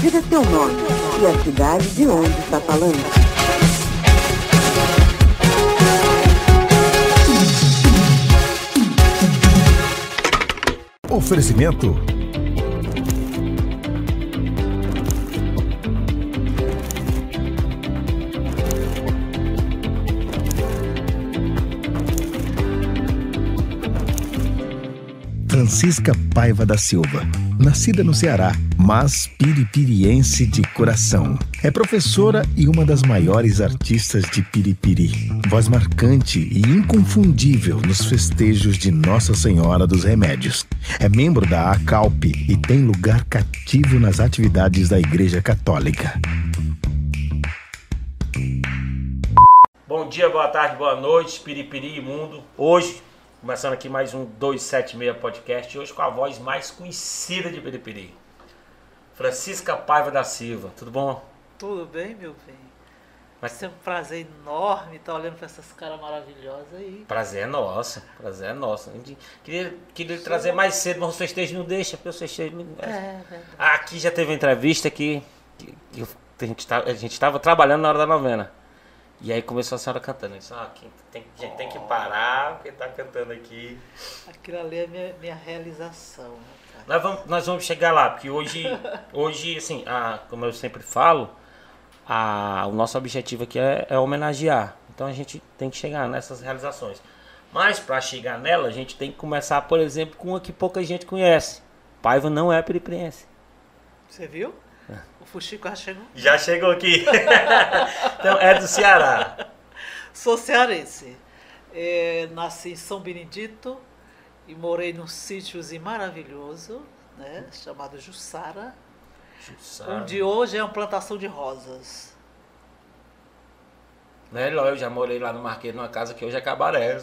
Diga seu nome e a cidade de onde está falando. Oferecimento Francisca Paiva da Silva, nascida no Ceará, mas piripiriense de coração. É professora e uma das maiores artistas de Piripiri. Voz marcante e inconfundível nos festejos de Nossa Senhora dos Remédios. É membro da ACALP e tem lugar cativo nas atividades da Igreja Católica. Bom dia, boa tarde, boa noite, Piripiri e mundo. Hoje, começando aqui mais um 276 podcast, hoje com a voz mais conhecida de Piripiri. Francisca Paiva da Silva, tudo bom? Tudo bem, meu bem? Vai ser um prazer enorme estar olhando para essas caras maravilhosas aí. Prazer é nosso, prazer é nosso. Queria trazer mais cedo, mas os festejos não deixam, porque os festejos não... Verdade. Aqui já teve uma entrevista que a gente estava trabalhando na hora da novena. E aí começou a senhora cantando. Eu disse, a gente tem que parar, porque tá cantando aqui. Aquilo ali é minha realização. Né, nós vamos chegar lá, porque hoje assim, como eu sempre falo, o nosso objetivo aqui é homenagear. Então a gente tem que chegar nessas realizações. Mas para chegar nela, a gente tem que começar, por exemplo, com uma que pouca gente conhece. Paiva não é piripiriense. Você viu? O Fuxico já chegou? Já chegou aqui. Então é do Ceará. Sou cearense. Nasci em São Benedito e morei num sítiozinho maravilhoso, né, chamado Jussara. Onde hoje é uma plantação de rosas. Né, eu já morei lá no Marquês, numa casa que hoje é cabaré.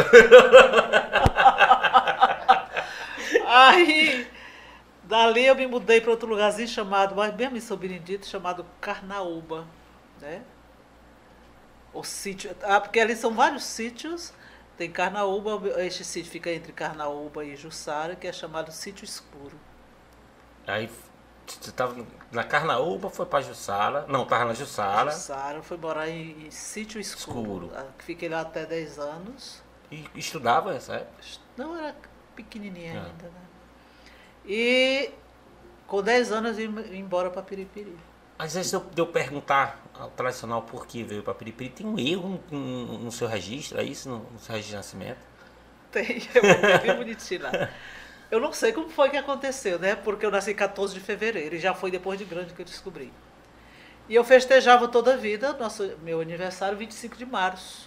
Aí, dali eu me mudei para outro lugarzinho chamado, mas mesmo em São Benedito, chamado Carnaúba, né? O sítio, porque ali são vários sítios. Tem Carnaúba, este sítio fica entre Carnaúba e Jussara, que é chamado Sítio Escuro. Aí você estava na Carnaúba, foi para Jussara. Não, estava na Jussara. Jussara, foi morar em Sítio Escuro. Fiquei lá até 10 anos. E estudava nessa época? Não, era pequenininha ainda, né? E com 10 anos eu vim embora para Piripiri. Às vezes eu perguntar ao tradicional por que veio para Piripiri, tem um erro no seu registro, é isso? No seu registro de nascimento? Tem, é bem bonitinho lá. Eu não sei como foi que aconteceu, né? Porque eu nasci 14 de fevereiro e já foi depois de grande que eu descobri. E eu festejava toda a vida meu aniversário 25 de março.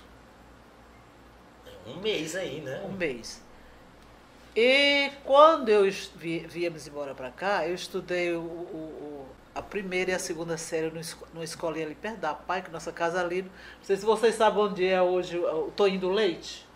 Um mês aí, né? Um mês. E quando viemos embora para cá, eu estudei a primeira e a segunda série numa escolinha ali perto da PAI, que nossa casa ali. Não sei se vocês sabem onde é hoje o Toinho do Leite.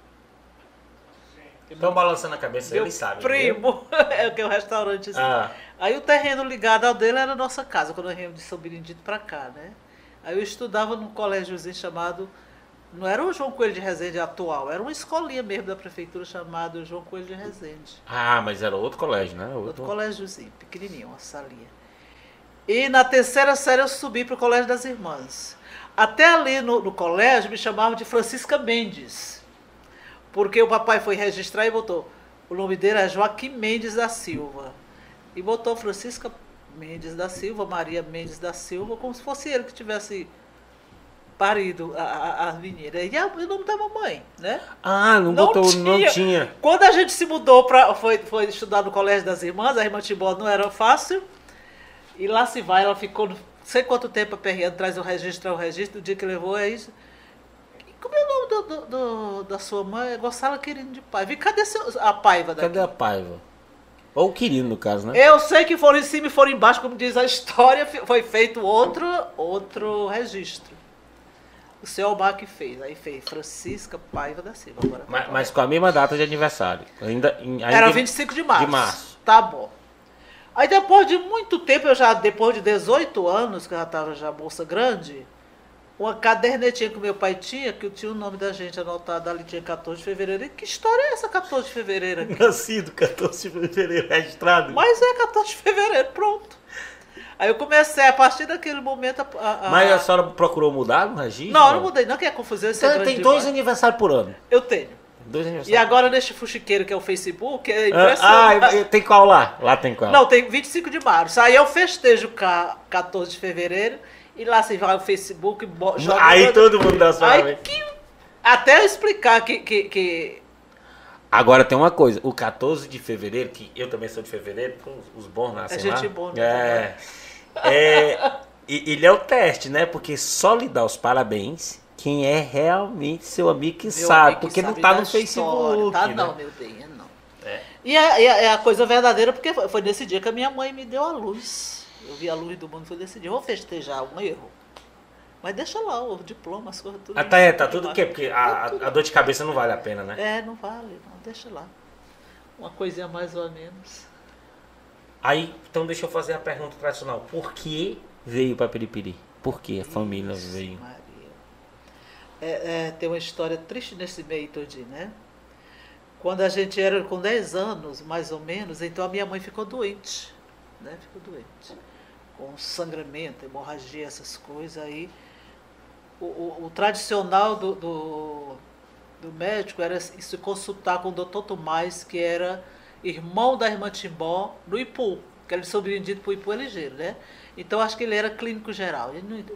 Estão balançando a cabeça, eles sabem. Primo, é que é um restaurante assim. Aí o terreno ligado ao dele era a nossa casa, quando nós viemos de São Benedito para cá, né? Aí eu estudava num colégiozinho chamado... Não era o João Coelho de Resende atual, era uma escolinha mesmo da prefeitura chamada João Coelho de Resende. Mas era outro colégio, né? Outro colégiozinho, pequenininho, uma salinha. E na terceira série eu subi para o Colégio das Irmãs. Até ali no colégio me chamavam de Francisca Mendes, porque o papai foi registrar e botou, o nome dele é Joaquim Mendes da Silva. E botou Francisca Mendes da Silva, Maria Mendes da Silva, como se fosse ele que tivesse... parido a menina. E o nome da mamãe, né? Não tinha. Quando a gente se mudou, foi estudar no Colégio das Irmãs, a irmã Timbó não era fácil. E lá se vai, ela ficou não sei quanto tempo aperreando, traz o registro, o dia que levou é isso. E como é o nome da sua mãe? É Gonçalo Quirino de Paiva. E cadê a Paiva daqui? Cadê a Paiva? Ou o Quirino, no caso, né? Eu sei que foram em cima e foram embaixo, como diz a história, foi feito outro registro. O seu Almar que fez. Aí fez Francisca Paiva da Silva. Agora mas com a mesma data de aniversário. Ainda era 25 de março. De março. Tá bom. Aí depois de muito tempo, depois de 18 anos, que eu já estava moça grande, uma cadernetinha que o meu pai tinha, que tinha o nome da gente anotado ali, tinha 14 de fevereiro. E que história é essa 14 de fevereiro aqui? Nascido 14 de fevereiro, registrado. Mas é 14 de fevereiro, pronto. Aí eu comecei, a partir daquele momento... Mas a senhora procurou mudar no registro? Não, não mudei, não, que é confusão. Então tem 2 aniversários por ano. Eu tenho. 2 aniversários. E agora neste fuxiqueiro que é o Facebook, é impressionante. Tem qual lá? Lá tem qual? Não, tem 25 de março. Aí eu festejo 14 de fevereiro e lá você vai no Facebook e joga... Aí todo mundo dá sua vez. Até eu explicar que... Agora tem uma coisa, o 14 de fevereiro, que eu também sou de fevereiro, os bons nascem lá. É gente boa, né? Ele é o teste, né? Porque só lhe dá os parabéns quem é realmente seu amigo que sabe, porque não tá no Facebook. Tá, né? não, meu bem, não. E é a coisa verdadeira, porque foi nesse dia que a minha mãe me deu a luz. Eu vi a luz do mundo, foi nesse dia. Eu vou festejar um erro. Mas deixa lá o diploma, as coisas tudo. Tá tudo o quê? Porque a dor de cabeça não vale a pena, né? Não vale, não, deixa lá. Uma coisinha mais ou menos. Aí, então deixa eu fazer a pergunta tradicional. Por que veio para Piripiri? Por que a família veio? Maria. Tem uma história triste nesse meio todinho, né? Quando a gente era com 10 anos, mais ou menos, então a minha mãe ficou doente, né? Ficou doente. Com sangramento, hemorragia, essas coisas aí. O tradicional do médico era se consultar com o doutor Tomás, que era irmão da irmã Timbó, no Ipu, que era sobreendido para o Ipu ligeiro, né? Então acho que ele era clínico geral.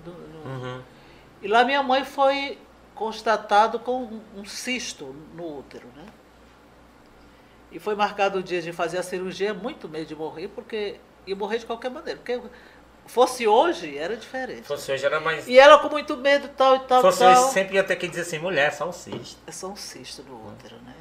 E lá minha mãe foi constatado com um cisto no útero, né? E foi marcado o dia de fazer a cirurgia, muito medo de morrer, porque ia morrer de qualquer maneira. Porque fosse hoje, era diferente. Fosse hoje era mais... E ela com muito medo, tal e tal. Fosse hoje, sempre ia ter que dizer assim, mulher, só um cisto. É só um cisto no útero, né?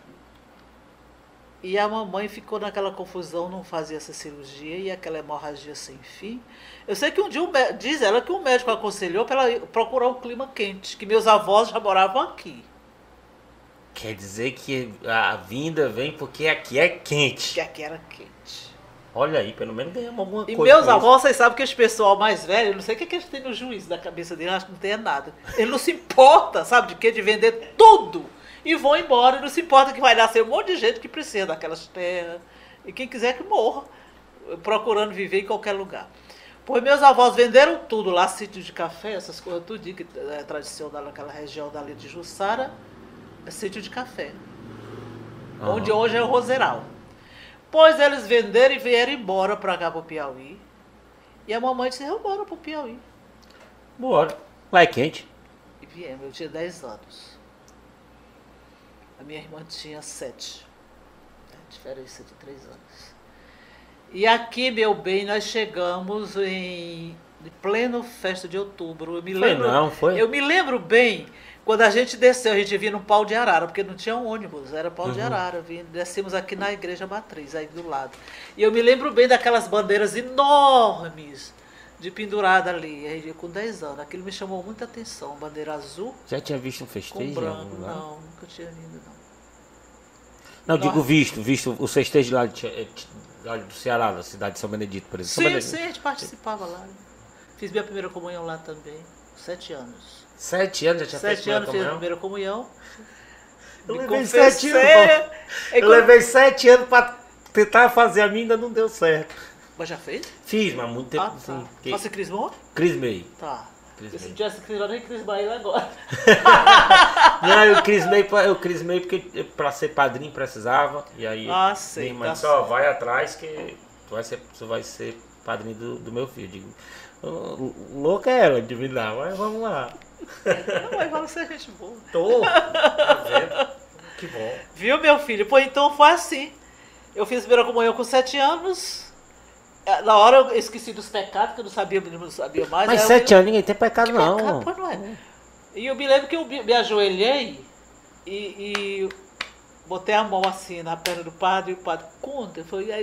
E a mamãe ficou naquela confusão, não fazia essa cirurgia e aquela hemorragia sem fim. Eu sei que um dia, diz ela que um médico aconselhou para ela procurar um clima quente, que meus avós já moravam aqui. Quer dizer que a vinda vem porque aqui é quente. Que aqui era quente. Olha aí, pelo menos ganhamos alguma coisa. E meus avós, vocês sabem que esse pessoal mais velho, eu não sei o que eles têm no juízo da cabeça dele, acho que não tem nada. Ele não se importa, sabe de quê? De vender tudo. E vão embora, e não se importa que vai nascer um monte de gente que precisa daquelas terras. E quem quiser que morra, procurando viver em qualquer lugar. Pois meus avós venderam tudo lá, sítio de café, essas coisas tudo, que é tradicional naquela região dali de Jussara, é sítio de café. Onde hoje é o Roseral. Pois eles venderam e vieram embora para cá, para o Piauí. E a mamãe disse, eu bora para o Piauí. Bora. Lá é quente. E viemos, eu tinha 10 anos. A minha irmã tinha 7. Diferença de 3 anos. E aqui, meu bem, nós chegamos em pleno festa de outubro. Eu me lembro, foi? Eu me lembro bem, quando a gente desceu, a gente vinha num pau de arara, porque não tinha ônibus, era pau de arara. Descemos aqui na igreja matriz, aí do lado. E eu me lembro bem daquelas bandeiras enormes de pendurada ali, aí, com 10 anos. Aquilo me chamou muita atenção, bandeira azul. Já tinha visto um festejo? Com branco, não, nunca tinha vindo, não. Não, digo visto o festejo lá do Ceará, da cidade de São Benedito, por exemplo. Sim, a gente participava lá. Fiz minha primeira comunhão lá também, 7 anos. 7 anos já tinha feito 7 anos fiz a primeira comunhão. Eu levei 7 anos. Eu levei 7 anos para tentar fazer a minha, ainda não deu certo. Mas já fez? Fiz, mas há muito tempo sim. Tá. Você crismou? Crismei. Tá. Se não tivesse crismado, nem crismar ele agora. Não, eu crismei porque para ser padrinho precisava. E aí sei, minha irmã disse, vai atrás que tu vai ser padrinho do meu filho. Eu digo, louca é ela de me dar, mas vamos lá. Não, mas vamos ser gente boa. Tô, tá vendo? Que bom. Viu, meu filho? Pois então foi assim. Eu fiz a primeira comunhão com 7 anos. Na hora eu esqueci dos pecados, que eu não sabia mais. Mas 7 anos ninguém tem pecado, não. Pecado, pois não é. E eu me lembro que eu me ajoelhei e botei a mão assim na perna do padre, e o padre conta. Aí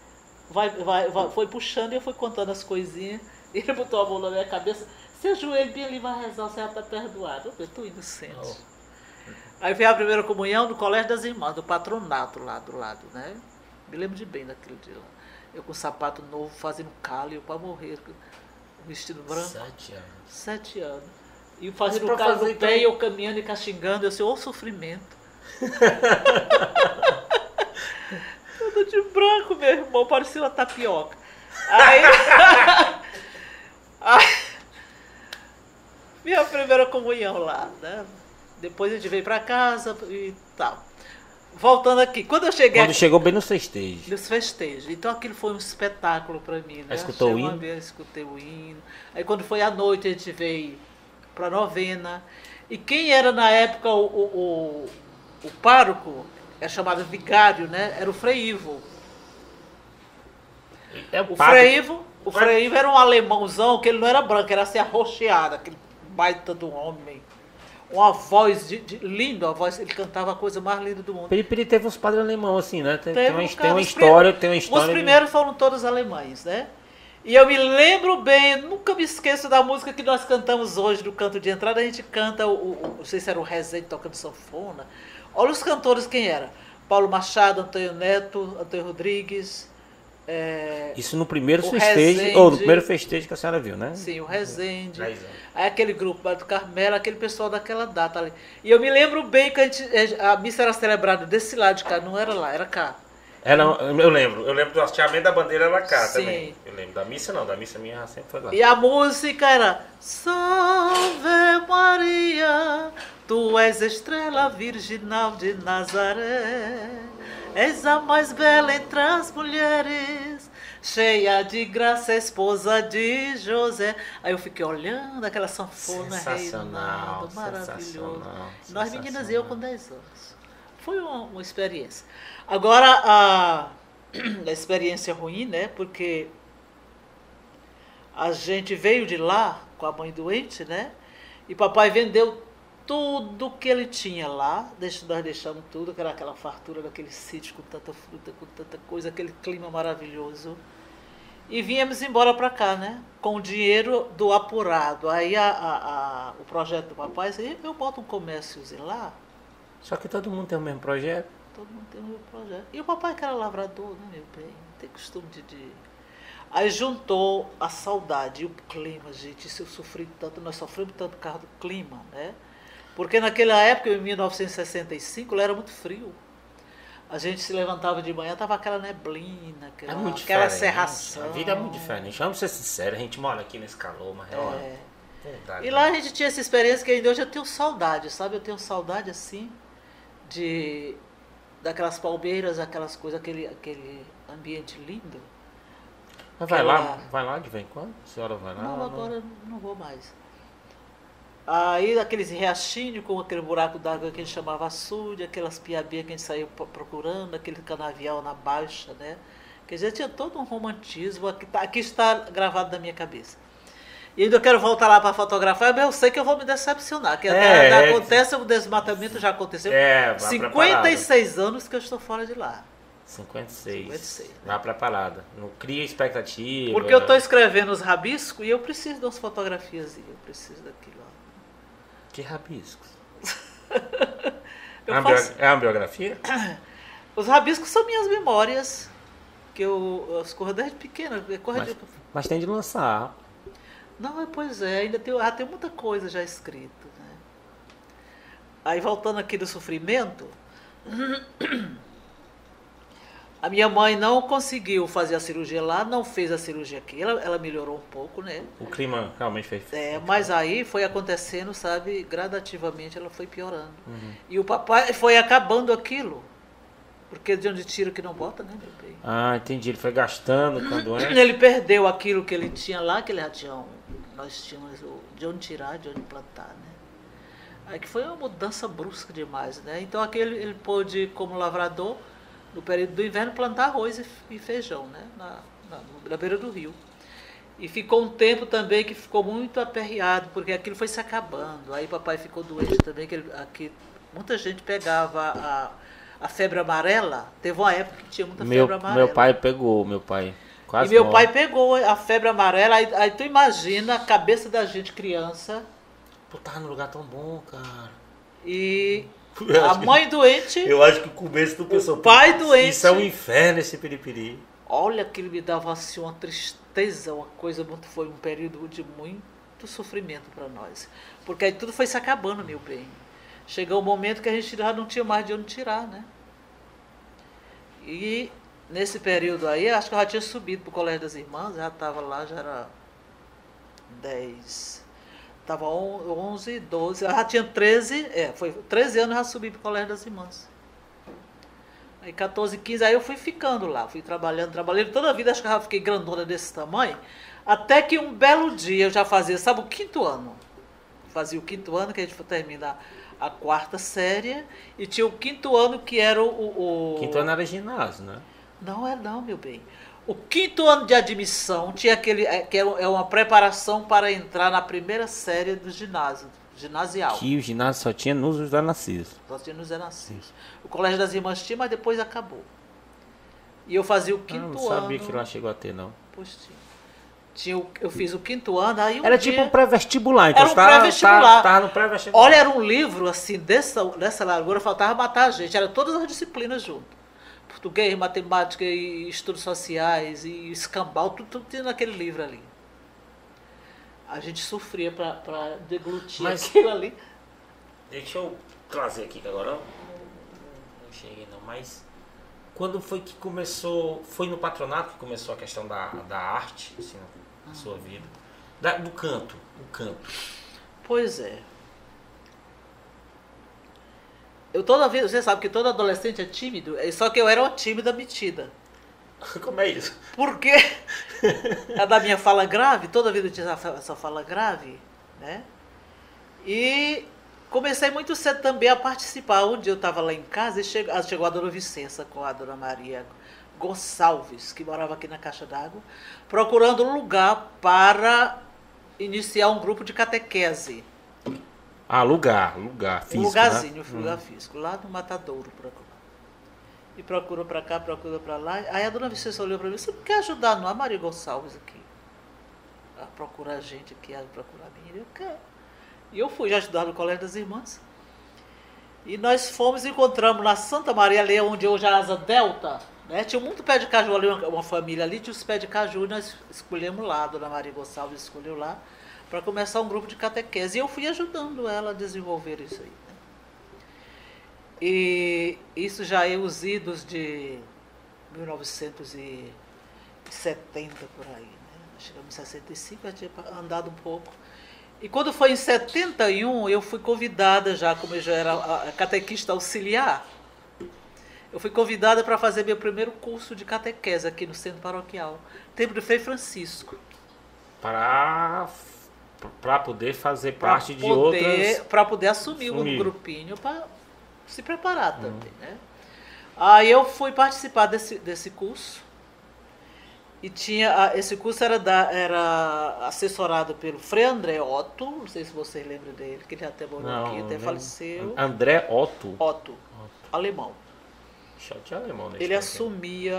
foi puxando e eu fui contando as coisinhas. E ele botou a mão na minha cabeça. Se ajoelha bem ali, vai rezar, você já está perdoado. Eu estou inocente. Aí veio a primeira comunhão no Colégio das Irmãs, do patronato lá do lado, né? Me lembro de bem daquele dia lá. Eu com sapato novo, fazendo calo, para morrer, vestido branco. 7 anos. 7 anos. E fazendo calo no pé, e eu caminhando e castigando, eu sei, ô sofrimento. Tudo de branco, meu irmão, parecia uma tapioca. Aí, aí, minha primeira comunhão lá, né? Depois a gente veio pra casa e tal. Voltando aqui, quando eu cheguei Quando aqui, chegou bem nos festejos. nos festejos, então aquilo foi um espetáculo pra mim, né? Escutou o Achei uma hino? vez, escutei o hino. Aí quando foi à noite a gente veio pra novena. E quem era na época o pároco, era chamado vigário, né? Era o Frei Ivo. É O Frei Ivo era um alemãozão, que ele não era branco, era assim arroxeado, aquele baita do homem. Uma voz linda, ele cantava a coisa mais linda do mundo. Piripiri teve uns padres alemão assim, né? Tem Teve uma um cara, história. Os primeiros foram todos alemães, né? E eu me lembro bem, nunca me esqueço da música que nós cantamos hoje, do canto de entrada. A gente canta, não sei se era o Rezende tocando sanfona. Olha os cantores quem era. Paulo Machado, Antônio Neto, Antônio Rodrigues. Isso no primeiro o festejo, Rezende. ou no primeiro festejo que a senhora viu, né? Sim, o Rezende. 10 anos. Aí aquele grupo do Carmelo, aquele pessoal daquela data ali. E eu me lembro bem que a missa era celebrada desse lado de cá, não era lá, era cá. Eu lembro do hasteamento da bandeira era cá Sim. também. Eu lembro da missa não, da missa minha sempre foi lá. E a música era Salve Maria, tu és estrela virginal de Nazaré, és a mais bela entre as mulheres, cheia de graça, esposa de José. Aí eu fiquei olhando aquela sanfona reinando, maravilhoso. Nós meninas e eu com 10 anos. Foi uma experiência. Agora, a experiência ruim, né? Porque a gente veio de lá com a mãe doente, né? E papai vendeu tudo que ele tinha lá. Nós deixamos tudo, que era aquela fartura daquele sítio com tanta fruta, com tanta coisa, aquele clima maravilhoso. E viemos embora para cá, né? Com o dinheiro do apurado. Aí o projeto do papai disse, eu boto um comérciozinho lá. Só que todo mundo tem o mesmo projeto. Todo mundo tem o mesmo projeto. E o papai que era lavrador, né, meu bem? Tem costume de... Aí juntou a saudade e o clima, gente. Isso eu sofri tanto, nós sofremos tanto por causa do clima, né? Porque naquela época, em 1965, lá era muito frio. A gente se levantava de manhã, tava aquela neblina, aquela cerração. A vida é muito diferente. Vamos ser sinceros, a gente mora aqui nesse calor, mas E lá a gente tinha essa experiência que ainda hoje eu tenho saudade, sabe? Eu tenho saudade, assim, daquelas palmeiras, aquelas coisas, aquele ambiente lindo. Mas vai lá de vez em quando? A senhora vai lá? Não, agora não vou mais. Aí aqueles riachinhos com aquele buraco d'água que a gente chamava açude, aquelas piabinhas que a gente saiu procurando, aquele canavial na baixa, né? Quer dizer, tinha todo um romantismo, aqui está gravado na minha cabeça. E ainda eu quero voltar lá para fotografar, mas eu sei que eu vou me decepcionar, que acontece o desmatamento, já aconteceu. 56 anos que eu estou fora de lá. 56. Lá preparada. Não cria expectativa. Porque eu estou escrevendo os rabiscos e eu preciso de umas fotografias, eu preciso daquilo. Que rabiscos? É uma biografia? Os rabiscos são minhas memórias, que eu escorro desde pequena. Mas tem de lançar. Não, pois é, ainda tem muita coisa já escrita, né? Aí voltando aqui do sofrimento, a minha mãe não conseguiu fazer a cirurgia lá, não fez a cirurgia aqui, ela melhorou um pouco, né? O clima realmente fez. Mas aí foi acontecendo, sabe, gradativamente ela foi piorando. E o papai foi acabando aquilo, porque de onde tira que não bota, né, meu bem? Ah, entendi, ele foi gastando com a doença. Ele perdeu aquilo que ele tinha lá, que ele já tinha nós tínhamos de onde tirar, de onde plantar, né? Aí que foi uma mudança brusca demais, né? Então aqui ele pôde, como lavrador, no período do inverno, plantar arroz e feijão, né? Na beira do rio. E ficou um tempo também que ficou muito aperreado, porque aquilo foi se acabando. Aí papai ficou doente também, que aqui muita gente pegava a febre amarela. Teve uma época que tinha muita febre amarela. Meu pai pegou, quase meu pai pegou a febre amarela, aí tu imagina a cabeça da gente criança. Pô, tava num lugar tão bom, cara. E a mãe doente. Eu acho que o começo do pessoal. O pai doente. Isso é um inferno, esse piripiri. Olha que ele me dava assim uma tristeza, uma coisa muito. Foi um período de muito sofrimento para nós. Porque aí tudo foi se acabando, meu bem. Chegou um momento que a gente já não tinha mais de onde tirar, né? E nesse período aí, acho que eu já tinha subido para o Colégio das Irmãs, já estava lá, já era 10, estava 11, 12, eu já tinha 13, foi 13 anos eu já subi para o Colégio das Irmãs. Aí 14, 15, aí eu fui ficando lá, fui trabalhando toda a vida, acho que eu já fiquei grandona desse tamanho, até que um belo dia eu já fazia, sabe, o 5º ano. Fazia o 5º ano, que a gente foi terminar a 4ª série, e tinha o 5º ano que era o... 5º ano era ginásio, né? Não, meu bem. O 5º ano de admissão tinha aquele, que é uma preparação para entrar na primeira série do ginasial. Que o ginásio só tinha nos José Narciso. Só tinha nos José Narciso. O Colégio das Irmãs tinha, mas depois acabou. E eu fazia o 5º ano. Não sabia que lá chegou a ter, não. Pois eu fiz o 5º ano, aí era tipo um pré-vestibular, então era um pré-vestibular. Tava no pré-vestibular. Olha, era um livro, assim, dessa largura, faltava matar a gente. Era todas as disciplinas junto. Português, matemática, e estudos sociais, e escambau, tudo tinha naquele livro ali. A gente sofria para deglutir aquilo ali. Deixa eu trazer aqui, que agora não cheguei não, mas quando foi que começou, foi no patronato que começou a questão da arte, assim, na sua vida? Do canto, o canto. Pois é. Toda vez, você sabe que todo adolescente é tímido, só que eu era uma tímida metida. Como é isso? Porque a da minha fala grave, toda vida eu tinha essa fala grave, né? E comecei muito cedo também a participar. Um dia eu estava lá em casa e chegou a dona Vicença com a dona Maria Gonçalves, que morava aqui na Caixa d'Água, procurando um lugar para iniciar um grupo de catequese. Ah, lugar físico, um lugarzinho, né? Lugar físico, lá no Matadouro. E procura para cá, procura para lá. Aí a dona Vicença olhou para mim, você não quer ajudar não a Maria Gonçalves aqui? A procurar a gente aqui, a procurar a mim. Eu quero. E eu fui ajudar no Colégio das Irmãs. E nós fomos e encontramos na Santa Maria, ali onde hoje é a Asa Delta, né? Tinha muito pé de caju ali, uma família ali, tinha os pés de caju, e nós escolhemos lá, a dona Maria Gonçalves escolheu lá, para começar um grupo de catequese. E eu fui ajudando ela a desenvolver isso aí. Né? E isso já é os idos de 1970, por aí. Né? Chegamos em 65, já tinha andado um pouco. E quando foi em 71, eu fui convidada já, como eu já era a catequista auxiliar, eu fui convidada para fazer meu primeiro curso de catequese aqui no centro paroquial, Templo de Frei Francisco. Para poder fazer parte de outras... Para poder assumir um grupinho, para se preparar também, né? Aí eu fui participar desse curso. E esse curso era assessorado pelo Frei André Otto, não sei se vocês lembram dele, que ele até morou aqui, até faleceu. André Otto? Otto, alemão. Shot alemão, né? Ele assumia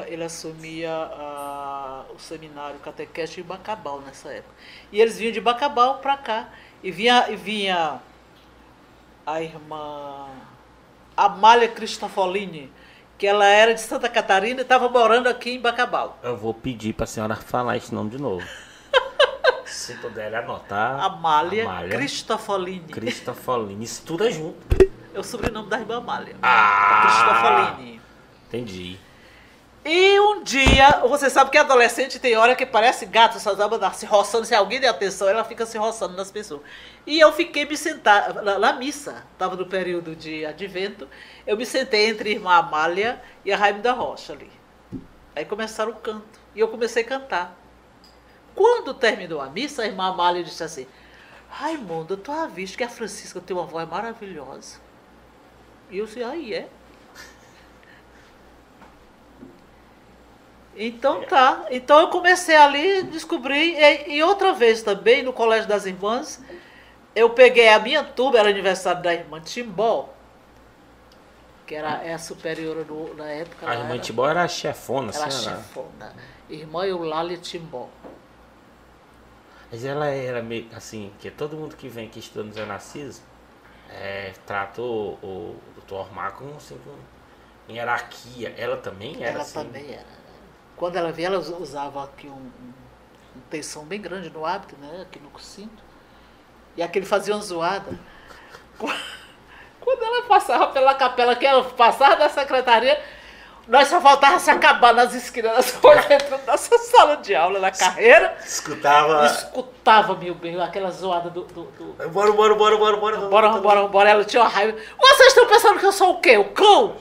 o seminário catequeste de Bacabal nessa época. E eles vinham de Bacabal para cá. E vinha a irmã Amália Cristofolini, que ela era de Santa Catarina e estava morando aqui em Bacabal. Eu vou pedir para a senhora falar esse nome de novo. Se puder anotar. Amália Cristofolini. Cristofolini, isso tudo é junto. É o sobrenome da irmã Amália. Cristofolini. Entendi. E um dia, você sabe que adolescente tem hora que parece gato, só dá se roçando, se alguém der atenção, ela fica se roçando nas pessoas. E eu fiquei me sentar, na missa, estava no período de advento, eu me sentei entre a irmã Amália e a Raime da Rocha ali. Aí começaram o canto, e eu comecei a cantar. Quando terminou a missa, a irmã Amália disse assim, Raimundo, tu já visto que a Francisca tem uma voz maravilhosa? E eu disse, aí é? Então tá, então eu comecei ali, descobri, e outra vez também, no Colégio das Irmãs, eu peguei a minha turma, era aniversário da irmã Timbó, que era a superiora na época. A irmã Timbó era a chefona, era a chefona, irmã Eulália Timbó. Mas ela era meio assim, que todo mundo que vem aqui estudando Zé Narciso, trata o Dr. Ormar como assim, em hierarquia, ela também era assim? Ela também era. Quando ela veio, ela usava aqui um tensão bem grande no hábito, né? Aqui no cinto. E aquele fazia uma zoada. Quando ela passava pela capela, que ela passava da secretaria, Nós só faltava se acabar nas esquinas das coisas dentro da nossa sala de aula, na carreira. Escutava, meu bem, aquela zoada do... Bora. Bora. Ela tinha uma raiva. Vocês estão pensando que eu sou o quê? O cão?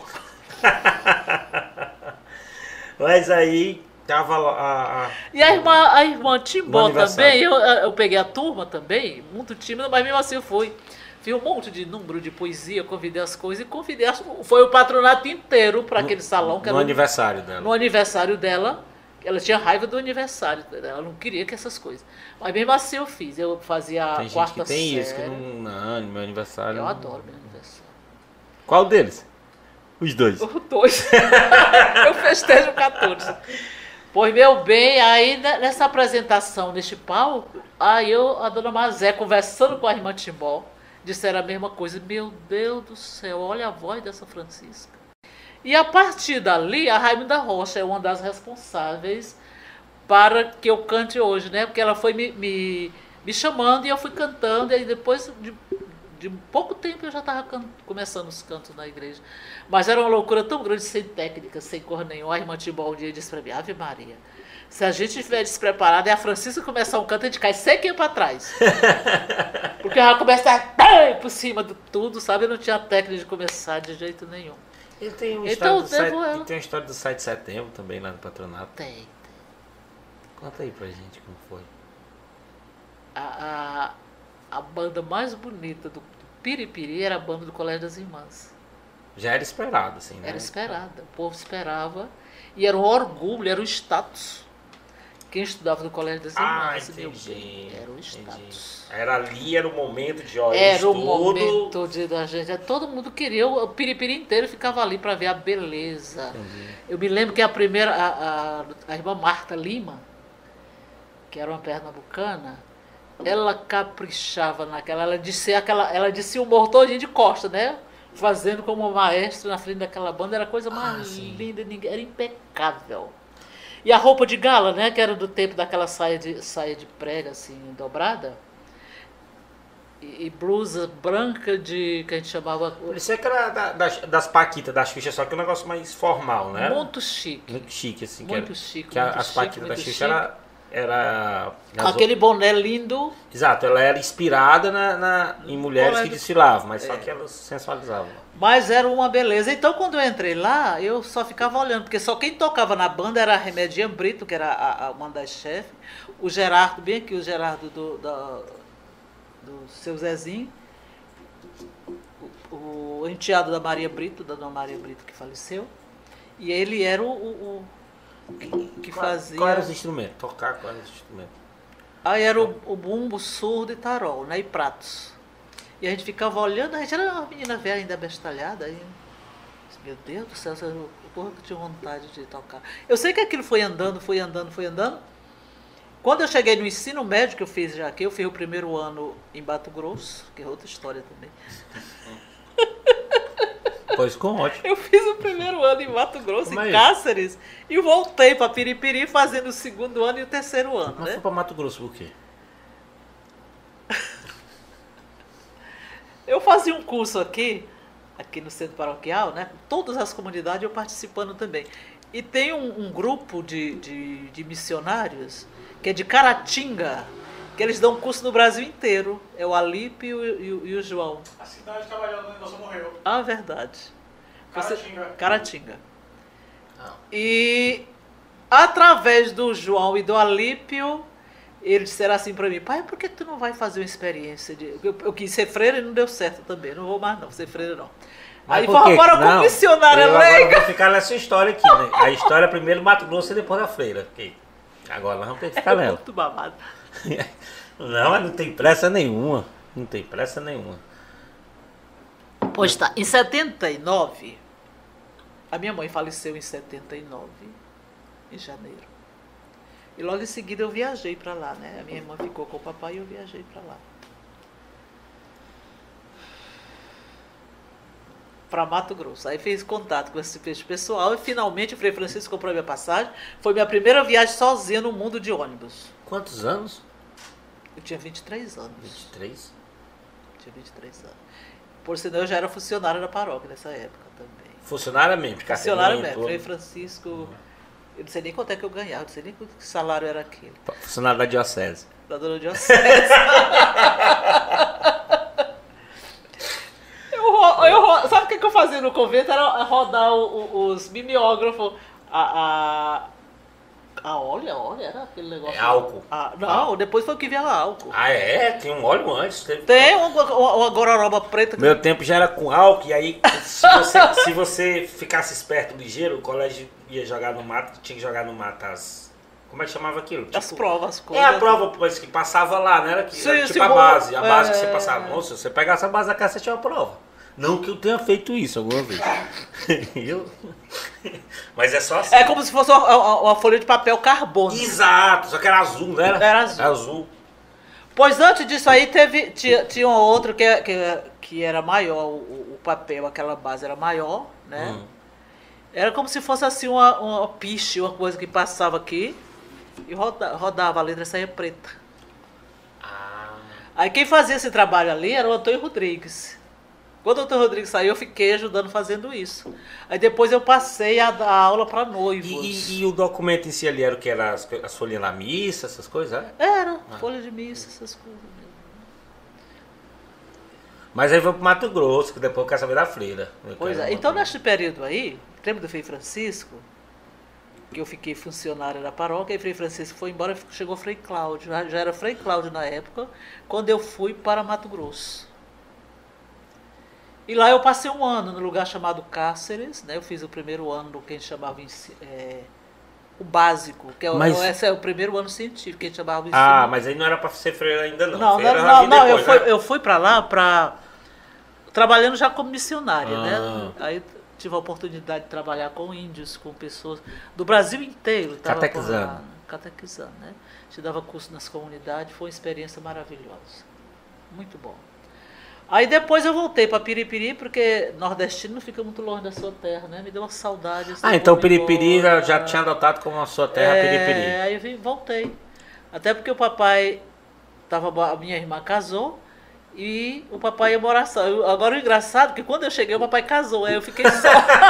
Mas aí tava lá E a irmã Timbó também, eu peguei a turma também, muito tímida, mas mesmo assim eu fui. Fiz um monte de número de poesia, convidei as coisas e convidei. Foi o patronato inteiro para aquele salão. No aniversário dela. No aniversário dela. Ela tinha raiva do aniversário dela. Ela não queria que essas coisas. Mas mesmo assim eu fiz. Eu fazia a quarta série. Tem gente que tem isso, que não, meu aniversário. Eu adoro meu aniversário. Qual deles? Os dois. Os dois. Eu festejo 14. Pois, meu bem, aí nessa apresentação, neste palco, aí a dona Mazé, conversando com a irmã Timbó, disseram a mesma coisa. Meu Deus do céu, olha a voz dessa Francisca. E a partir dali, a Raimundo Rocha é uma das responsáveis para que eu cante hoje, né? Porque ela foi me chamando e eu fui cantando, e aí depois de pouco tempo eu já estava começando os cantos na igreja. Mas era uma loucura tão grande, sem técnica, sem cor nenhuma. A irmã Timbó um dia disse para mim: Ave Maria, se a gente estiver despreparado e a Francisca começar um canto, a gente cai sequinho para trás. Porque ela começa a por cima de tudo, sabe? Eu não tinha técnica de começar de jeito nenhum. Ele tem uma história do 7 de setembro também lá no patronato. Tem. Conta aí pra gente como foi. A banda mais bonita do Piripiri era a banda do Colégio das Irmãs. Já era esperado, assim, né? Era esperada. O povo esperava. E era um orgulho, era um status. Quem estudava no Colégio das Irmãs, meu bem, era um status. Era ali, era o momento de olhar Era o momento da gente. Todo mundo queria, o Piripiri inteiro ficava ali para ver a beleza. Entendi. Eu me lembro que a primeira, a irmã Marta Lima, que era uma pernambucana, ela caprichava naquela, ela disse o humor todinho de costa, né? Fazendo como maestro na frente daquela banda, era a coisa mais linda, era impecável. E a roupa de gala, né, que era do tempo daquela saia de prega, assim, dobrada, e blusa branca que a gente chamava... Isso é que era das Paquitas, das Xuxa, só que é um negócio mais formal, né? Muito chique. Muito chique, assim. Muito chique. Que as Paquitas da Xuxa era com aquele boné lindo. Exato, ela era inspirada em mulheres que desfilavam, mas só que elas sensualizavam. Mas era uma beleza. Então, quando eu entrei lá, eu só ficava olhando, porque só quem tocava na banda era a Remedinha Brito, que era uma das chefes, o Gerardo, bem aqui, o Gerardo do seu Zezinho, o enteado da Maria Brito, da dona Maria Brito, que faleceu, e ele era o que fazia... Qual eram os instrumentos? Tocar, qual era os instrumentos? Aí era o bumbo, surdo e tarol, né? E pratos. E a gente ficava olhando, a gente era uma menina velha ainda bestalhada. Aí, meu Deus do céu, o povo que tinha vontade de tocar. Eu sei que aquilo foi andando. Quando eu cheguei no ensino médio, que eu fiz já aqui, eu fiz o primeiro ano em Mato Grosso, que é outra história também. Pois com ótimo. Eu fiz o primeiro ano em Mato Grosso, em Cáceres, e voltei para Piripiri fazendo o segundo ano e o terceiro ano. Mas foi para Mato Grosso por quê? Eu fazia um curso aqui no centro paroquial, né? Todas as comunidades eu participando também. E tem um grupo de missionários que é de Caratinga, que eles dão curso no Brasil inteiro. É o Alípio e o João. A cidade trabalhando onde você morreu. Ah, verdade. Caratinga. Caratinga. E através do João e do Alípio, eles disseram assim para mim: pai, por que tu não vai fazer uma experiência de... Eu quis ser freira e não deu certo também. Não vou mais não, ser freira não. Mas aí agora como missionária leiga. Eu vou ficar nessa história aqui, né? A história primeiro Mato Grosso e depois da freira. Okay. Agora nós vamos ter que ficar lendo. Muito babado. Não, mas não tem pressa nenhuma. Não tem pressa nenhuma. Pois tá, em 79, a minha mãe faleceu em 79, em janeiro. E logo em seguida eu viajei para lá, né? A minha irmã ficou com o papai e eu viajei para lá. Para Mato Grosso. Aí fiz contato com esse pessoal e finalmente o Frei Francisco comprou a minha passagem. Foi minha primeira viagem sozinha no mundo de ônibus. Quantos anos? Eu tinha 23 anos. 23? Tinha 23 anos. Por sinal, eu já era funcionária da paróquia nessa época também. Funcionária mesmo, de Funcionário carteirinha, mesmo. tudo. Frei Francisco, eu não sei nem quanto é que eu ganhava, não sei nem que salário era aquele. Funcionário da diocese. Da dona Diocese. Sabe o que eu fazia no convento? Era rodar os mimeógrafos, a óleo, era aquele negócio. É álcool. Não, depois foi o que veio a álcool. Ah, é? Tem um óleo antes. Tem uma gororoba preta. Meu tempo já era com álcool, e aí se você ficasse esperto, ligeiro, o colégio ia jogar no mato, tinha que jogar no mato as... Como é que chamava aquilo? As provas, as É coisas. a prova pois, que passava lá, né? Era, Sim, era tipo sim, a base que você é. passava. Nossa, se você pegasse a base da casa, você tinha uma prova. Não que eu tenha feito isso alguma vez. Mas é só assim. É como se fosse uma folha de papel carbono. Exato, só que era azul, não era? Era azul. Era azul. Pois antes disso aí tinha um outro que era maior, o papel, aquela base era maior, né? Era como se fosse assim uma piche, uma coisa que passava aqui e rodava, a letra saía preta. Aí quem fazia esse trabalho ali era o Antônio Rodrigues. Quando o Antônio Rodrigues saiu, eu fiquei ajudando fazendo isso. Aí depois eu passei a dar aula para noivos. E o documento em si ali era o que? Era as folhinhas da missa, essas coisas? É? Era, folha de missa, essas coisas mesmo. Mas aí foi pro Mato Grosso, que depois eu quero saber da freira. Pois é, então neste período aí, lembra do Frei Francisco? Que eu fiquei funcionária da paróquia, e Frei Francisco foi embora, chegou Frei Cláudio. Já era Frei Cláudio na época, quando eu fui para Mato Grosso. E lá eu passei um ano no lugar chamado Cáceres, né? Eu fiz o primeiro ano do que a gente chamava o básico, que esse é o primeiro ano científico, que a gente chamava ensino. Ah, mas aí não era para ser freira ainda não. Não, depois, eu fui para lá trabalhando já como missionária, né? Aí tive a oportunidade de trabalhar com índios, com pessoas do Brasil inteiro. Catequizando, né? A gente dava curso nas comunidades, foi uma experiência maravilhosa. Muito bom. Aí depois eu voltei para Piripiri, porque nordestino não fica muito longe da sua terra, né? Me deu uma saudade. Então Piripiri já tinha adotado como a sua terra, Piripiri. Aí voltei. Até porque o papai, a minha irmã casou e o papai ia morar só. Agora o engraçado é que quando eu cheguei o papai casou, aí eu fiquei só.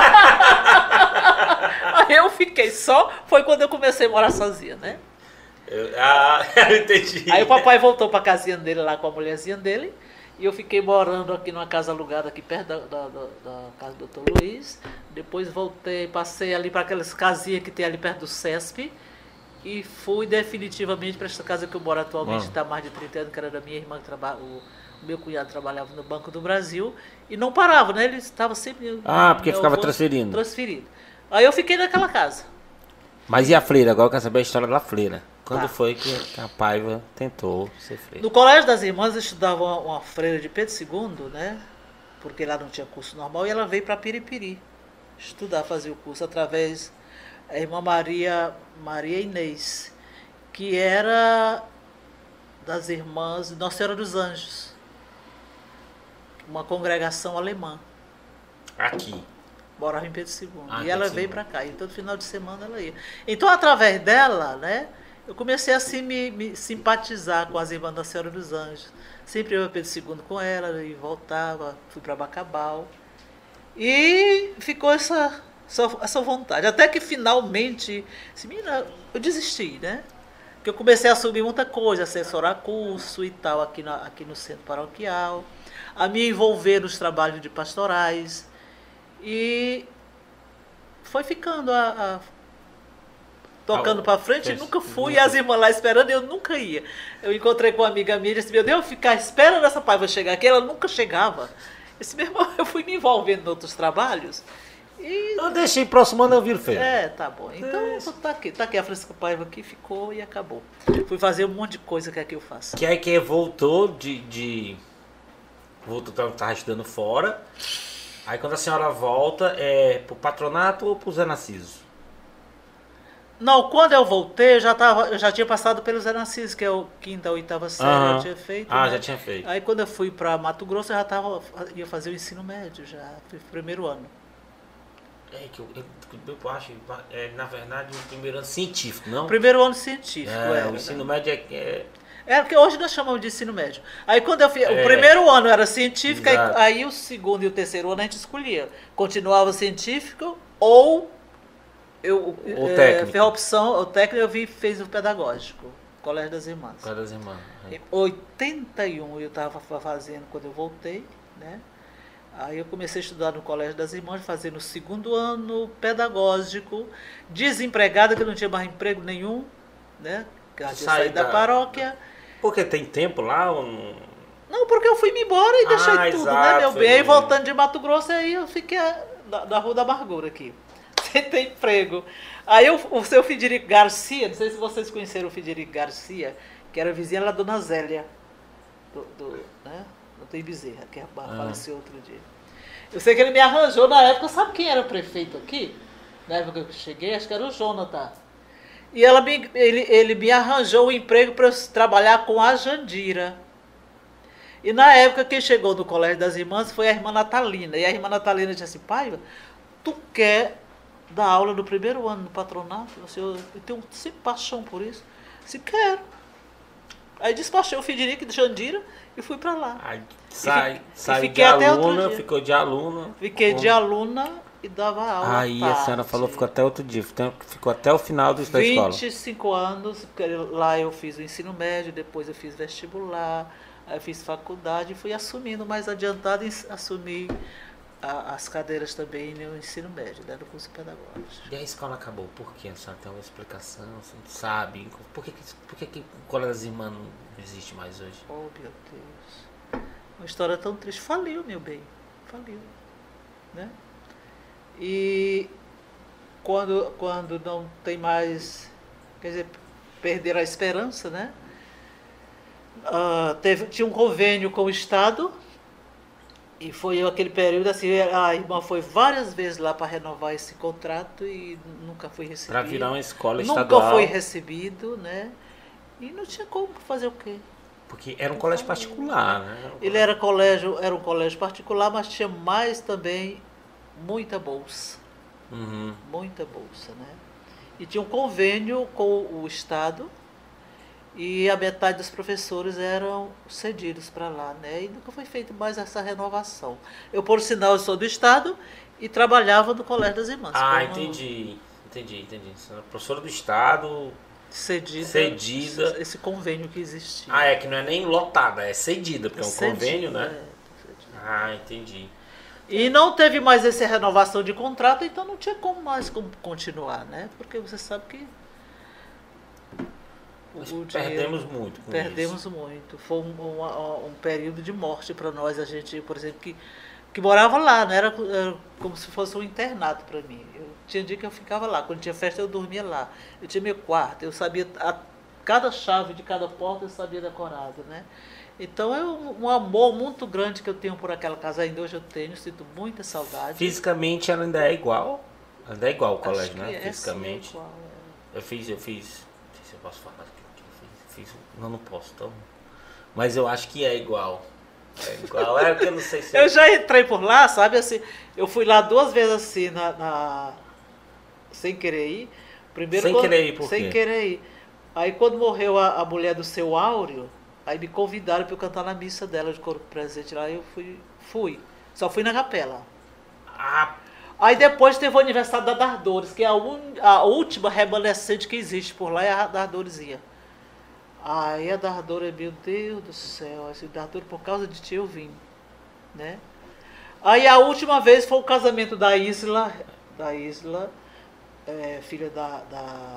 Aí eu fiquei só, foi quando eu comecei a morar sozinha, né? Eu entendi. Aí o papai voltou para a casinha dele lá com a mulherzinha dele. E eu fiquei morando aqui numa casa alugada aqui perto da casa do Dr. Luiz. Depois voltei, passei ali para aquelas casinhas que tem ali perto do CESP. E fui definitivamente para esta casa que eu moro atualmente, está há mais de 30 anos, que era da minha irmã, o meu cunhado trabalhava no Banco do Brasil. E não parava, né? Ele estava sempre... porque ficava transferindo. Transferindo. Aí eu fiquei naquela casa. Mas e a freira? Agora eu quero saber a história da freira. Quando foi que a Paiva tentou ser freira? No Colégio das Irmãs eu estudava uma freira de Pedro II, né? Porque lá não tinha curso normal, e ela veio para Piripiri estudar, fazer o curso através da irmã Maria Inês, que era das irmãs de Nossa Senhora dos Anjos, uma congregação alemã. Aqui. Morava em Pedro II. E ela veio para cá. E todo final de semana ela ia. Então, através dela, né? Eu comecei assim me simpatizar com as irmãs da Senhora dos Anjos. Sempre ia para Pedro II com ela e voltava, fui para Bacabal. E ficou essa vontade. Até que finalmente, menina, eu desisti, né? Porque eu comecei a assumir muita coisa, assessorar curso e tal aqui no centro paroquial, a me envolver nos trabalhos de pastorais. E foi ficando tocando para frente, e nunca fui, e as irmãs lá esperando, eu nunca ia. Eu encontrei com uma amiga minha e disse, meu Deus, eu ficar esperando essa Paiva chegar aqui, ela nunca chegava. Esse meu irmão, eu fui me envolvendo em outros trabalhos. E... Eu deixei próximo ano eu viro feio. Tá bom. Então tá aqui a Francisca Paiva aqui, ficou e acabou. Fui fazer um monte de coisa que aqui eu faço. Que aí que voltou voltou, tava estudando fora. Aí quando a senhora volta, é pro patronato ou pro Zé Narciso? Não, quando eu voltei, eu já tinha passado pelo Zé Narciso, que é o 5ª, 8ª série, eu tinha feito. Ah, né? já tinha feito. Aí quando eu fui para Mato Grosso, eu ia fazer o ensino médio, já, primeiro ano. Eu acho, na verdade, o primeiro ano científico, não? Primeiro ano científico, o ensino médio É porque hoje nós chamamos de ensino médio. Aí quando eu fiz, o É. primeiro ano era científica, Exato. aí o segundo e o terceiro ano a gente escolhia. Continuava científico ou eu técnico. fiz a opção, o técnico fez o pedagógico, Colégio das Irmãs. Por causa das irmãs. Em 81 eu estava fazendo quando eu voltei, né? Aí eu comecei a estudar no Colégio das Irmãs, fazendo o segundo ano pedagógico, desempregada, que eu não tinha mais emprego nenhum, né? Que eu tinha saído da paróquia. Porque tem tempo lá ou não? Não, porque eu fui-me embora e deixei tudo, né, exato, meu foi bem? Aí mesmo. voltando de Mato Grosso, aí eu fiquei na Rua da Amargura aqui, sem ter emprego. Aí o seu Federico Garcia, não sei se vocês conheceram o Federico Garcia, que era vizinha da Dona Zélia, né? Doutor Bezerra, que faleceu outro dia. Eu sei que ele me arranjou na época, sabe quem era prefeito aqui? Na época que eu cheguei, acho que era o Jonathan. E ele me arranjou um emprego para eu trabalhar com a Jandira. E na época quem chegou no Colégio das Irmãs foi a irmã Natalina. E a irmã Natalina disse assim, Paiva, tu quer dar aula no primeiro ano no patronato? Eu tenho sempre paixão por isso. Eu disse, quero. Aí despachei o Federico de Jandira e fui para lá. Aí fiquei sai de até outro aluna, dia. ficou de aluna. Fiquei de aluna e dava aula. Aí a senhora tarde. falou, ficou até outro dia, ficou até o final da escola. 25 anos, porque lá eu fiz o ensino médio, depois eu fiz vestibular, aí eu fiz faculdade e fui assumindo mais adiantado e assumi as cadeiras também no ensino médio, né, no curso pedagógico. E a escola acabou, por quê? A senhora tem alguma explicação? A senhora sabe? Por que o Colégio das Irmãs não existe mais hoje? Oh, meu Deus. Uma história tão triste. Faliu, meu bem. Faliu. Né? E quando não tem mais, quer dizer, perder a esperança, né? Tinha um convênio com o Estado e foi aquele período assim, a irmã foi várias vezes lá para renovar esse contrato e nunca foi recebido. Para virar uma escola Nunca estadual. foi recebido, né? E não tinha como fazer o quê? Porque era um colégio particular, né? Ele era um colégio particular, mas tinha mais também muita bolsa. Uhum. Muita bolsa, né? E tinha um convênio com o Estado e a metade dos professores eram cedidos para lá, né? E nunca foi feita mais essa renovação. Eu, por sinal, eu sou do Estado e trabalhava no Colégio das Irmãs. Ah, como entendi. Você era professora do Estado, cedida. Esse convênio que existia. Ah, é que não é nem lotada, é cedida, porque é um Cedida, convênio, né? cedida. Ah, entendi. E não teve mais essa renovação de contrato, então não tinha como mais continuar, né? Porque você sabe que Nós o dinheiro, perdemos muito com perdemos isso. muito. Foi um período de morte para nós, a gente, por exemplo, que morava lá, né? Era como se fosse um internato para mim. Eu tinha dia que eu ficava lá, quando tinha festa eu dormia lá. Eu tinha meu quarto, eu sabia cada chave de cada porta eu sabia decorado, né? Então é um amor muito grande que eu tenho por aquela casa, ainda hoje eu tenho, sinto muita saudade. Fisicamente ela ainda é igual? Ainda é igual o Acho colégio, que né? é, Fisicamente. sim, igual, Eu fiz, não sei se eu posso falar que eu fiz. Não posso, então. Mas eu acho que é igual. É igual, é porque eu não sei se... Eu já entrei por lá, sabe, assim, eu fui lá 2 vezes assim, sem querer ir. Primeiro, Sem querer ir, por quê? Sem querer ir. Aí quando morreu a mulher do seu Áureo, aí me convidaram para eu cantar na missa dela de corpo presente lá, e eu fui. Só fui na capela. Ah, Aí depois teve o aniversário da Dardores, que é a última remanescente que existe por lá, é a Dardoresinha. Aí a Dardores, meu Deus do céu, esse Dardores, por causa de ti eu vim, né? Aí a última vez foi o casamento da Isla, filha da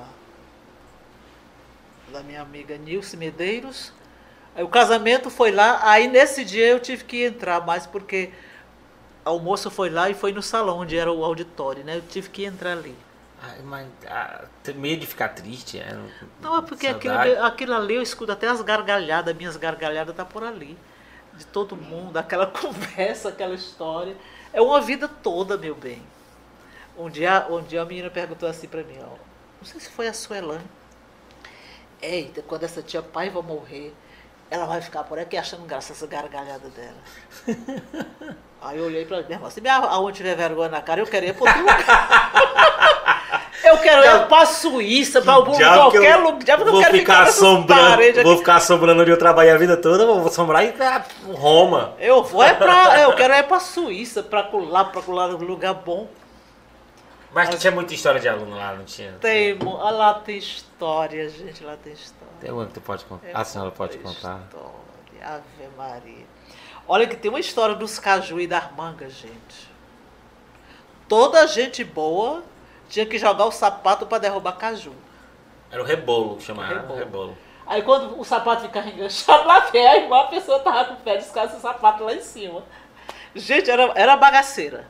minha amiga Nilce Medeiros. Aí o casamento foi lá, aí nesse dia eu tive que entrar mais porque a moça foi lá e foi no salão, onde era o auditório, né? Eu tive que entrar ali. mas medo de ficar triste, é? Não, é porque Saudade. aquilo ali eu escuto até as gargalhadas, minhas gargalhadas tá por ali. De todo mundo, aquela conversa, aquela história. É uma vida toda, meu bem. Um dia a menina perguntou assim pra mim, ó, não sei se foi a Suelane. Eita, quando essa tia Paiva morrer, ela vai ficar por aqui achando graça essa gargalhada dela. Aí eu olhei pra ela, minha irmã, se minha alma tiver vergonha na cara, eu queria por outro lugar. Eu quero ir pra Suíça, pra qualquer lugar. Já vou quero ficar assombrando. Vou ficar assombrando onde eu trabalhei a vida toda, vou assombrar em Roma. Eu quero ir pra Suíça, pra colar lugar bom. Mas tinha muita história de aluno lá, não tinha? Lá tem história, gente, lá tem história. Tem uma que tu pode contar? A senhora pode contar? História, Ave Maria. Olha que tem uma história dos caju e das mangas, gente. Toda gente boa tinha que jogar o sapato para derrubar caju. Era o rebolo que chamava. Rebolo. Aí quando o sapato ficava enganchado lá pé, aí a pessoa tava com o pé descalço e o sapato lá em cima. Gente, era bagaceira.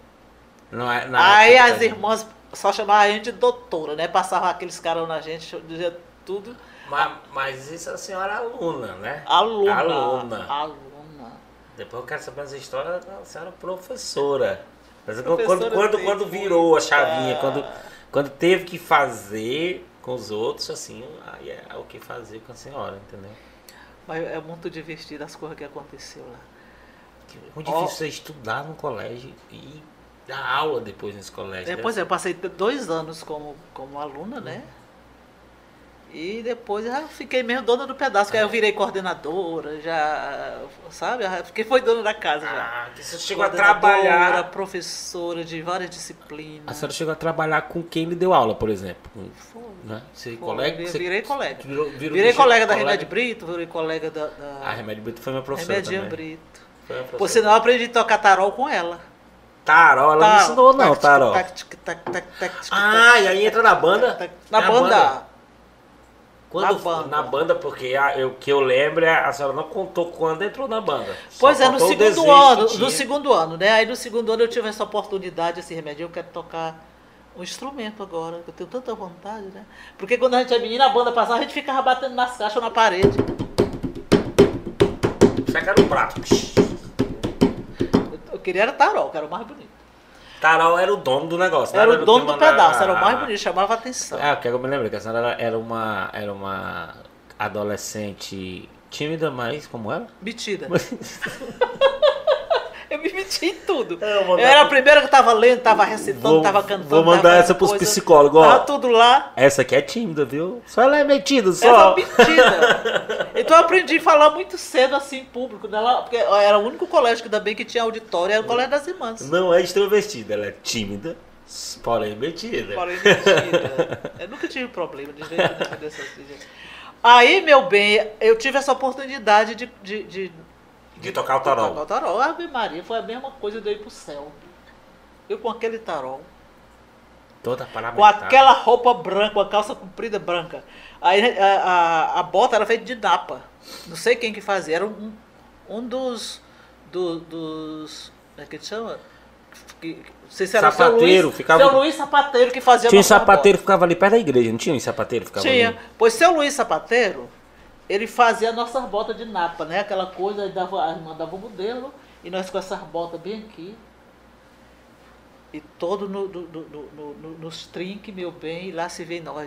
Aí as irmãs só chamavam a gente de doutora, né? Passavam aqueles caras na gente, dizia tudo. Mas isso a senhora é aluna, né? Aluna. Depois eu quero saber essa história da senhora professora. Mas Professora quando virou a chavinha, quando teve que fazer com os outros, assim, aí é o que fazer com a senhora, entendeu? Mas é muito divertido as coisas que aconteceu lá. Muito difícil você estudar no colégio e dar aula depois nesse colégio. Depois eu passei 2 anos como aluna, né? E depois já fiquei mesmo dona do pedaço, que aí eu virei coordenadora, já, sabe? Foi dona da casa já. Que você chegou a trabalhar. Professora de várias disciplinas. A senhora chegou a trabalhar com quem lhe deu aula, por exemplo? Foi. Né? Virei colega. Virei colega da Remédio Brito, virei colega da... A Remédio Brito foi minha professora Remédio também. Brito. Por sinal, eu aprendi a tocar tarol com ela. Tarol, ela não ensinou não, tarol. E aí entra na banda? Na banda. Na banda, porque o que eu lembro é a senhora não contou quando entrou na banda. Pois é, no segundo ano, né? Aí no segundo ano eu tive essa oportunidade, esse remédio, eu quero tocar um instrumento agora, eu tenho tanta vontade, né? Porque quando a gente é menina, a banda passava, a gente ficava batendo nas caixas ou na parede. Isso aqui era um prato. Eu queria era tarol, que era o mais bonito. Tarol era o dono do negócio, Era o dono do pedaço, era o mais bonito, chamava a atenção. O que eu me lembro, que a senhora era uma adolescente tímida, mas como era? Metida. Eu me meti em tudo. Eu era a primeira que estava lendo, estava recitando, estava cantando. Vou mandar essa pros psicólogos. Tava tudo lá. Essa aqui é tímida, viu? Só ela é metida, só. Essa é metida. Então eu aprendi a falar muito cedo assim em público. Né? Porque era o único colégio que também que tinha auditório, era o colégio das irmãs. Não é extrovertida, ela é tímida, porém metida. Eu nunca tive problema de jeito dessas coisas. Aí, meu bem, eu tive essa oportunidade de tocar o tarol. Tocar o tarol. Ave Maria, foi a mesma coisa de eu ir pro céu. Eu com aquele tarol. Toda parlamentar. Com aquela roupa branca, com a calça comprida branca. Aí a bota era feita de napa. Não sei quem que fazia. Era um dos como é que chama? Não sei se era sapateiro, seu Luiz Sapateiro que fazia. Tinha um sapateiro que ficava ali perto da igreja, não tinha um sapateiro que ficava tinha. ali? Pois seu Luiz Sapateiro, ele fazia nossas botas de napa, né? Aquela coisa, a irmã dava o modelo, e nós com essas botas bem aqui. E todo nos trinques, meu bem, e lá se vê nós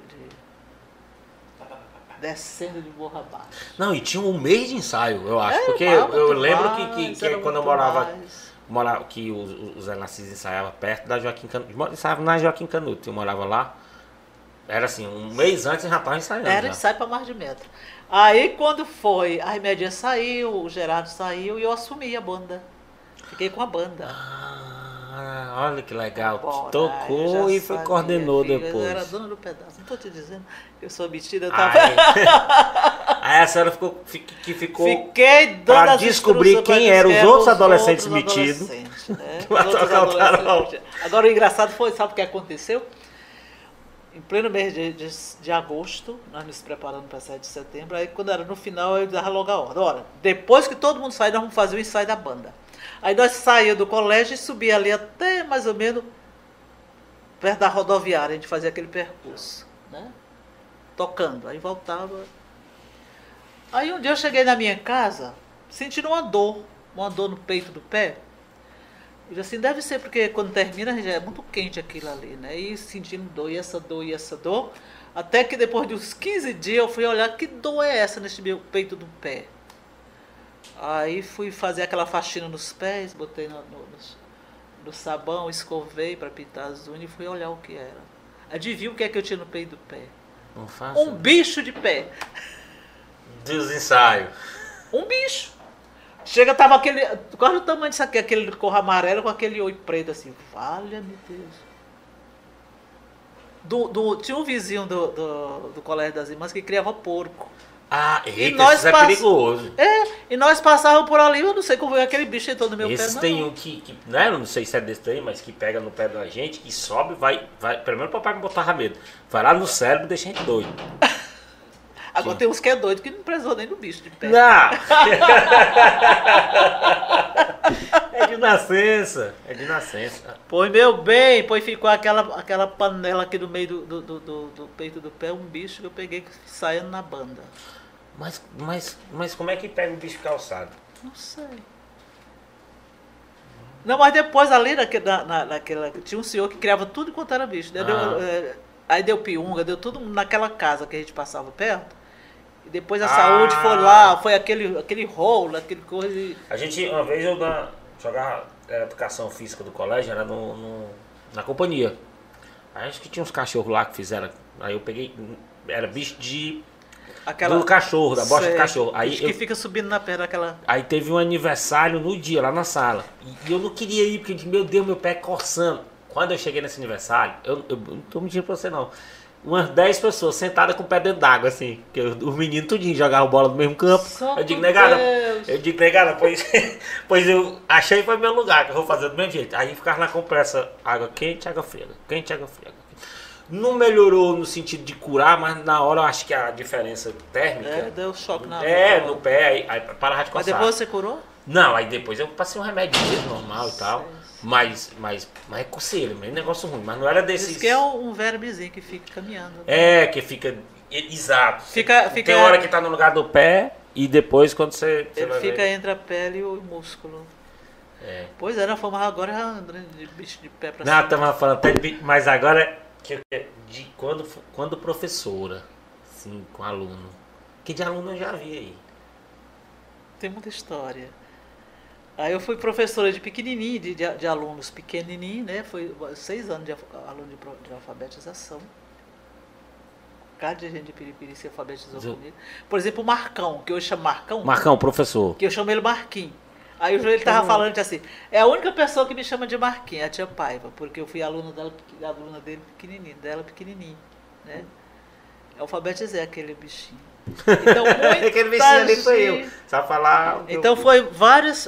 descendo de morro abaixo. Não, e tinha um mês de ensaio, eu acho. Porque eu lembro que quando eu morava que o Zé Narciso ensaiava perto da Joaquim Canuto. Ensaiava na Joaquim Canuto, eu morava lá. Era assim, um mês antes já estava ensaiando. Era ensaio para mais de metro. Aí quando foi, a Remédia saiu, o Gerardo saiu e eu assumi a banda. Fiquei com a banda. Olha que legal. Tocou e foi coordenou depois. Eu era dona do pedaço. Não estou te dizendo que eu sou metida. Eu tava... Aí a senhora ficou Fiquei dando para descobrir quem eram os outros adolescentes metidos. Né? Agora o engraçado foi, sabe o que aconteceu? Em pleno mês de agosto, nós nos preparando para 7 de setembro, aí quando era no final eu dava logo a ordem. Ora, depois que todo mundo sair, nós vamos fazer o ensaio da banda. Aí nós saíamos do colégio e subia ali até mais ou menos perto da rodoviária, a gente fazia aquele percurso, né? Tocando, aí voltava. Aí um dia eu cheguei na minha casa, sentindo uma dor no peito do pé. E assim, deve ser porque quando termina já é muito quente aquilo ali, né? E sentindo dor, e essa dor, até que depois de uns 15 dias eu fui olhar que dor é essa nesse meu peito do pé. Aí fui fazer aquela faxina nos pés, botei no sabão, escovei para pintar as unhas e fui olhar o que era. Adivinha o que é que eu tinha no peito do pé? Não faço. Um bicho de pé. Dos ensaios. Um bicho. Chega, tava aquele. Quase o tamanho disso aqui, aquele cor amarelo com aquele olho preto assim. Valha-me Deus. Tinha um vizinho do Colégio das Irmãs que criava porco. Ah, eita, nós isso é perigoso. E nós passávamos por ali, eu não sei como aquele bicho entrou no meu pé. Esse tem um que né, eu não sei se é desse daí, mas que pega no pé da gente e sobe, vai. Primeiro o papai me botava medo. Vai lá no cérebro e deixa a gente doido. Agora tem uns que é doido que não precisou nem do bicho de pé. Não! É de nascença. É de nascença. Pois, meu bem, pois ficou aquela panela aqui no meio do peito do pé, um bicho que eu peguei saindo na banda. Mas como é que pega o bicho calçado? Não sei. Não, mas depois ali naquela. Tinha um senhor que criava tudo enquanto era bicho. Aí deu piunga, deu tudo naquela casa que a gente passava perto. E depois a saúde foi lá, foi aquele rolo, aquele coisa. A gente, uma vez eu jogava educação física do colégio, era na companhia. Aí acho que tinha uns cachorros lá que fizeram. Aí eu peguei. Era bicho do cachorro, da bosta do cachorro. Aí que fica subindo na perna daquela. Aí teve um aniversário no dia, lá na sala. E eu não queria ir, porque, meu Deus, meu pé coçando. Quando eu cheguei nesse aniversário, eu não tô mentindo pra você não. Umas 10 pessoas sentadas com o pé dentro d'água, assim. Porque os meninos tudinho jogavam bola no mesmo campo. Eu digo, negada, pois eu achei que foi meu lugar, que eu vou fazer do mesmo jeito. Aí ficava na compressa, água quente, água fria, quente, água fria. Não melhorou no sentido de curar, mas na hora eu acho que a diferença térmica... deu choque na no pé, aí parava de coçar. Mas depois você curou? Não, aí depois eu passei um remédio normal e tal. Mas é coceira, é negócio ruim. Mas não era desses... Diz que é um vermezinho que fica caminhando. Que fica... Exato. Fica... Tem hora que tá no lugar do pé e depois quando você ele vai fica ver. entre a pele e o músculo. Pois é, nós fomos agora de bicho de pé pra cima. Não, estamos falando até de bicho, mas agora de quando professora, sim, com aluno. Que de aluno eu já vi aí. Tem muita história. Aí eu fui professora de pequenininho, de alunos pequenininho, né? Foi 6 anos de aluno de alfabetização. Cada de gente de Piripiri se alfabetizou comigo. Por exemplo, o Marcão, que hoje chama Marcão. Marcão, professor. Que eu chamo ele Marquinhos. Aí ele tava falando assim, é a única pessoa que me chama de Marquinhos, a tia Paiva, porque eu fui aluna dele pequenininho, né? Eu alfabetizei aquele bichinho. Então, aquele bichinho ali foi eu. Sabe falar? Então foi vários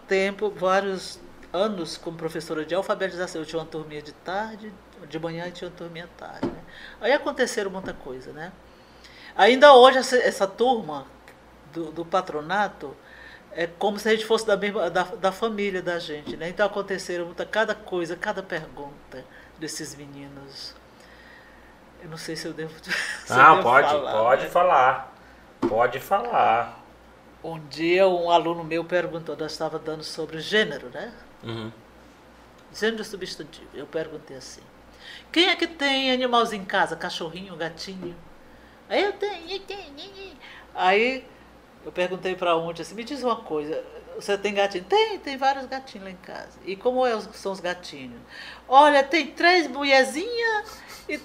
anos como professora de alfabetização. Eu tinha uma turminha de tarde, de manhã e tinha uma turminha à tarde. Né? Aí aconteceram muita coisa, né? Ainda hoje essa turma do patronato é como se a gente fosse da família da gente, né? Então aconteceram cada coisa, cada pergunta desses meninos. Eu não sei se eu devo. Pode falar. Pode falar. Um dia um aluno meu perguntou, nós estava dando sobre gênero, né? Uhum. Gênero substantivo. Eu perguntei assim: quem é que tem animalzinho em casa? Cachorrinho, gatinho? Aí eu tenho. Aí eu perguntei para ontem assim: me diz uma coisa, você tem gatinho? Tem vários gatinhos lá em casa. E como são os gatinhos? Olha, tem 3 mulherzinhas e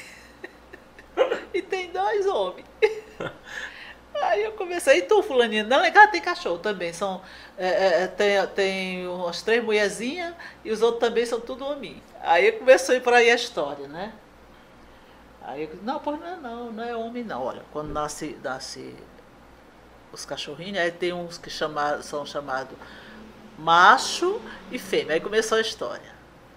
tem 2 homens. Aí eu comecei, e tu, fulaninha? Não, é que tem cachorro também. Tem umas 3 mulherzinhas e os outros também são tudo homem. Aí começou a ir por aí a história, né? Aí eu disse, não, pois não é homem não. Olha, quando nasce os cachorrinhos, aí tem uns que são chamados macho e fêmea. Aí começou a história.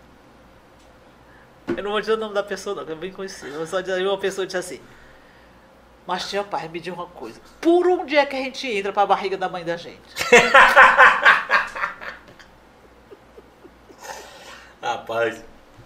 Eu não vou dizer o nome da pessoa não, que eu bem conhecido. Eu vou só dizer, uma pessoa disse assim: mas tia pai, me diz uma coisa, por onde é que a gente entra para a barriga da mãe da gente? Rapaz.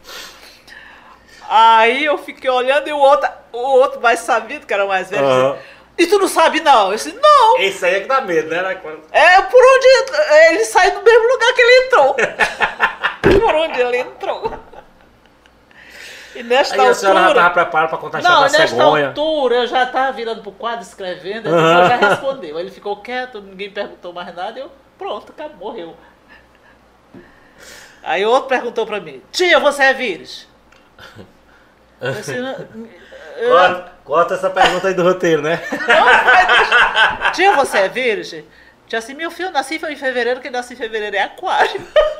Aí eu fiquei olhando e o outro mais sabido, que era o mais velho, disse, e tu não sabe não? Eu disse, não. Esse aí é que dá medo, né? É por onde ele sai do mesmo lugar que ele entrou. Por onde ele entrou. E nesta aí a altura, senhora já estava preparada para contar a história da cegonha. Não, nesta altura eu já estava virando pro quadro, escrevendo, ele já respondeu. Ele ficou quieto, ninguém perguntou mais nada, eu, pronto, acabou, morreu. Aí o outro perguntou para mim, tia, você é vírus? Assim, Corta essa pergunta aí do roteiro, né? tia, você é virgem? Tia, assim, meu filho, nasci em fevereiro, quem nasce em fevereiro é aquário.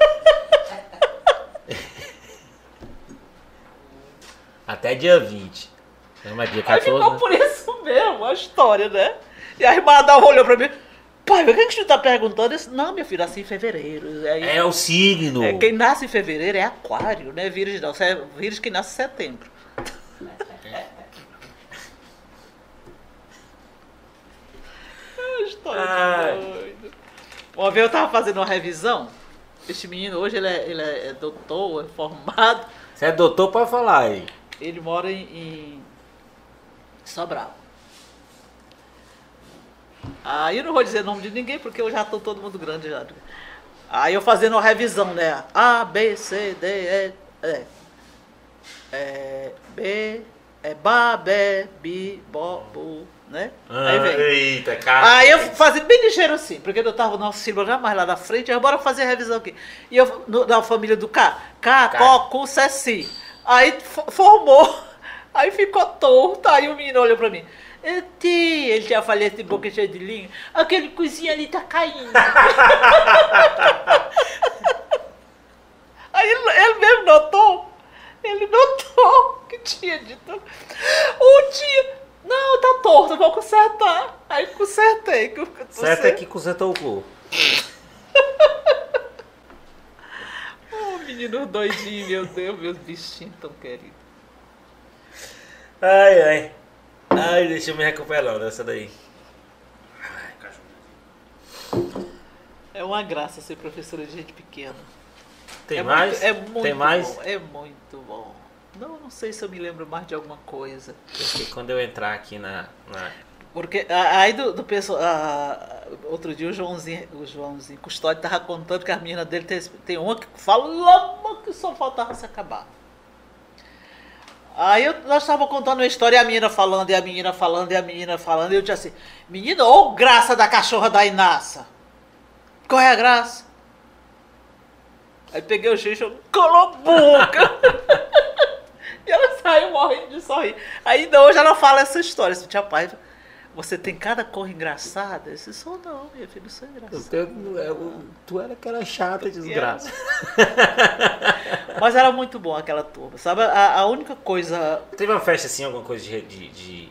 Até dia 20. Não é dia Aí 14, ficou né? por isso mesmo, a história, né? E a irmã Adalva olhou pra mim, pai, mas o que você tá perguntando? Eu disse, não, meu filho, nasci em fevereiro. Aí, É o signo. quem nasce em fevereiro é aquário, não é virgem não. Você é virgem que nasce em setembro. História Ai. doida. Uma vez eu tava fazendo uma revisão. Este menino hoje ele é doutor, é formado. Você é doutor, pode falar aí. Ele mora em Sobral. Aí eu não vou dizer o nome de ninguém porque eu já tô todo mundo grande já. Aí eu fazendo uma revisão, né? A, B, C, D, B, Ba, Bé, Bi, Bo, Bu, né? Aí vem. Eita, cara. Aí eu fazia bem ligeiro assim, porque eu tava no símbolo jamais lá na frente, aí bora fazer a revisão aqui. E eu, da família do K, Có, Cu, Ceci. Aí formou, aí ficou torto, aí o menino olhou pra mim. Ele já falei de boca cheia de linha, aquele cozinho ali tá caindo. Aí ele mesmo notou, que tinha dito. O tia, não, tá torto, vou consertar. Aí consertei. Certo é que consertou o cu. Oh, menino doidinho, meu Deus, meus bichinhos tão queridos. Ai, ai. Ai, deixa eu me recuperar dessa daí. Ai, cachorro. É uma graça ser professora de gente pequena. Tem É mais? muito Tem mais? bom, é muito bom. Não sei se eu me lembro mais de alguma coisa. Porque quando eu entrar aqui na... Porque aí do pessoal. Outro dia o Joãozinho Custódio tava contando que a menina dele tem uma que falava que só faltava se acabar. Aí nós estávamos contando uma história e a menina falando, e a menina falando, e a menina falando, e eu disse assim, menina, ô graça da cachorra da Inácia. Qual é a graça? Aí peguei o xixi e colou a boca. E ela saiu morrendo de sorrir. Ainda hoje ela fala essa história. Assim, tia pai, você tem cada cor engraçada? Eu disse, sou não, minha filha, não sou engraçada. Tu era que era chata, desgraça. Mas era muito bom aquela turma, sabe? A única coisa... Teve uma festa assim, alguma coisa de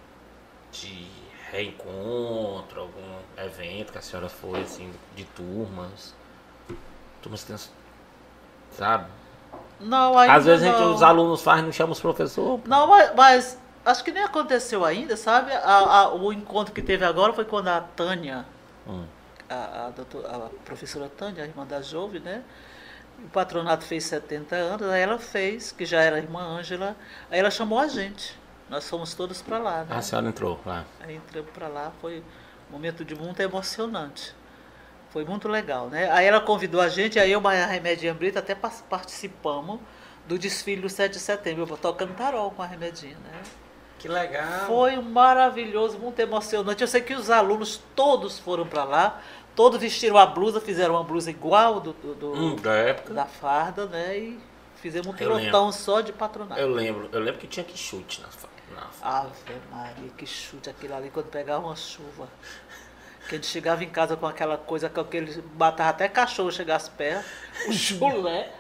reencontro, algum evento que a senhora foi, assim, de turmas? Turmas que tem, sabe? Não, ainda Às vezes não. os alunos fazem, não chamam os professores. Não, mas acho que nem aconteceu ainda, sabe? O encontro que teve agora foi quando a Tânia, a professora Tânia, a irmã da Jove, né? O patronato fez 70 anos, aí ela fez, que já era a irmã Ângela, aí ela chamou a gente. Nós fomos todos para lá, né? A senhora entrou lá. Aí entramos para lá, foi um momento de muito emocionante. Foi muito legal, né? Aí ela convidou a gente, aí eu, Maia Remedinha Brito, até participamos do desfile do 7 de setembro, eu tocando tarol com a Remedinha, né? Que legal. Foi maravilhoso, muito emocionante. Eu sei que os alunos todos foram para lá, todos vestiram a blusa, fizeram uma blusa igual Da época. da farda, né? E fizemos um Eu pilotão só de patronato. Eu lembro que tinha que chute na Ave Maria, que chute aquilo ali quando pegava uma chuva. Que a gente chegava em casa com aquela coisa, com aquele. Matava até cachorro chegasse perto. O chulé.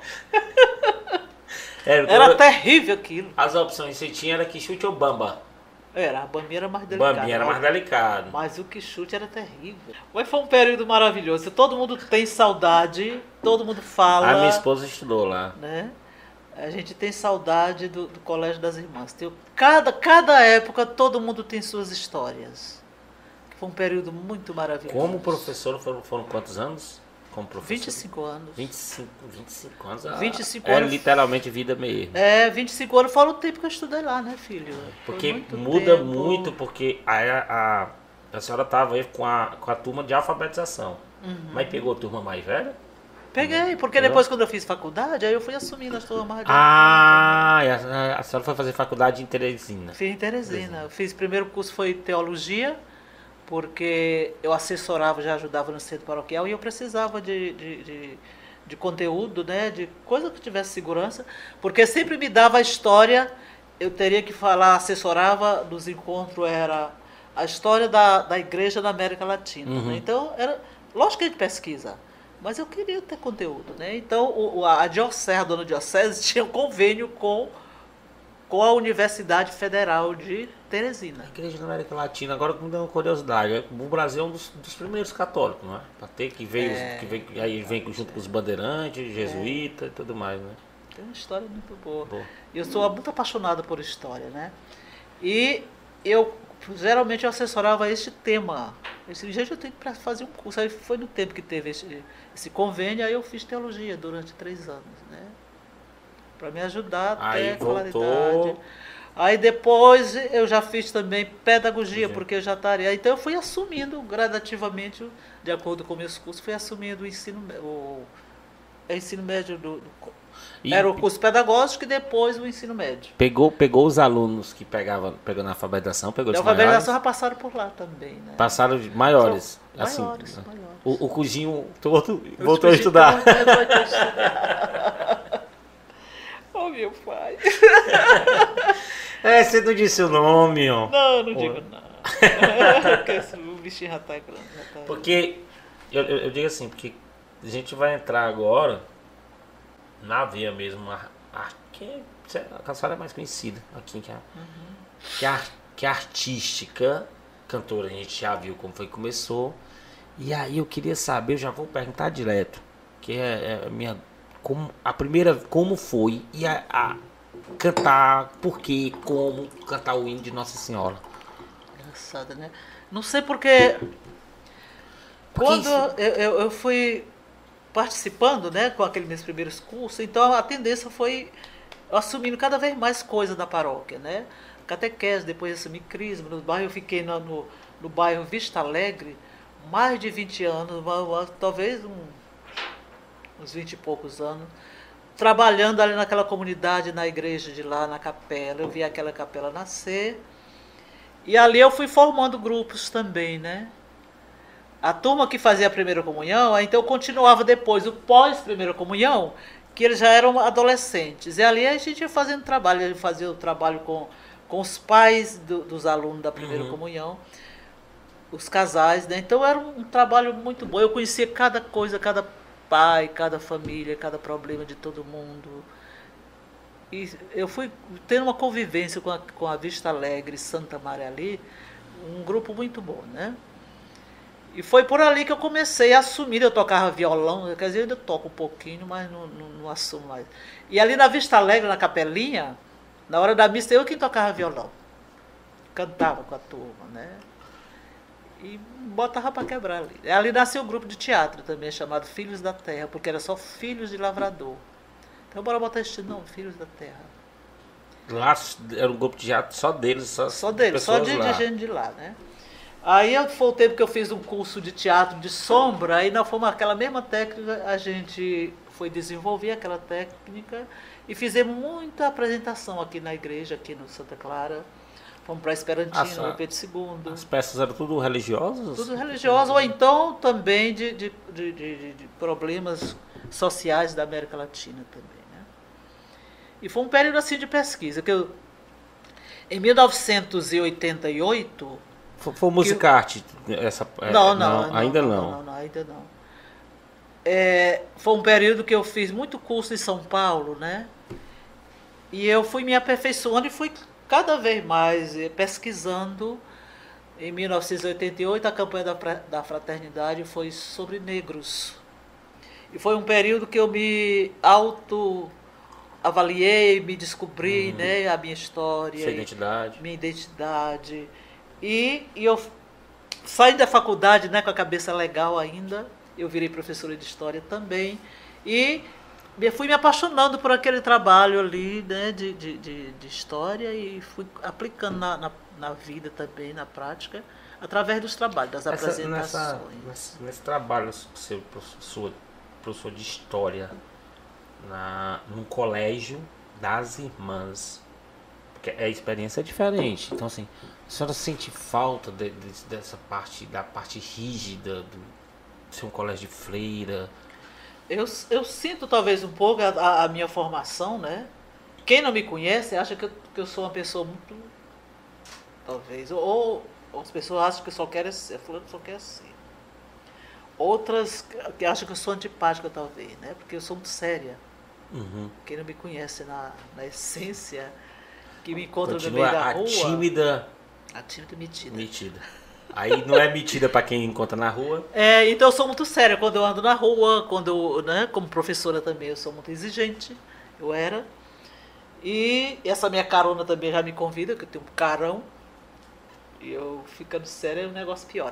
Era terrível aquilo. As opções que você tinha era que chute ou bamba. Era, a bambinha era mais delicada. Bambinha era mais delicado. Mas o que chute era terrível. Mas foi um período maravilhoso. Todo mundo tem saudade, todo mundo fala. A minha esposa estudou lá. Né? A gente tem saudade do Colégio das Irmãs. Cada época, todo mundo tem suas histórias. Foi um período muito maravilhoso. Como professor, foram quantos anos? Como professor? 25 anos. 25 anos? 25 é anos. literalmente vida mesmo. 25 anos fora o tempo que eu estudei lá, né, filho? Porque Foi muito muda tempo. muito, porque a senhora estava aí com a turma de alfabetização. Mas pegou a turma mais velha? Peguei, porque depois quando eu fiz faculdade, aí eu fui assumindo as turmas mais A senhora foi fazer faculdade em Teresina. Fiz em Teresina. Eu fiz, primeiro curso foi teologia, porque eu assessorava, já ajudava no centro paroquial e eu precisava de conteúdo, né, de coisa que tivesse segurança, porque sempre me dava a história eu teria que falar, assessorava nos encontros, era a história da igreja na América Latina. Né? Então, lógico que a gente pesquisa, mas eu queria ter conteúdo. Né? Então, a diocese, a dona diocese, tinha um convênio com a Universidade Federal de Teresina. A igreja na América Latina, agora me deu uma curiosidade, o Brasil é um dos primeiros católicos, não é? Para ter que veio, aí vem junto com os bandeirantes, jesuítas e tudo mais, né? Tem uma história muito boa. Eu sou muito apaixonada por história, né? E eu geralmente assessorava este tema. Gente, eu tenho que fazer um curso. Aí foi no tempo que teve esse convênio, aí eu fiz teologia durante 3 anos, né? Para me ajudar até a claridade. Aí depois eu já fiz também pedagogia, porque eu já estaria. Então eu fui assumindo gradativamente, de acordo com meus cursos, fui assumindo o ensino médio era o curso pedagógico e depois o ensino médio. Pegou os alunos que pegou na alfabetização, pegou os maiores? Na alfabetização já passaram por lá também, né? Passaram de maiores? Assim, maiores. O cujinho todo voltou a estudar. Oh, meu pai. Você não disse o nome, ó. Não digo não. Porque o bichinho já tá grande. Porque, eu digo assim, porque a gente vai entrar agora na veia mesmo, que a senhora é mais conhecida aqui, que é artística, cantora, a gente já viu como foi que começou. E aí eu queria saber, eu já vou perguntar direto, que é a minha... a primeira, como foi, e a cantar, por quê, como cantar o hino de Nossa Senhora. Engraçado, né? Não sei porque quando eu fui participando, né, com aqueles meus primeiros cursos, então a tendência foi assumindo cada vez mais coisas da paróquia, né? Catequese, depois assumi crisma, no bairro eu fiquei no bairro Vista Alegre, mais de 20 anos, talvez uns 20 e poucos anos, trabalhando ali naquela comunidade, na igreja de lá, na capela. Eu vi aquela capela nascer. E ali eu fui formando grupos também, né? A turma que fazia a primeira comunhão, então eu continuava depois, o pós-primeira comunhão, que eles já eram adolescentes. E ali a gente ia fazendo trabalho, a gente fazia o trabalho com os pais dos alunos da primeira comunhão, os casais, né? Então era um trabalho muito bom. Eu conhecia cada coisa, cada pai, cada família, cada problema de todo mundo. E eu fui tendo uma convivência com a Vista Alegre, Santa Maria ali, um grupo muito bom, né? E foi por ali que eu comecei a assumir. Eu tocava violão, quer dizer, eu ainda toco um pouquinho, mas não assumo mais. E ali na Vista Alegre, na capelinha, na hora da missa, eu quem tocava violão. Cantava com a turma, né? E botava para quebrar ali. Ali nasceu um grupo de teatro também, chamado Filhos da Terra, porque era só filhos de lavrador. Então bora botar esse nome, Filhos da Terra. Lá era um grupo de teatro só deles? Só deles, só de gente de lá, né? Aí foi o tempo que eu fiz um curso de teatro de sombra, aí nós fomos aquela mesma técnica, a gente foi desenvolver aquela técnica e fizemos muita apresentação aqui na igreja, aqui no Santa Clara. Fomos para Esperantino, no Pedro II. As peças eram tudo religiosas? Tudo religiosas, ou então também de problemas sociais da América Latina também, né? E foi um período assim de pesquisa, que eu, em 1988... Foi música arte? Ainda não. Ainda não. Foi um período que eu fiz muito curso em São Paulo, né? E eu fui me aperfeiçoando e fui cada vez mais pesquisando. Em 1988, a campanha da fraternidade foi sobre negros. E foi um período que eu me autoavaliei, me descobri, né, a minha história. Sua identidade. Minha identidade. E eu saindo da faculdade, né, com a cabeça legal ainda, eu virei professora de história também. E fui me apaixonando por aquele trabalho ali, né, de história, e fui aplicando na vida também, na prática, através dos trabalhos, das apresentações. Nesse trabalho, seu professor de história, num colégio das irmãs, porque a experiência é diferente. Então, assim, a senhora sente falta dessa parte, da parte rígida, de ser um colégio de freira? Eu sinto talvez um pouco a minha formação, né? quem não me conhece acha que eu sou uma pessoa muito... Talvez. Ou as pessoas acham que eu só quero ser. Fulano só quer ser. Outras que acham que eu sou antipática, talvez, né? Porque eu sou muito séria. Uhum. Quem não me conhece na essência, que me encontra no Continua meio da rua... tímida. A tímida metida. Metida. Aí não é metida pra quem encontra na rua. Então eu sou muito séria quando eu ando na rua, quando eu, né, como professora também, eu sou muito exigente, eu era. E essa minha carona também já me convida, que eu tenho um carão, e eu ficando séria, o negócio piora.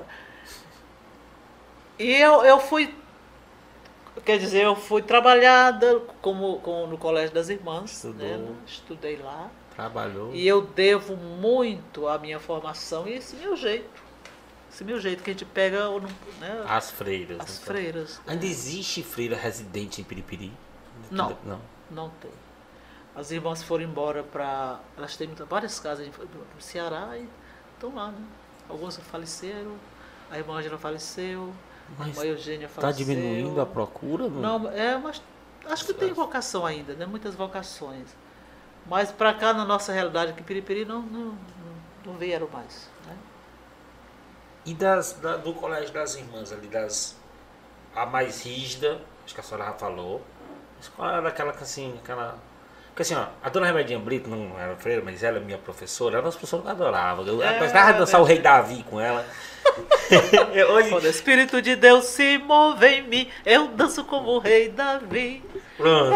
E eu fui, quer dizer, eu fui trabalhada no Colégio das Irmãs, né, estudei lá. Trabalhou. E eu devo muito à minha formação e esse meu jeito. Esse meu jeito que a gente pega, né, As freiras. as então. freiras. Ainda existe freira residente em Piripiri? Não. Não. Não tem. As irmãs foram embora para... Elas têm várias casas no Ceará e estão lá, né? Algumas faleceram, a irmã Ângela faleceu, a Mas irmã Eugênia tá faleceu. diminuindo a procura? Não, mas acho que tem vocação ainda, né? Muitas vocações. Mas para cá, na nossa realidade, aqui em Piripiri, não vieram mais, né? E do Colégio das Irmãs ali, a mais rígida, acho que a senhora já falou. Mas qual era aquela que assim, Porque assim, ó, a dona Remedinha Brito não era freira, mas ela é minha professora, era uma professora que eu adorava. Eu gostava de dançar o Rei Davi com ela. Quando o Espírito de Deus se move em mim, eu danço como o Rei Davi. Pronto.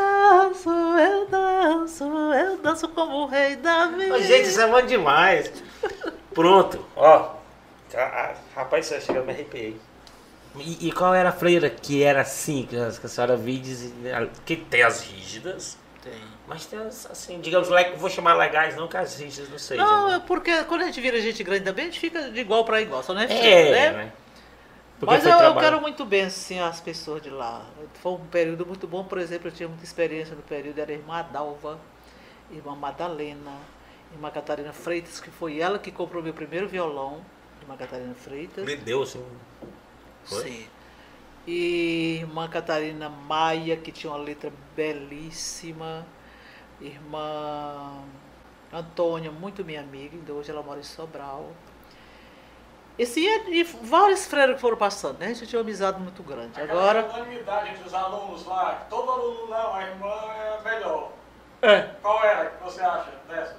Eu danço como o Rei Davi. Mas, gente, isso é bom demais. Pronto, ó. Rapaz, você chega, eu me arrepiei. E qual era a freira que era assim, que a senhora viu e dizia, que tem as rígidas, Tem. mas tem as, assim, digamos, vou chamar legais, não que as rígidas não sejam. Não, né? é porque quando a gente vira gente grande também, a gente fica de igual para igual, só não é feio, né? Porque Mas foi eu trabalho. quero muito bem assim as pessoas de lá. Foi um período muito bom, por exemplo, eu tinha muita experiência no período, era a irmã Adalva, irmã Madalena, irmã Catarina Freitas, que foi ela que comprou meu primeiro violão, irmã Catarina Freitas. Me deu, assim. Foi? Sim. E irmã Catarina Maia, que tinha uma letra belíssima. Irmã Antônia, muito minha amiga, ainda hoje ela mora em Sobral. E vários freiros que foram passando, né? A gente tinha uma amizade muito grande. Agora. Agora. A unanimidade entre os alunos lá, que todo aluno não, a irmã é melhor. É. Qual era que você acha dessas?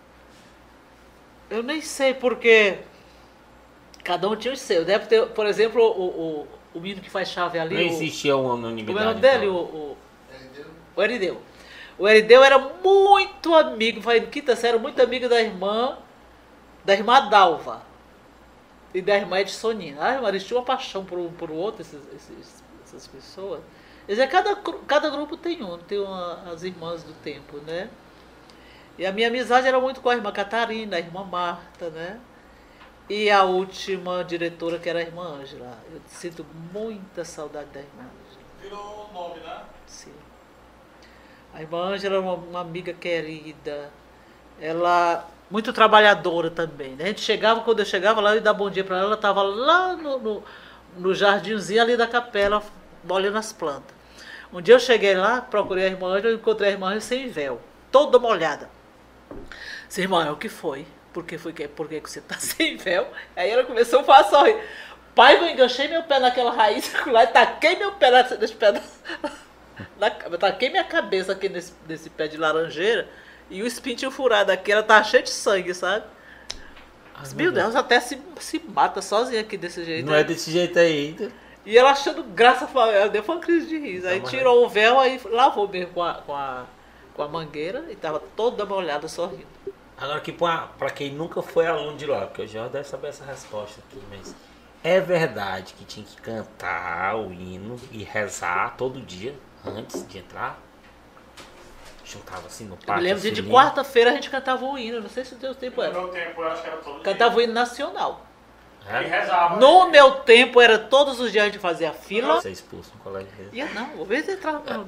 Eu nem sei porque cada um tinha o seu. Deve ter, por exemplo, o menino que faz chave ali. Não existia uma Como unanimidade. é o nome dele? então. O Erideu. O Erideu era muito amigo, foi no quinta série, muito amigo da irmã Dalva e da irmã Edsonina. Ah, eles tinham uma paixão por o outro, essas pessoas. Quer dizer, cada grupo tem as irmãs do tempo, né? E a minha amizade era muito com a irmã Catarina, a irmã Marta, né? E a última diretora, que era a irmã Ângela. Eu sinto muita saudade da irmã Ângela. Virou o nome, né? Sim. A irmã Ângela era uma amiga querida. Ela, muito trabalhadora também, né? Quando eu chegava lá, eu ia dar bom dia para ela estava lá no jardinzinho ali da capela, molhando as plantas. Um dia eu cheguei lá, procurei a irmã Ângela, eu encontrei a irmã Ângela sem véu, toda molhada. Disse, irmã, o que foi? Por que você tá sem véu? Aí ela começou a sorrir. Pai, eu enganchei meu pé naquela raiz lá e taquei meu pé nesse pé taquei minha cabeça aqui nesse pé de laranjeira e o espinho tinha furado aqui, ela tava cheia de sangue, sabe? Meu Deus, até se mata sozinha aqui desse jeito. Não é desse jeito aí ainda. E ela achando graça, ela deu uma crise de riso. Aí tirou o véu, aí lavou mesmo com a mangueira e tava toda molhada sorrindo. Agora que pra quem nunca foi aluno de lá, porque o Jorge deve saber essa resposta aqui, mas é verdade que tinha que cantar o hino e rezar todo dia antes de entrar? Juntava assim no pátio. Eu me lembro de sininho. quarta-feira a gente cantava o hino, não sei se o teu tempo No era. meu tempo eu acho que era todo Cantava o dia. hino nacional. É? E rezava. No meu tempo era todos os dias a gente fazia fila. Ser expulso no colégio dele. Ia não, vou ver se entrava no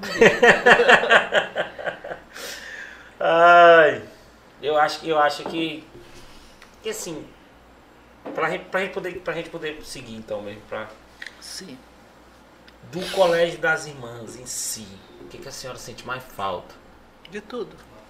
Ai, eu acho que assim, pra gente poder seguir então mesmo, Sim. do Colégio das Irmãs em si, o que a senhora sente mais falta? De tudo.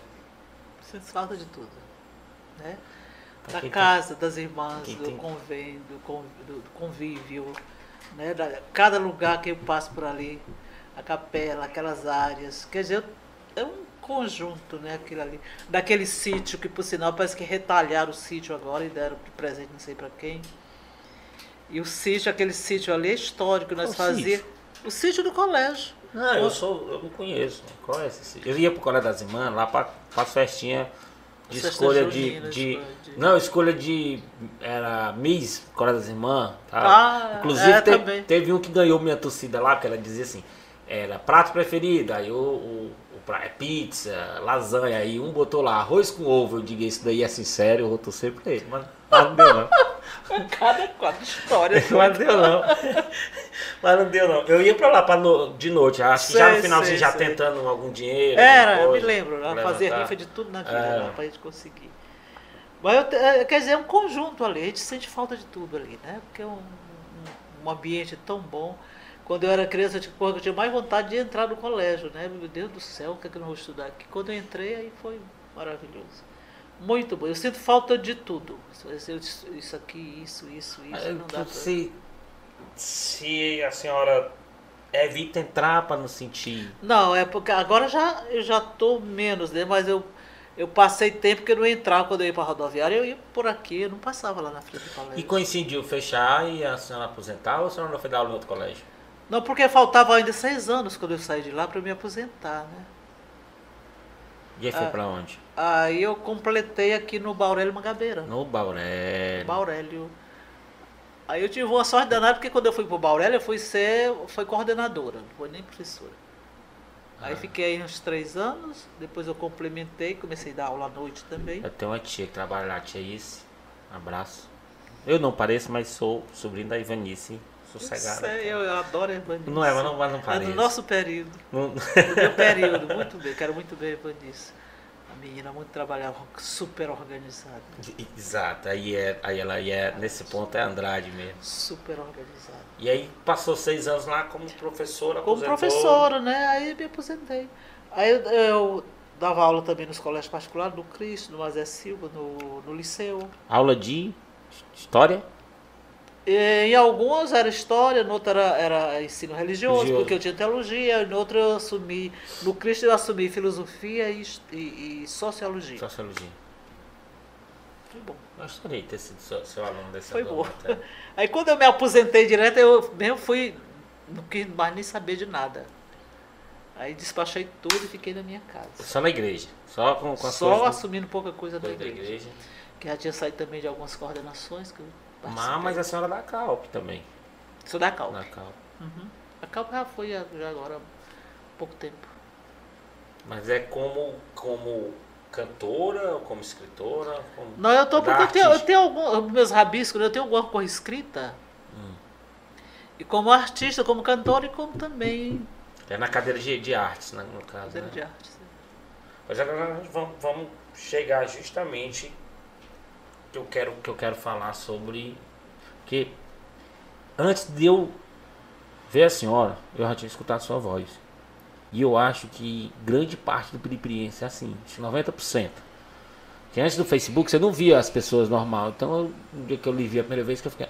Sinto falta de tudo, né? Da quem casa, das irmãs, quem do tem- convênio, do convívio, né? Cada lugar que eu passo por ali, a capela, aquelas áreas, quer dizer, é um conjunto, né? Aquilo ali. Daquele sítio que, por sinal, parece que retalharam o sítio agora e deram de presente não sei para quem. E o sítio, aquele sítio ali é histórico, nós Qual fazíamos. O sítio do colégio. Não, eu não conheço. Qual é esse? Eu ia pro Colégio das Irmãs, lá pra festinha de Festa escolha junina, de. escolha de- Não, escolha de. Era Miss, Colégio das Irmãs. Tá? Ah, Inclusive também. teve um que ganhou minha torcida lá, que ela dizia assim, era prato preferido, aí é pizza, lasanha, aí um botou lá arroz com ovo, eu digo, isso daí é sincero, eu vou torcer pra ele, mas não deu não. Cada história. Mas não deu não. Mas não deu não. Eu ia pra lá de noite, acho que já no finalzinho já sei. tentando algum dinheiro. Era, alguma eu me coisa, lembro, ela pra fazia levantar. rifa de tudo na vida É. lá pra gente conseguir. Mas quer dizer, é um conjunto ali, a gente sente falta de tudo ali, né? Porque é um ambiente tão bom. Quando eu era criança, eu tinha mais vontade de entrar no colégio, né? Meu Deus do céu, o que é que eu não vou estudar aqui? Quando eu entrei, aí foi maravilhoso. Muito bom. Eu sinto falta de tudo. Isso aqui, isso, não dá pra... Se a senhora evita entrar pra não sentir. Não, é porque agora eu já tô menos, né? Mas eu passei tempo que eu não entrava quando eu ia para a rodoviária, eu ia por aqui, eu não passava lá na frente do colégio. E coincidiu fechar e a senhora aposentar ou a senhora não foi dar aula em outro colégio? Não, porque faltava ainda 6 anos quando eu saí de lá para eu me aposentar, né? E aí foi pra onde? Aí eu completei aqui no Baurélio Mangabeira. No Baurélio. Baurélio. Aí eu tive uma sorte danada, porque quando eu fui pro Baurélio, eu fui coordenadora, não foi nem professora. Aí fiquei aí uns 3 anos, depois eu complementei, comecei a dar aula à noite também. Eu tenho uma tia que trabalha lá, tia Ice. Abraço. Eu não pareço, mas sou sobrinho da Ivanice. Sossegada. Eu adoro a Evanice. Não é, mas não É parece. do nosso período. Não- Do meu período, muito bem. Quero muito bem a Evanice. A menina muito trabalhava, super organizada. Exato, aí ela nesse ponto é Andrade mesmo. Super organizada. E aí passou 6 anos lá como professora, Como aposentou. professora, né? Aí me aposentei. Aí eu dava aula também nos colégios particulares, no Cristo, no Mazé Silva, no Liceu. Aula de história? E, em algumas era história, no outro era ensino religioso, Religioso. porque eu tinha teologia, no outro eu assumi, no Cristo eu assumi filosofia e sociologia. Sociologia. Foi bom. Gostaria de ter sido seu aluno desse Foi aluno bom. até. Aí quando eu me aposentei direto, eu mesmo fui, não quis mais nem saber de nada. Aí despachei tudo e fiquei na minha casa. Só na igreja. Só com as Só coisas assumindo pouca coisa da da igreja. igreja. Que já tinha saído também de algumas coordenações que eu participei. Mas a senhora é da CALP também. Sou da Calp. Da CALP. A Calp já foi já agora há pouco tempo. Mas é como cantora, ou como escritora? Como Não, eu tô da porque eu artista? tenho alguns meus rabiscos, eu tenho alguma coisa escrita. E como artista, como cantora e como também É na cadeira de artes, né, no caso. cadeira Né? de arte. Mas agora nós vamos chegar justamente que eu quero falar sobre que antes de eu ver a senhora, eu já tinha escutado sua voz. E eu acho que grande parte do piripiriense é assim, acho que 90%. Porque antes do Facebook você não via as pessoas normal. Então, no dia que eu lhe vi a primeira vez, que eu fiquei.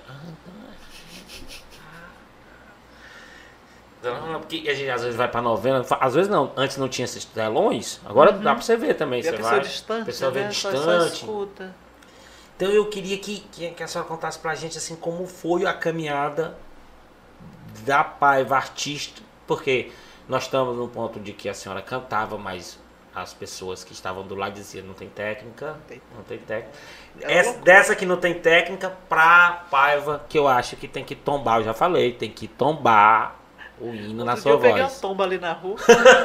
Não, porque a gente às vezes vai pra novela, às vezes não, antes não tinha esses telões, agora dá pra você ver também. E a Você pessoa vai, distante, a pessoa vê né? Só distante. escuta. Então eu queria que a senhora contasse pra gente assim como foi a caminhada da Paiva artista, porque nós estamos no ponto de que a senhora cantava, mas as pessoas que estavam do lado diziam não tem técnica, não tem técnica. Dessa que não tem técnica pra Paiva, que eu acho que tem que tombar, eu já falei, tem que tombar o hino na Outro sua dia eu peguei uma voz. tomba ali na rua.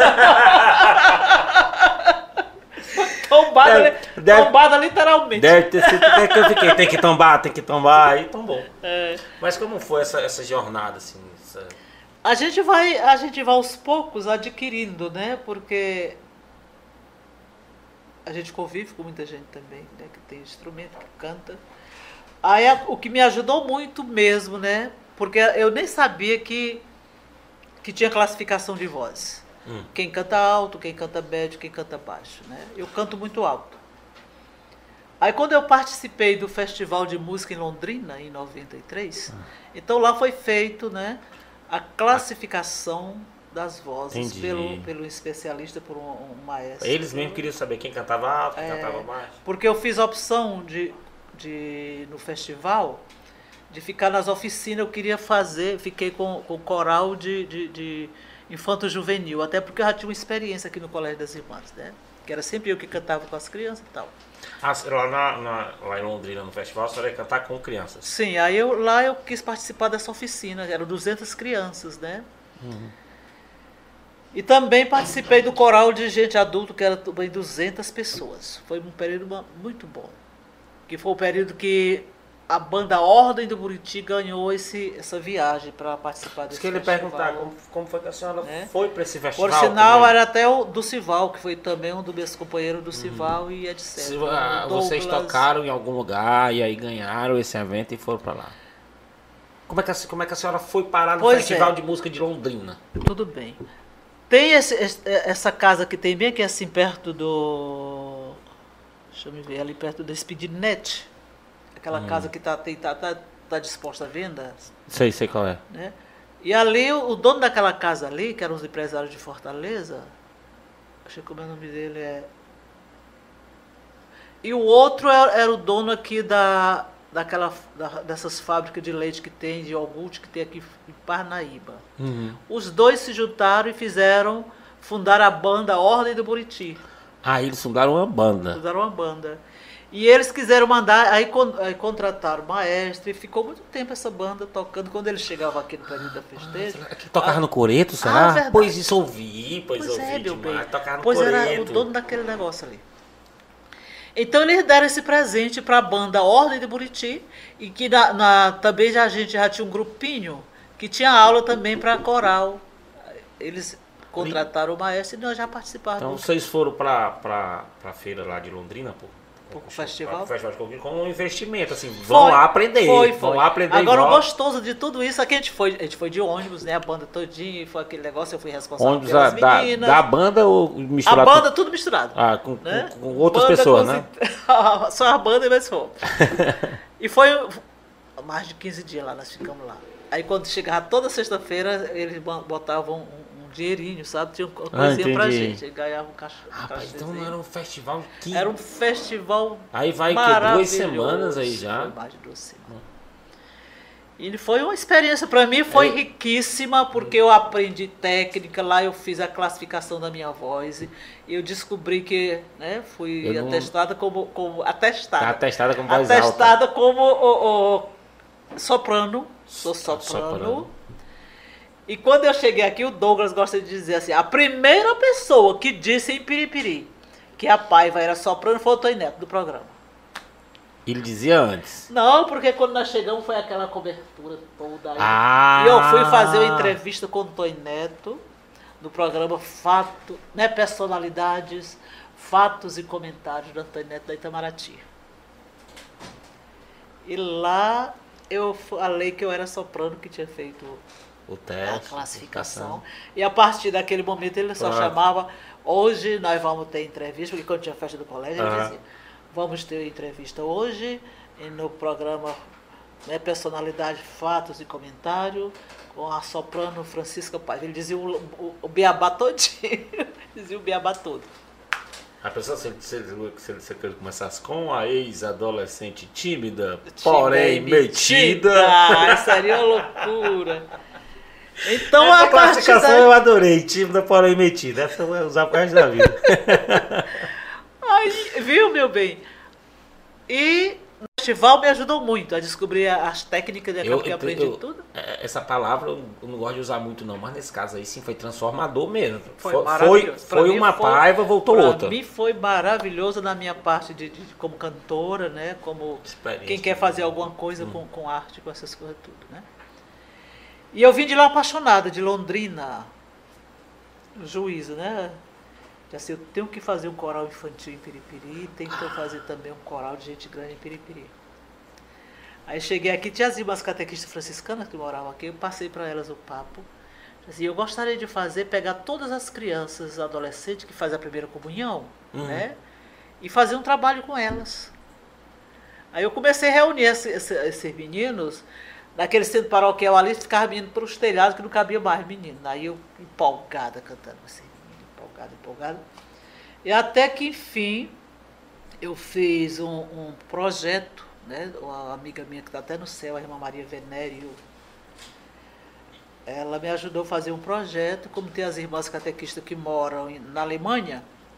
Tombada, tombada literalmente. Deve ter sido porque que eu fiquei, tem que tombar, aí tombou. É. Mas como foi essa jornada, assim? A gente vai aos poucos adquirindo, né? Porque a gente convive com muita gente também, né? Que tem instrumento, que canta. Aí o que me ajudou muito mesmo, né? Porque eu nem sabia que tinha classificação de voz. Quem canta alto, quem canta médio, quem canta baixo, né? Eu canto muito alto. Aí quando eu participei do Festival de Música em Londrina, em 93, então lá foi feito, né, a classificação das vozes pelo especialista, por um maestro. Eles mesmo queriam saber quem cantava alto, quem cantava baixo. Porque eu fiz a opção no festival, de ficar nas oficinas, eu queria fiquei com coral de infanto juvenil, até porque eu já tinha uma experiência aqui no Colégio das Irmãs, né? Que era sempre eu que cantava com as crianças e tal. Lá em Londrina, no festival, você ia cantar com crianças? Sim, aí lá eu quis participar dessa oficina, eram 200 crianças, né? E também participei do coral de gente adulta, que era também 200 pessoas. Foi um período muito bom. Que foi o período que a banda Ordem do Buriti ganhou essa viagem para participar desse festival. Queria perguntar como foi que a senhora foi para esse festival? Por sinal, também era até o do Cival, que foi também um dos meus companheiros do Cival e etc. Vocês tocaram em algum lugar e aí ganharam esse evento e foram para lá. Como é que a senhora foi parar no Festival de Música de Londrina? Tudo bem. Tem essa casa que tem bem aqui assim perto do... Deixa eu me ver, ali perto do Expedinet. Aquela casa que tá disposta à venda. Sei qual é. Né? E ali, o dono daquela casa ali, que eram os empresários de Fortaleza, acho que o nome dele E o outro era o dono aqui dessas fábricas de leite que tem, de iogurte, que tem aqui em Parnaíba. Os dois se juntaram e fundaram a banda Ordem do Buriti. Eles fundaram uma banda. E eles quiseram mandar, aí contrataram o maestro e ficou muito tempo essa banda tocando. Quando eles chegavam aqui no período da festeja... Tocava no coreto, será? Verdade. Pois isso ouvi demais. Tocava no coreto. Era o dono daquele negócio ali. Então eles deram esse presente para a banda Ordem de Buriti e que também a gente já tinha um grupinho que tinha aula também para coral. Eles contrataram o maestro e nós já participávamos. Então vocês foram para a feira lá de Londrina, o festival com um investimento, assim, vão lá aprender. Vão lá aprender. Agora o gostoso de tudo isso é que a gente foi de ônibus, né? A banda todinha, foi aquele negócio, eu fui responsável pelas meninas. Da banda ou misturado? A banda tudo misturado. Com outras pessoas, né? Só a banda e mais fomos. E foi mais de 15 dias lá, nós ficamos lá. Aí quando chegava toda sexta-feira, eles botavam um dinheirinho, sabe? Tinha uma coisinha pra gente. Aí ganhava um cachorro. Então não era um festival que... Era um festival aí vai que 2 semanas aí já? Foi mais de 2 semanas. E foi uma experiência, pra mim foi riquíssima, porque eu aprendi técnica, lá eu fiz a classificação da minha voz, e eu descobri que, né, fui atestada como atestada como voz atestada alta. Como soprano, sou soprano. E quando eu cheguei aqui, o Douglas gosta de dizer assim, a primeira pessoa que disse em Piripiri que a Paiva era soprano foi o Toy Neto do programa. Ele dizia antes? Não, porque quando nós chegamos foi aquela cobertura toda aí. E eu fui fazer uma entrevista com o Toy Neto no programa Personalidades, Fatos e Comentários do Toy Neto da Itamaraty. E lá eu falei que eu era soprano, que tinha feito o teste, a classificação. E a partir daquele momento ele só chamava, hoje nós vamos ter entrevista, porque quando tinha festa do colégio ele dizia, vamos ter entrevista hoje no programa Personalidade, Fatos e Comentário com a soprano Francisca Paiva. Ele dizia o beabá todinho, dizia o beabá todo. A pessoa, se você começasse com a ex-adolescente tímida, porém metida. Seria uma loucura. Então a classificação eu adorei, tímida, porém metida. Essa eu vou usar pro resto da vida. Aí, viu, meu bem? E o festival me ajudou muito a descobrir as técnicas que eu aprendi tudo. Essa palavra eu não gosto de usar muito não, mas nesse caso aí sim foi transformador mesmo. Foi uma Paiva, voltou outra. Para mim foi maravilhoso na minha parte como cantora, né? Como quem quer fazer alguma coisa com arte, com essas coisas tudo, né? E eu vim de lá apaixonada, de Londrina, juízo, né? Assim, eu tenho que fazer um coral infantil em Piripiri, tenho que fazer também um coral de gente grande em Piripiri. Aí cheguei aqui, tinha as irmãs catequistas franciscanas que moravam aqui, eu passei para elas o papo. Assim, eu gostaria de pegar todas as crianças, adolescentes que fazem a primeira comunhão, né? E fazer um trabalho com elas. Aí eu comecei a reunir esses meninos, naquele centro paroquial ali, ficava menino para os telhados que não cabia mais menino. Aí eu empolgada cantando assim, empolgada. E até que, enfim, eu fiz um projeto, né? Uma amiga minha que está até no céu, a irmã Maria Venério, ela me ajudou a fazer um projeto, como tem as irmãs catequistas que moram na Alemanha,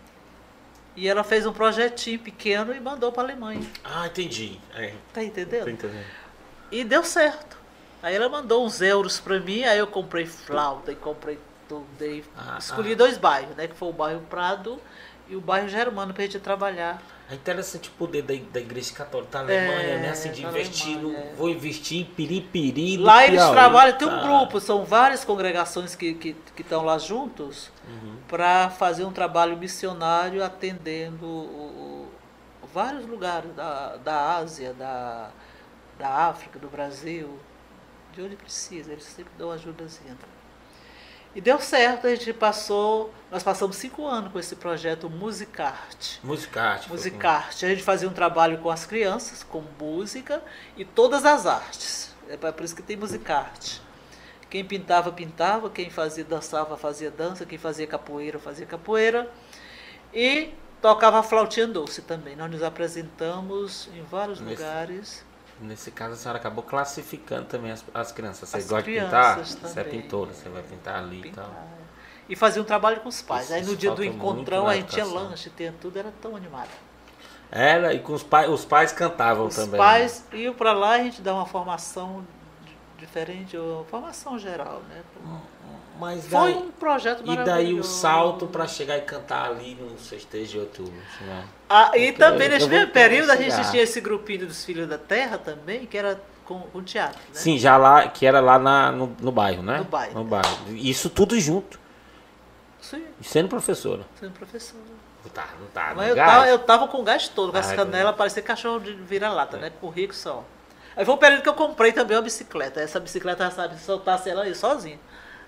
e ela fez um projetinho pequeno e mandou para a Alemanha. Ah, entendi. Tá entendendo? Tô entendendo. E deu certo. Aí ela mandou uns euros para mim, aí eu comprei flauta e comprei tudo. E escolhi 2 bairros, né? Que foi o bairro Prado e o bairro Germano para a gente trabalhar. É interessante o poder da Igreja Católica da Alemanha, né? Assim, de investir vou investir em Piripiri. Lá eles trabalham, tem um grupo, são várias congregações que estão lá juntos para fazer um trabalho missionário atendendo vários lugares da Ásia, da África, do Brasil, de onde precisa, eles sempre dão ajudazinha. E deu certo, nós passamos 5 anos com esse projeto Musicarte. Musicarte. A gente fazia um trabalho com as crianças, com música e todas as artes. É por isso que tem Musicarte. Quem pintava, pintava, quem dançava, fazia dança, quem fazia capoeira. E tocava flautinha doce também. Nós nos apresentamos em vários lugares. Nesse caso, a senhora acabou classificando também as crianças. Você gosta de pintar? Você é pintora, você vai pintar ali e tal. E fazia um trabalho com os pais. Aí no dia do falta encontrão muito na a gente tinha educação. lanche, tinha tudo, era tão animado. Era, e com os pais cantavam também. Os pais iam para lá, a gente dá uma formação diferente, uma formação geral, né? Mas Foi daí, um projeto e maravilhoso. daí o salto para chegar e cantar ali no festejo de outubro, né? E também nesse mesmo período a gente chegar. tinha esse grupinho dos Filhos da Terra também, que era com teatro, né? Sim, já lá, que era lá no bairro, né? No bairro. No bairro. Isso tudo junto. Sim, E sendo professora. sendo professor. Não tá Mas no gás? eu tava com o gás todo, com as Ai, canelas, parecia cachorro de vira-lata, né? Com rico só. Aí foi um período que eu comprei também uma bicicleta. Essa bicicleta, sabe, se soltasse ela aí sozinha.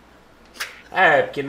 É, porque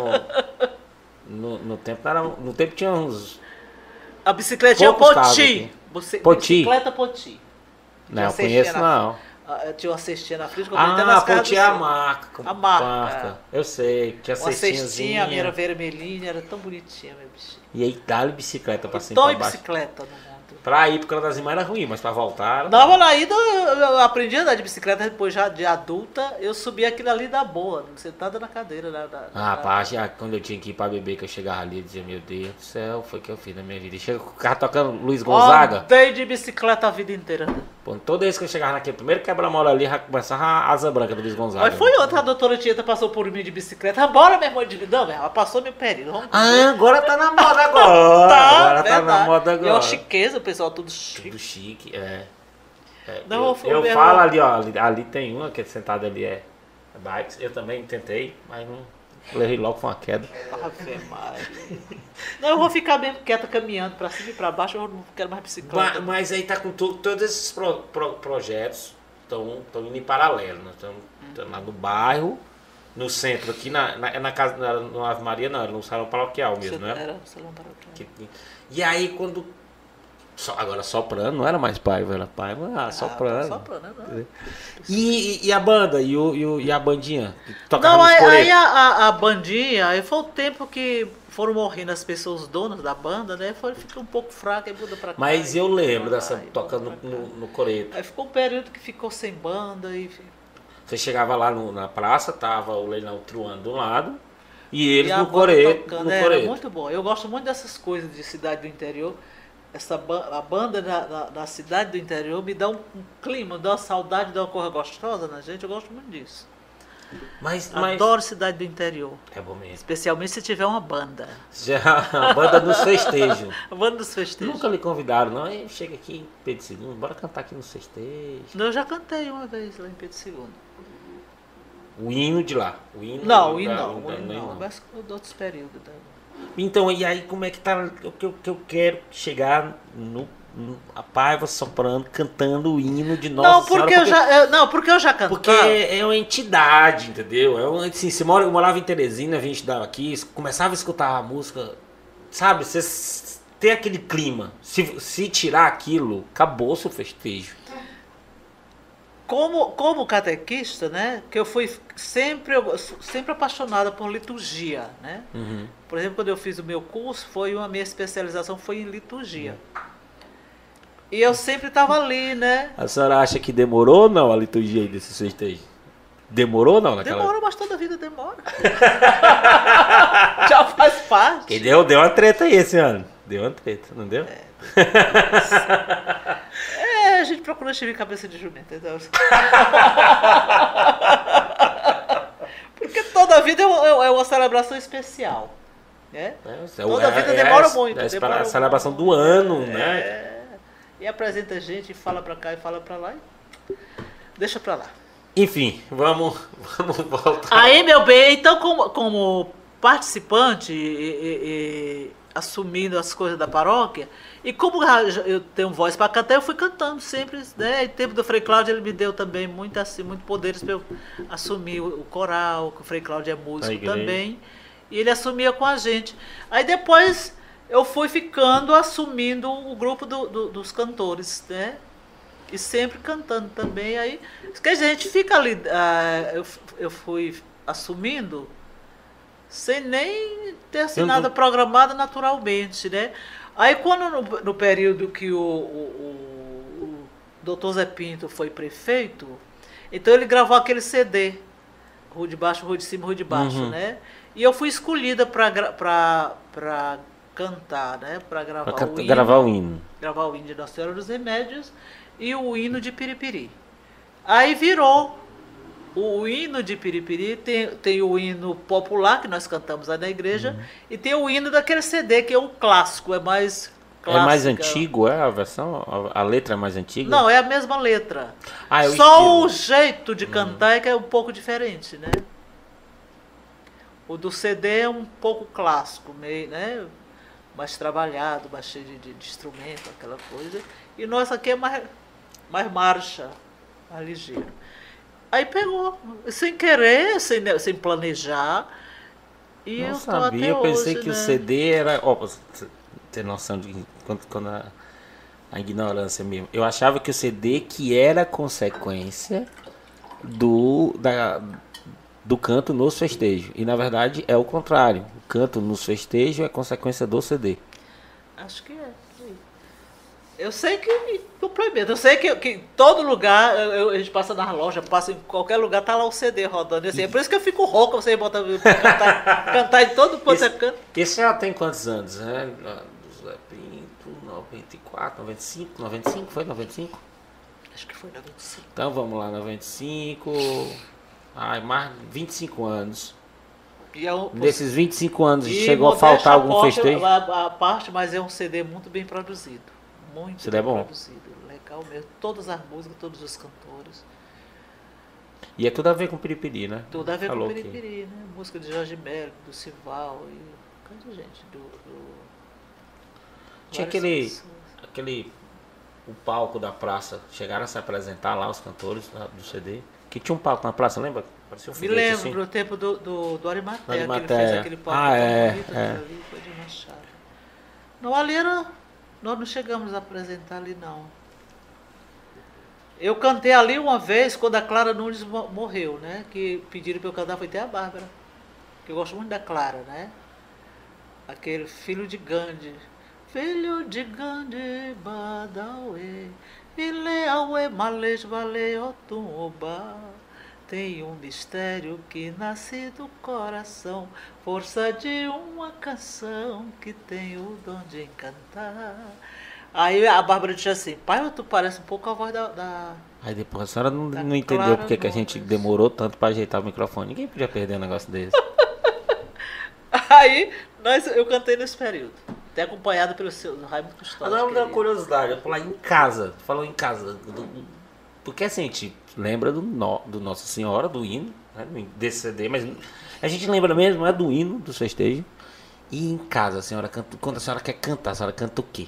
no tempo era, no tempo tinha uns... A bicicletinha Poucos carros Poti. Poti? Bicicleta Poti. Não, eu conheço não. Tinha uma cestinha na frente, comprei até nas Ah, casas Poti do é a centro. marca. A marca. Eu sei, tinha Uma cestinha, a cestinhazinha. minha era vermelhinha, era tão bonitinha, meu bichinho. E aí dá-lhe bicicleta pra cima e Tô pra em baixo. bicicleta no mundo. Pra ir pro das irmãs era ruim, mas pra voltar... Dava na ida, eu aprendi a andar de bicicleta depois já de adulta, eu subi aquilo ali da boa, sentada na cadeira. Rapaz, já quando eu tinha que ir pra beber, que eu chegava ali e dizia, meu Deus do céu, foi o que eu fiz na minha vida. E chega com o carro tocando Luiz Gonzaga. Andei de bicicleta a vida inteira. Pô, toda vez que eu chegava naquele primeiro quebra-mola ali, já começava a asa branca do Luiz Gonzaga. Mas foi outra, a doutora Tieta passou por mim de bicicleta. Bora, minha irmã, não, ela passou meu período. Agora tá na moda agora. Agora tá na moda E agora. uma chiqueza, o pessoal tudo chique. Tudo chique, é. Não, eu falo ali, ó, ali tem uma que é sentada ali, é bikes. Eu também tentei, mas não levei logo com uma queda. Ave Maria. Não, eu vou ficar mesmo quieta caminhando pra cima e pra baixo, eu não quero mais bicicleta. Mas aí tá com todos esses projetos estão indo em paralelo. Nós estamos lá no bairro, no centro, aqui na casa, no Ave Maria, não, era no salão paroquial mesmo, né? Era no salão paroquial. E aí quando... Agora soprano, não era mais pai, era pai, mas soprano. Soprano, não. E a banda, e a bandinha? Que tocava Não, nos aí coretos? a bandinha, aí foi o tempo que foram morrendo as pessoas, os donos da banda, né? Fica um pouco fraca e muda pra cá. Mas eu lembro muda dessa pra lá, tocando muda pra cá. no coreto. Aí ficou um período que ficou sem banda e... Você chegava lá na praça, tava o leilão truando de um lado e eles a no banda coreto. tocando, No era coreto. muito bom. Eu gosto muito dessas coisas de cidade do interior. A banda na cidade do interior me dá um clima, dá uma saudade, dá uma coisa gostosa na gente. Eu gosto muito disso. Mas Adoro cidade do interior. é bom mesmo. Especialmente se tiver uma banda. Já a banda dos festejos. A banda dos festejos. Nunca lhe convidaram, não. Aí chega aqui em Pedro II, bora cantar aqui no festejo. Eu já cantei uma vez lá em Pedro II. O hino de lá. O hino Não, o hino da- não. da- O hino da- não. Mas de outros períodos. Então, e aí como é que tá o que eu quero chegar a Paiva soprando, cantando o hino de Nossa Não, porque Senhora, porque eu já cantava. porque é uma entidade, entendeu? Assim, eu morava em Teresina, a gente dava aqui, começava a escutar a música, sabe? Você ter aquele clima. Se tirar aquilo, acabou-se o festejo. Como catequista, né, que eu fui sempre apaixonada por liturgia, né? Por exemplo, quando eu fiz o meu curso, a minha especialização foi em liturgia. E eu sempre estava ali, né? A senhora acha que demorou ou não a liturgia aí desse festejo? Demorou ou não naquela? Demora, mas toda a vida demora. Já faz parte. Que deu uma treta aí esse ano. Deu uma treta, não deu? A gente procura encher cabeça de jumento, então. Porque toda a vida é uma celebração especial, né? Toda a vida demora muito. É a celebração do ano, né? E apresenta gente, e fala pra cá e fala pra lá. E deixa pra lá. Enfim, vamos voltar. Aí, meu bem, então como participante e assumindo as coisas da paróquia, e como eu tenho voz para cantar, eu fui cantando sempre, né? Em tempo do Frei Cláudio, ele me deu também muito poderes para eu assumir o coral, que o Frei Cláudio é músico também, e ele assumia com a gente. Aí depois eu fui assumindo o grupo dos cantores, né? E sempre cantando também. Aí, quer dizer, a gente fica ali, eu fui assumindo sem nem ter assim nada programado naturalmente, né? Aí quando no período que o Dr. Zé Pinto foi prefeito, então ele gravou aquele CD, Rua de Baixo, Rua de Cima, Rua de Baixo, né? E eu fui escolhida para cantar, né? Para gravar o hino. Gravar o hino de Nossa Senhora dos Remédios e o hino de Piripiri. Aí virou. O hino de Piripiri tem o hino popular, que nós cantamos lá na igreja, e tem o hino daquele CD, que é um clássico, é mais clássico. É mais antigo, a versão? A letra é mais antiga? Não, é a mesma letra. É Só o jeito de cantar é que é um pouco diferente, né? O do CD é um pouco clássico, meio, né? Mais trabalhado, mais cheio de instrumento, aquela coisa. E nossa aqui é mais marcha, mais ligeiro. Aí pegou, sem querer, sem planejar. E não eu sabia, tô até eu pensei hoje, que né? o CD era... Ó, pra você ter noção de quando a ignorância mesmo. Eu achava que o CD que era consequência do canto nos festejos. E na verdade é o contrário. O canto nos festejos é consequência do CD. Acho que é. Eu sei que complementa. Eu sei que em todo lugar, a gente passa na loja, passa em qualquer lugar, tá lá o CD rodando. Assim, é por isso que eu fico rouco, você bota cantar em todo quanto é canto. Esse já tem quantos anos, né? José Pinto, 94, 95, 95, foi 95? Acho que foi 95. Então vamos lá, 95, mais 25 anos. Nesses 25 anos chegou a faltar algum festejo? A parte, mas é um CD muito bem produzido. Muito bem produzido, legal mesmo. Todas as músicas, todos os cantores. E é tudo a ver com Piripiri, né? Tudo a ver com Piripiri, né? Música de Jorge Melo, do Sival e tanta gente. Tinha o palco da praça, chegaram a se apresentar lá os cantores do CD, que tinha um palco na praça, lembra? Parecia um Me lembro, assim. no tempo do Arimatea, que ele Arimatea. fez aquele palco bonito, ali, foi de Machado. Não, ali nós não chegamos a apresentar ali, não. Eu cantei ali uma vez, quando a Clara Nunes morreu, né? Que pediram para eu cantar, foi até a Bárbara. Que eu gosto muito da Clara, né? Aquele filho de Gandhi. Filho de Gandhi, Badawi, Ileaue, Males, Valeotumba. Tem um mistério que nasce do coração, força de uma canção que tem o dom de encantar. Aí a Bárbara disse assim, pai, tu parece um pouco a voz da... Aí depois a senhora não entendeu porque que a gente demorou tanto para ajeitar o microfone. Ninguém podia perder um negócio desse. Aí eu cantei nesse período, até acompanhado pelo seu Raimundo Custódio. Agora me dá uma curiosidade, eu falar em casa, falou em casa, porque assim, a gente lembra do Nossa Senhora, do hino, né, desse CD, mas a gente lembra mesmo, do hino, do festejo. E em casa, a senhora canta, quando a senhora quer cantar, a senhora canta o quê?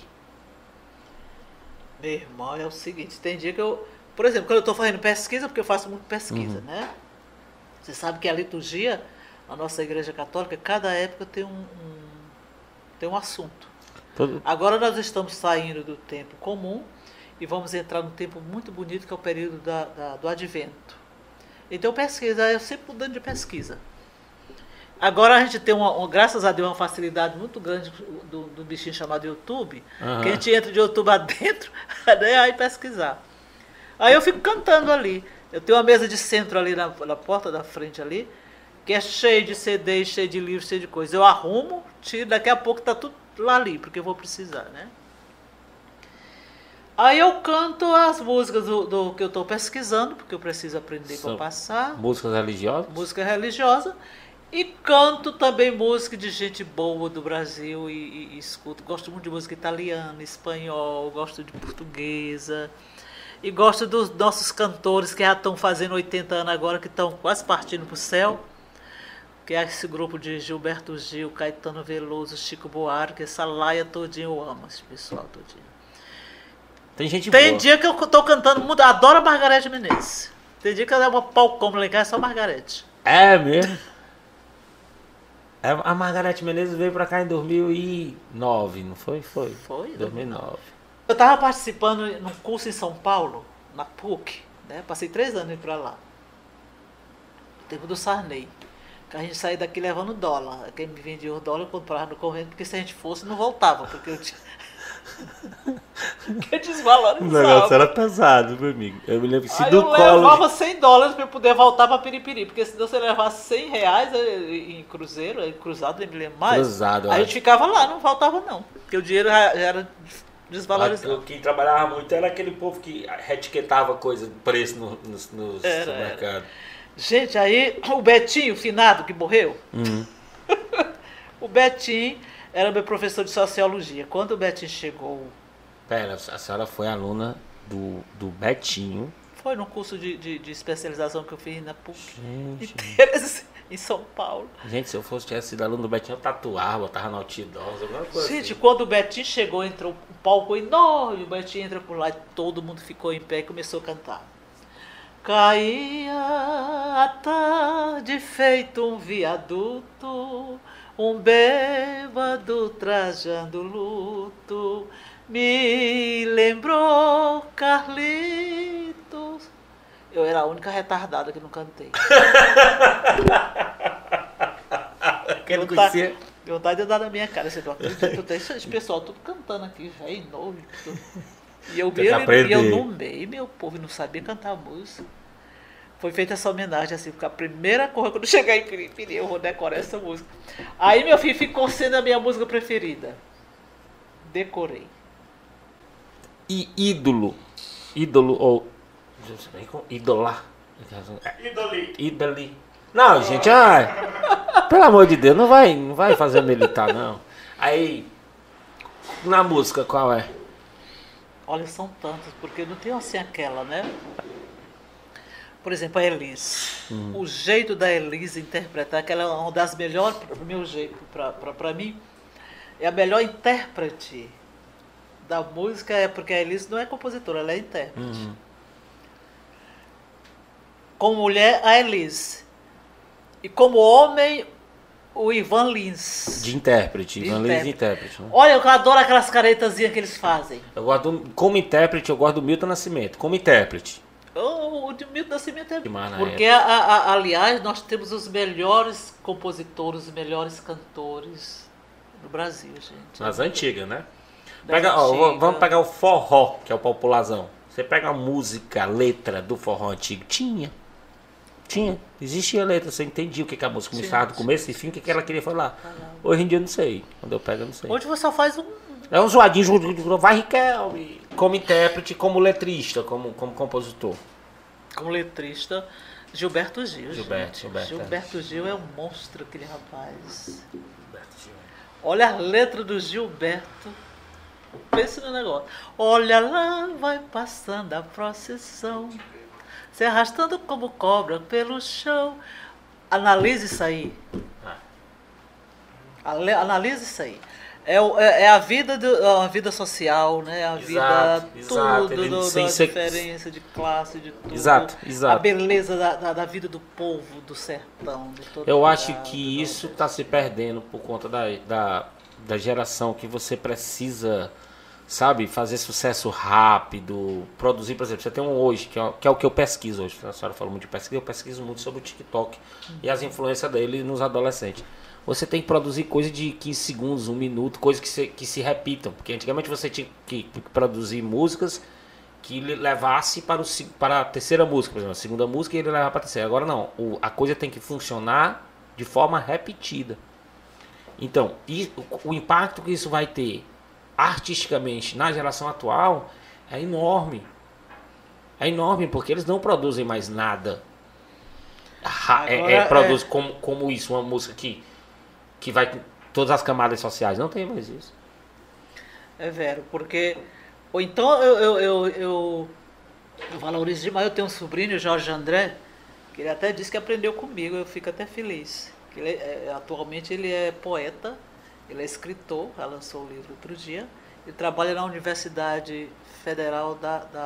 Meu irmão, é o seguinte, tem dia que eu... Por exemplo, quando eu estou fazendo pesquisa, porque eu faço muito pesquisa, né? Você sabe que a liturgia, a nossa igreja católica, cada época tem um assunto. Agora nós estamos saindo do tempo comum e vamos entrar num tempo muito bonito, que é o período do advento. Então pesquisa, eu sempre mudando de pesquisa. Agora a gente tem, graças a Deus, uma facilidade muito grande do bichinho chamado YouTube, que a gente entra de YouTube adentro, né, aí pesquisar. Aí eu fico cantando ali. Eu tenho uma mesa de centro ali na porta da frente ali, que é cheio de CD, cheio de livros, cheio de coisa. Eu arrumo, tiro, daqui a pouco tá tudo lá ali, porque eu vou precisar, né? Aí eu canto as músicas do que eu estou pesquisando, porque eu preciso aprender para passar. Músicas religiosas? Música religiosa. E canto também música de gente boa do Brasil e escuto. Gosto muito de música italiana, espanhol, gosto de portuguesa. E gosto dos nossos cantores que já estão fazendo 80 anos agora, que estão quase partindo para o céu. Que é esse grupo de Gilberto Gil, Caetano Veloso, Chico Buarque, essa laia todinha, eu amo esse pessoal todinho. Tem dia que eu tô cantando muito, adoro a Margareth Menezes. Tem dia que eu dou uma palcão lá em casa, é só Margareth. É mesmo? A Margareth Menezes veio pra cá em 2009, não foi? Foi 2009. Eu tava participando num curso em São Paulo, na PUC, né? Passei 3 anos indo pra lá. No tempo do Sarney. Que a gente saía daqui levando dólar. Quem me vendia o dólar eu comprava no convento, porque se a gente fosse não voltava, porque eu tinha... que desvalorizava. O negócio era pesado, meu amigo. Eu me lembro que eu levava $100 para poder voltar para Piripiri, porque se você levasse R$100 em cruzeiro, em cruzado, nem me lembro mais. Cruzado, a gente ficava lá, não voltava não, porque o dinheiro já era desvalorizado. Quem trabalhava muito era aquele povo que retiquetava coisa, preço no supermercado. Gente, aí o Betinho, finado, que morreu, o Betinho era meu professor de sociologia. Quando o Betinho chegou... Pera, a senhora foi aluna do Betinho? Foi num curso de especialização que eu fiz na PUC. Gente. Em São Paulo. Gente, se eu tivesse sido aluno do Betinho, eu tatuava, botava no outdoors, alguma coisa. Gente, assim. Quando o Betinho chegou, entrou um palco enorme, o Betinho entra por lá e todo mundo ficou em pé e começou a cantar. Caía a tarde feito um viaduto, um bêbado trajando luto, me lembrou Carlitos. Eu era a única retardada que não cantei. Quem não conhecia? Vontade de dar na minha cara. Você não acredita? Esse pessoal tudo cantando aqui, velho, novo. E eu no meio, meu povo não sabia cantar música. Foi feita essa homenagem, assim, porque a primeira coisa, quando chegar em Piripiri, eu vou decorar essa música. Aí, meu filho, ficou sendo a minha música preferida. Decorei. E ídolo ou... Idolar. Idoli. Não, gente, pelo amor de Deus, não vai fazer militar, não. Aí, na música, qual é? Olha, são tantas, porque não tem assim aquela, né? Por exemplo, a Elis. O jeito da Elis interpretar, que ela é uma das melhores, do meu jeito, para mim, é a melhor intérprete da música, porque a Elis não é compositora, ela é intérprete. Como mulher, a Elis. E como homem, o Ivan Lins. De intérprete, Ivan Lins de intérprete. Né? Olha, eu adoro aquelas caretazinhas que eles fazem. Como intérprete, eu gosto do Milton Nascimento. Como intérprete. O de Milton Nascimento é... Porque, aliás, nós temos os melhores compositores, os melhores cantores do Brasil, gente. Nas antigas, né? Vamos pegar o forró, que é o popularzão. Você pega a música, a letra do forró antigo. Tinha. Existia a letra, você entendia o que a música começava do começo e fim, o que ela queria falar. Hoje em dia eu não sei. Quando eu pego, eu não sei. Hoje você só faz um... É um zoadinho, vai Riquelme. Como intérprete, como letrista, como compositor. Como letrista, Gilberto Gil. Gilberto Gil é um monstro, aquele rapaz. Olha a letra do Gilberto. Pensa no negócio. Olha lá, vai passando a procissão, se arrastando como cobra pelo chão. Analise isso aí. Analise isso aí. É a vida a vida social, né? A vida tudo, da diferença de classe, de tudo. Exato. A beleza da vida do povo, do sertão. De todo Eu lugar, acho que isso está se perdendo por conta da geração que você precisa, sabe, fazer sucesso rápido, produzir, por exemplo, você tem um hoje, que é o que eu pesquiso hoje. A senhora falou muito de pesquisa, eu pesquiso muito sobre o TikTok e as influências dele nos adolescentes. Você tem que produzir coisa de 15 segundos, 1 minuto, coisas que se repitam. Porque antigamente você tinha que produzir músicas que levasse para a terceira música, por exemplo, a segunda música e ele levava para a terceira. Agora não, a coisa tem que funcionar de forma repetida. Então, o impacto que isso vai ter artisticamente na geração atual é enorme. É enorme porque eles não produzem mais nada. Produz como isso, uma música que vai com todas as camadas sociais. Não tem mais isso. É vero, porque... Ou então eu valorizo demais. Eu tenho um sobrinho, Jorge André, que ele até disse que aprendeu comigo. Eu fico até feliz. Atualmente ele é poeta, ele é escritor, já lançou o livro outro dia. Ele trabalha na Universidade Federal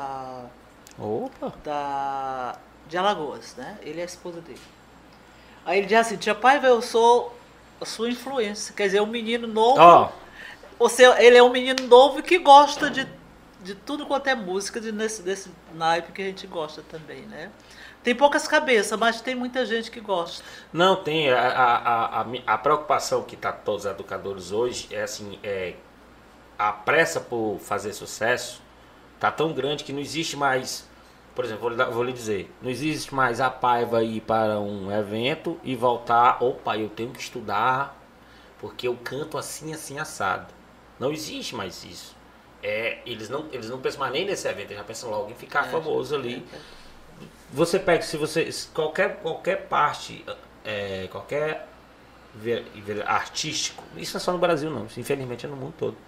de Alagoas, né? Ele é a esposa dele. Aí ele diz assim, tia Paiva, eu sou a sua influência. Quer dizer, um menino novo. Ele é um menino novo que gosta de tudo quanto é música, desse naipe que a gente gosta também, né? Tem poucas cabeças, mas tem muita gente que gosta. Não, tem. A preocupação que tá todos os educadores hoje é assim, a pressa por fazer sucesso tá tão grande que não existe mais, por exemplo, vou lhe dizer, não existe mais a Paiva ir para um evento e voltar, opa, eu tenho que estudar, porque eu canto assim, assim, assado. Não existe mais isso. Eles não pensam mais nem nesse evento, eles já pensam logo em ficar famoso ali. Você pega, qualquer parte, qualquer artístico, isso não é só no Brasil não, infelizmente é no mundo todo.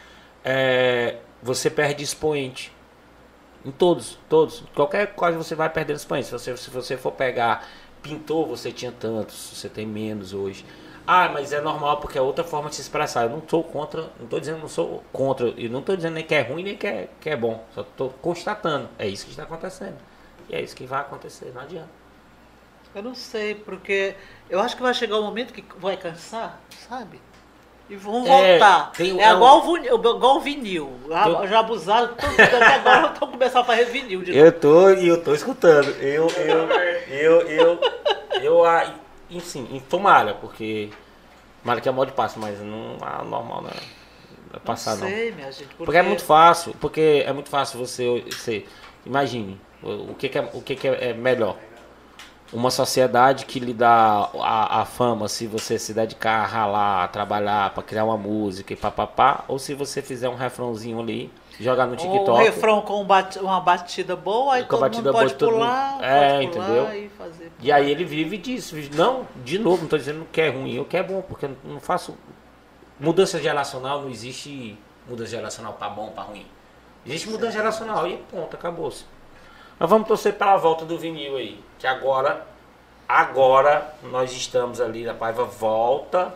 Você perde expoente. Em todos. Qualquer coisa você vai perdendo expoente. Se você for pegar pintor, você tinha tantos, você tem menos hoje. Mas é normal porque é outra forma de se expressar. Eu não sou contra, não estou dizendo que não sou contra, e não estou dizendo nem que é ruim nem que é bom. Só estou constatando. É isso que está acontecendo. E é isso que vai acontecer, não adianta. Eu não sei, porque eu acho que vai chegar um momento que vai cansar, sabe? E vão voltar. Igual o vinil. Já abusaram, até agora estão começando a fazer vinil de novo. Eu tô escutando. Enfim, tomara, porque tomara que a moda passe, mas não é normal, não é passar não. Sei, minha gente. Porque é muito fácil, você imagine, o que é melhor? Uma sociedade que lhe dá a fama se você se dedicar a ralar, a trabalhar para criar uma música e papapá, ou se você fizer um refrãozinho ali, jogar no TikTok. Um refrão com uma batida boa, aí todo mundo pode pular, entendeu? E fazer. E aí ele vive disso. Não, de novo, não estou dizendo que é ruim, eu que é bom, porque eu não faço... Mudança geracional, não existe mudança geracional para bom, para ruim. Existe mudança geracional e ponto, acabou-se. Nós vamos torcer pela volta do vinil aí, que agora nós estamos ali, a Paiva volta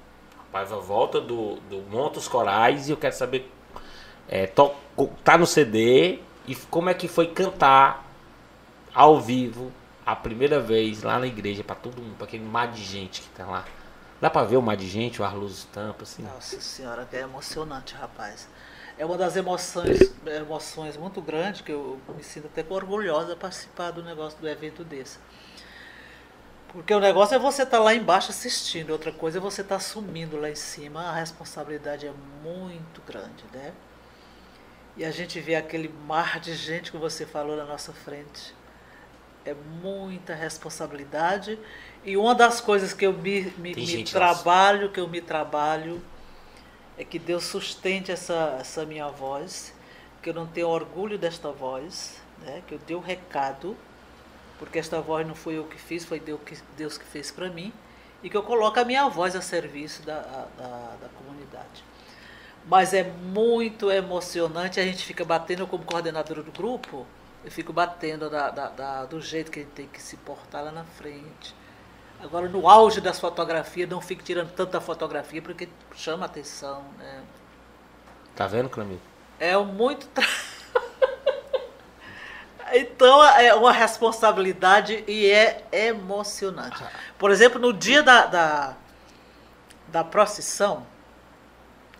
do Monta os Corais, e eu quero saber, tá no CD, e como é que foi cantar ao vivo, a primeira vez, lá na igreja, para todo mundo, para aquele mar de gente que tá lá. Dá para ver o mar de gente, o Arluz Tampa, assim? Nossa senhora, é emocionante, rapaz. É uma das emoções muito grandes, que eu me sinto até orgulhosa de participar do evento desse. Porque o negócio é você estar lá embaixo assistindo, outra coisa é você estar subindo lá em cima, a responsabilidade é muito grande, né? E a gente vê aquele mar de gente que você falou na nossa frente. É muita responsabilidade. E uma das coisas que eu me trabalho é que Deus sustente essa minha voz, que eu não tenho orgulho desta voz, né? Que eu dei o recado, porque esta voz não fui eu que fiz, foi Deus que fez para mim, e que eu coloco a minha voz a serviço da comunidade. Mas é muito emocionante, a gente fica batendo como coordenadora do grupo, eu fico batendo do jeito que a gente tem que se portar lá na frente. Agora, no auge das fotografias, não fique tirando tanta fotografia, porque chama atenção, né? Tá vendo, Clamil? É muito... Então, é uma responsabilidade e é emocionante. Por exemplo, no dia da procissão,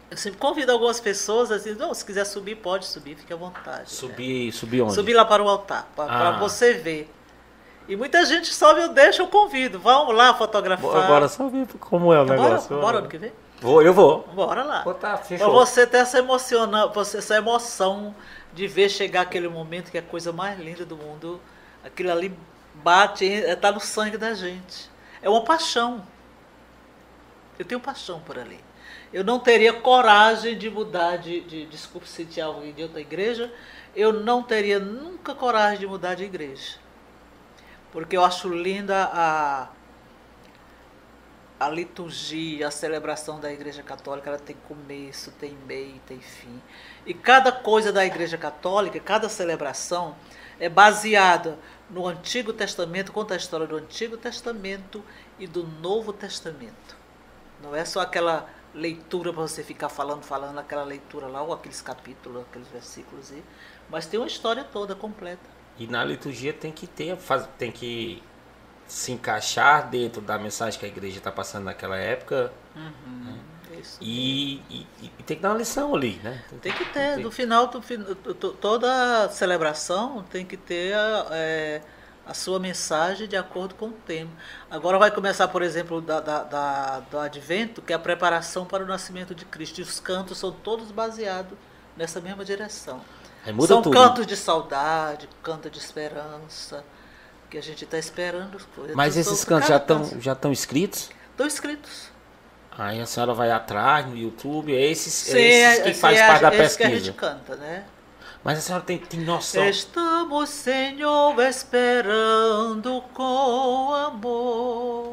Eu sempre convido algumas pessoas assim, não, se quiser subir, pode subir, fique à vontade. Subir onde? Subir lá para o altar, para você ver. E muita gente sobe, eu deixo, eu convido. Vamos lá fotografar. Agora só ver como é o negócio. Bora ano que vem? Eu vou. Bora lá. Fechou. Pra você ter essa emoção de ver chegar aquele momento que é a coisa mais linda do mundo. Aquilo ali bate, está no sangue da gente. É uma paixão. Eu tenho paixão por ali. Eu não teria coragem de mudar desculpe se tinha alguém de outra igreja, eu não teria nunca coragem de mudar de igreja. Porque eu acho linda a liturgia, a celebração da Igreja Católica, ela tem começo, tem meio, tem fim. E cada coisa da Igreja Católica, cada celebração é baseada no Antigo Testamento, conta a história do Antigo Testamento e do Novo Testamento. Não é só aquela leitura para você ficar falando aquela leitura lá, ou aqueles capítulos, aqueles versículos aí, mas tem uma história toda completa. E na liturgia tem que se encaixar dentro da mensagem que a igreja está passando naquela época. Né? Isso. E tem que dar uma lição ali, né? Tem que ter, no final, toda celebração tem que ter a sua mensagem de acordo com o tema. Agora vai começar, por exemplo, do Advento, que é a preparação para o nascimento de Cristo. E os cantos são todos baseados nessa mesma direção. São tudo. Cantos de saudade, canto de esperança, que a gente está esperando as coisas. Mas esses cantos já estão escritos? Estão escritos. Aí a senhora vai atrás no YouTube, esses que faz parte da pesquisa. Que a gente canta, né? Mas a senhora tem noção. Estamos, Senhor, esperando com amor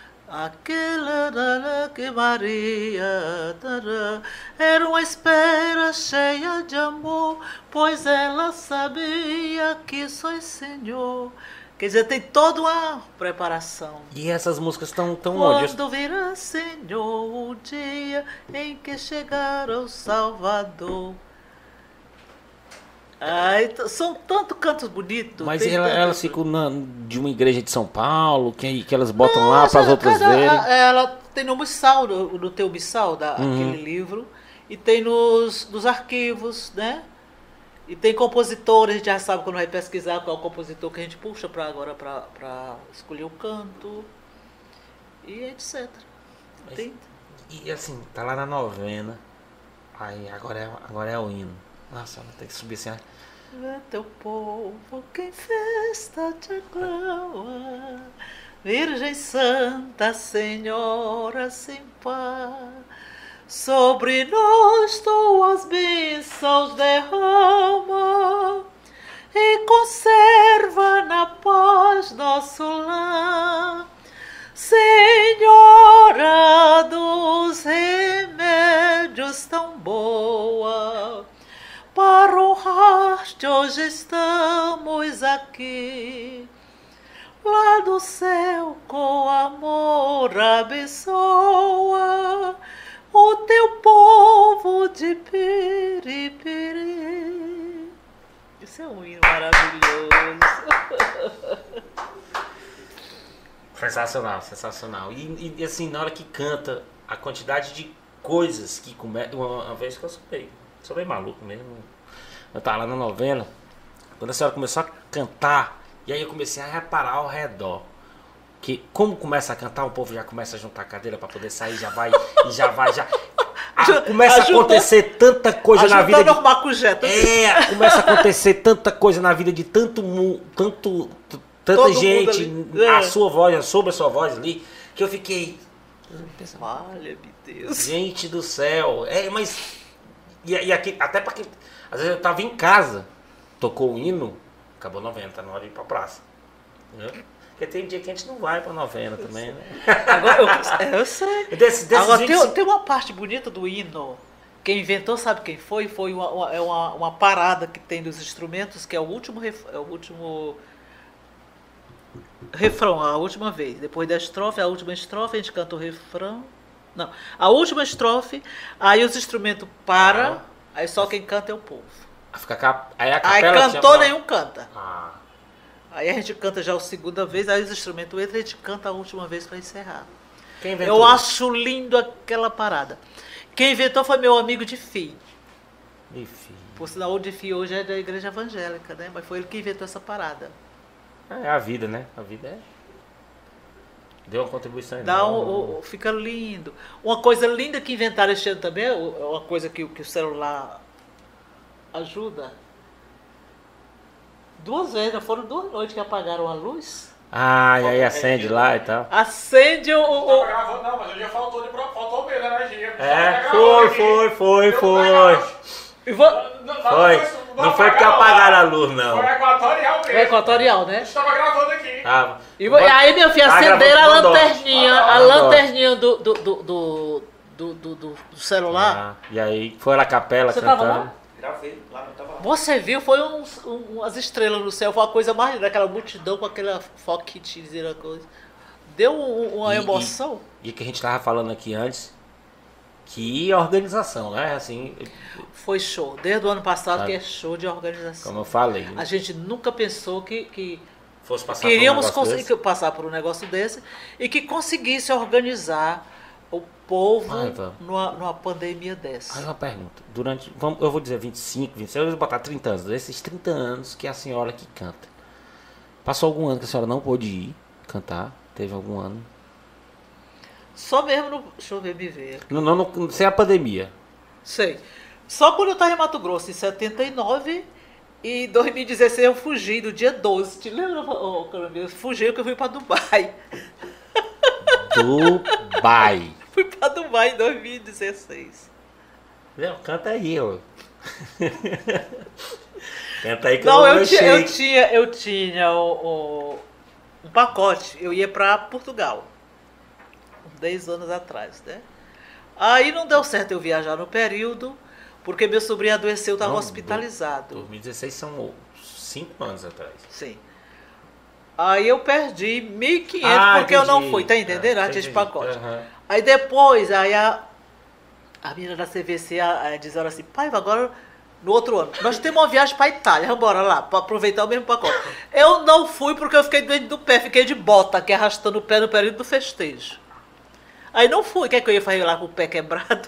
aquela que Maria era uma espera cheia de amor, pois ela sabia que sois Senhor. Quer dizer, tem toda uma preparação. E essas músicas estão onde? onde? Quando virá, Senhor, o dia em que chegar o Salvador. São tantos cantos bonitos. Mas elas ficam de uma igreja de São Paulo, que elas botam lá para as outras verem? Ela tem no Missal, no teu Missal, aquele livro, e tem nos arquivos, né? E tem compositores, a gente já sabe quando vai pesquisar qual é o compositor que a gente puxa agora para escolher o canto, e etc. E assim, tá lá na novena, aí agora é o hino. Nossa, ela tem que subir assim. É teu povo que em festa te aclama, Virgem Santa, Senhora sem par, sobre nós tuas bênçãos derrama e conserva na paz nosso lar. Senhora dos remédios tão boa, para honrar-te hoje estamos aqui. Lá do céu com amor abençoa o teu povo de Piripiri. Isso é um hino maravilhoso. Sensacional, sensacional. E assim, na hora que canta, a quantidade de coisas que começa. Uma vez que eu sou bem maluco mesmo. Eu tava lá na novena, quando a senhora começou a cantar, e aí eu comecei a reparar ao redor. Que como começa a cantar, o povo já começa a juntar a cadeira para poder sair, já começa a acontecer tanta coisa na vida. Começa a acontecer tanta coisa na vida de tanta gente, sobre a sua voz ali, que eu fiquei. Olha, meu Deus. Gente do céu. Mas. E aqui, até para quem. Às vezes eu tava em casa, tocou o hino, acabou a novena, tá na hora de ir pra praça. Entendeu? Porque tem dia que a gente não vai pra novena também, né? Agora, eu sei. Agora, tem uma parte bonita do hino. Quem inventou, sabe quem foi? Foi uma parada que tem dos instrumentos, que é o último refrão, a última vez. Depois da estrofe, a última estrofe, a gente canta o refrão. Não, a última estrofe, aí os instrumentos param, aí só quem canta é o povo. Aí cantou, nenhum canta. Aí a gente canta já a segunda vez, aí os instrumentos entram e a gente canta a última vez para encerrar. Eu acho lindo aquela parada. Quem inventou foi meu amigo de Fi. Enfim. Por sinal, o de Fi hoje é da igreja evangélica, né? Mas foi ele que inventou essa parada. É a vida, né? A vida é. Deu uma contribuição Dá enorme. fica lindo. Uma coisa linda que inventaram este ano também, uma coisa que o celular ajuda. 2 vezes, não foram 2 noites que apagaram a luz? Ah, e aí acende lá e tal. Acende Tava gravando, não, mas o dia faltou mesmo a energia. É, foi. Não foi porque apagaram a luz, não. Foi equatorial mesmo. É equatorial, né? A gente tava gravando aqui. Ah, E aí, meu filho, Tá acenderam a gravando com lanterninha, Nordeste. a Nordeste. lanterninha do celular. e aí foi na capela Você tava cantando. lá? Gravei, lá não tava lá. Você viu, foi umas estrelas no céu, foi uma coisa mais linda, aquela multidão com aquela foquitizinha, coisa. Deu uma emoção. E o que a gente tava falando aqui antes, que organização, né? Assim, Foi show. Desde o ano passado Sabe? que é show de organização. como eu falei, A gente nunca pensou que fosse passar queríamos por um negócio conseguir passar por um negócio desse e que conseguisse organizar o povo Ivan. numa pandemia Aí dessa. uma pergunta, eu vou dizer 25, 26, eu vou botar 30 anos, desses 30 anos que é a senhora que canta. Passou algum ano que a senhora não pôde ir cantar? Teve algum ano? Só mesmo no. Deixa eu ver, me ver. Sem a pandemia. Sei. Só quando eu estava em Mato Grosso, em 79, e em 2016 eu fugi, no dia 12. Te lembra, ô, Caramba? Eu fugi porque eu fui para Dubai. Dubai. Fui para Dubai em 2016. Não, canta aí, ó. Canta aí que Não, eu eu achei. tinha um pacote. Eu ia para Portugal. Uns 10 anos atrás, né? Aí não deu certo eu viajar no período, porque meu sobrinho adoeceu, estava Não, hospitalizado. 2016 são 5 anos atrás. Sim. Aí eu perdi 1.500 Ah, porque eu não entendi. fui, tá entendendo? Ah, Ah, tinha esse entendi. pacote. Aham. Aí depois, a menina da CVC disseram assim, pai, agora no outro ano, nós temos uma viagem pra Itália, vamos embora lá, pra aproveitar o mesmo pacote. Eu não fui porque eu fiquei doente do pé, fiquei de bota aqui arrastando o pé no período do festejo. Aí não fui, o que é que eu ia fazer lá com o pé quebrado?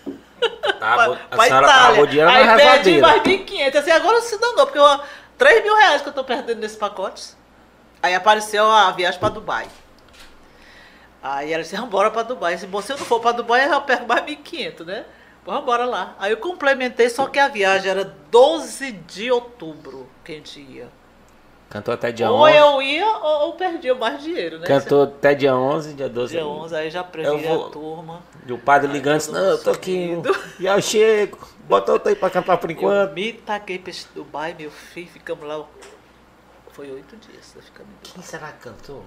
A senhora pagou dinheiro na Aí perdi rezadeira. mais 1.500. Assim, agora se danou, porque 3 mil reais que eu tô perdendo nesse pacote. Aí apareceu a viagem pra Dubai. Aí ela disse, vamos embora pra Dubai. Se você não for pra Dubai, eu perco mais 1.500, né? Vamos embora lá. Aí eu complementei, só que a viagem era 12 de outubro que a gente ia. Cantou até dia Ou 11. eu ia ou eu perdia mais dinheiro, né? Cantou até dia 11, dia 12. Dia 11, aí já Eu previ vou- a turma. E o padre ligando, disse, todo não, mundo eu tô aqui. sumindo. E aí eu chego. Bota outro aí pra cantar por Eu enquanto. me taquei pra esse Dubai, meu filho, ficamos lá. Foi 8 dias, nós ficamos em Dubai. Quem será que cantou?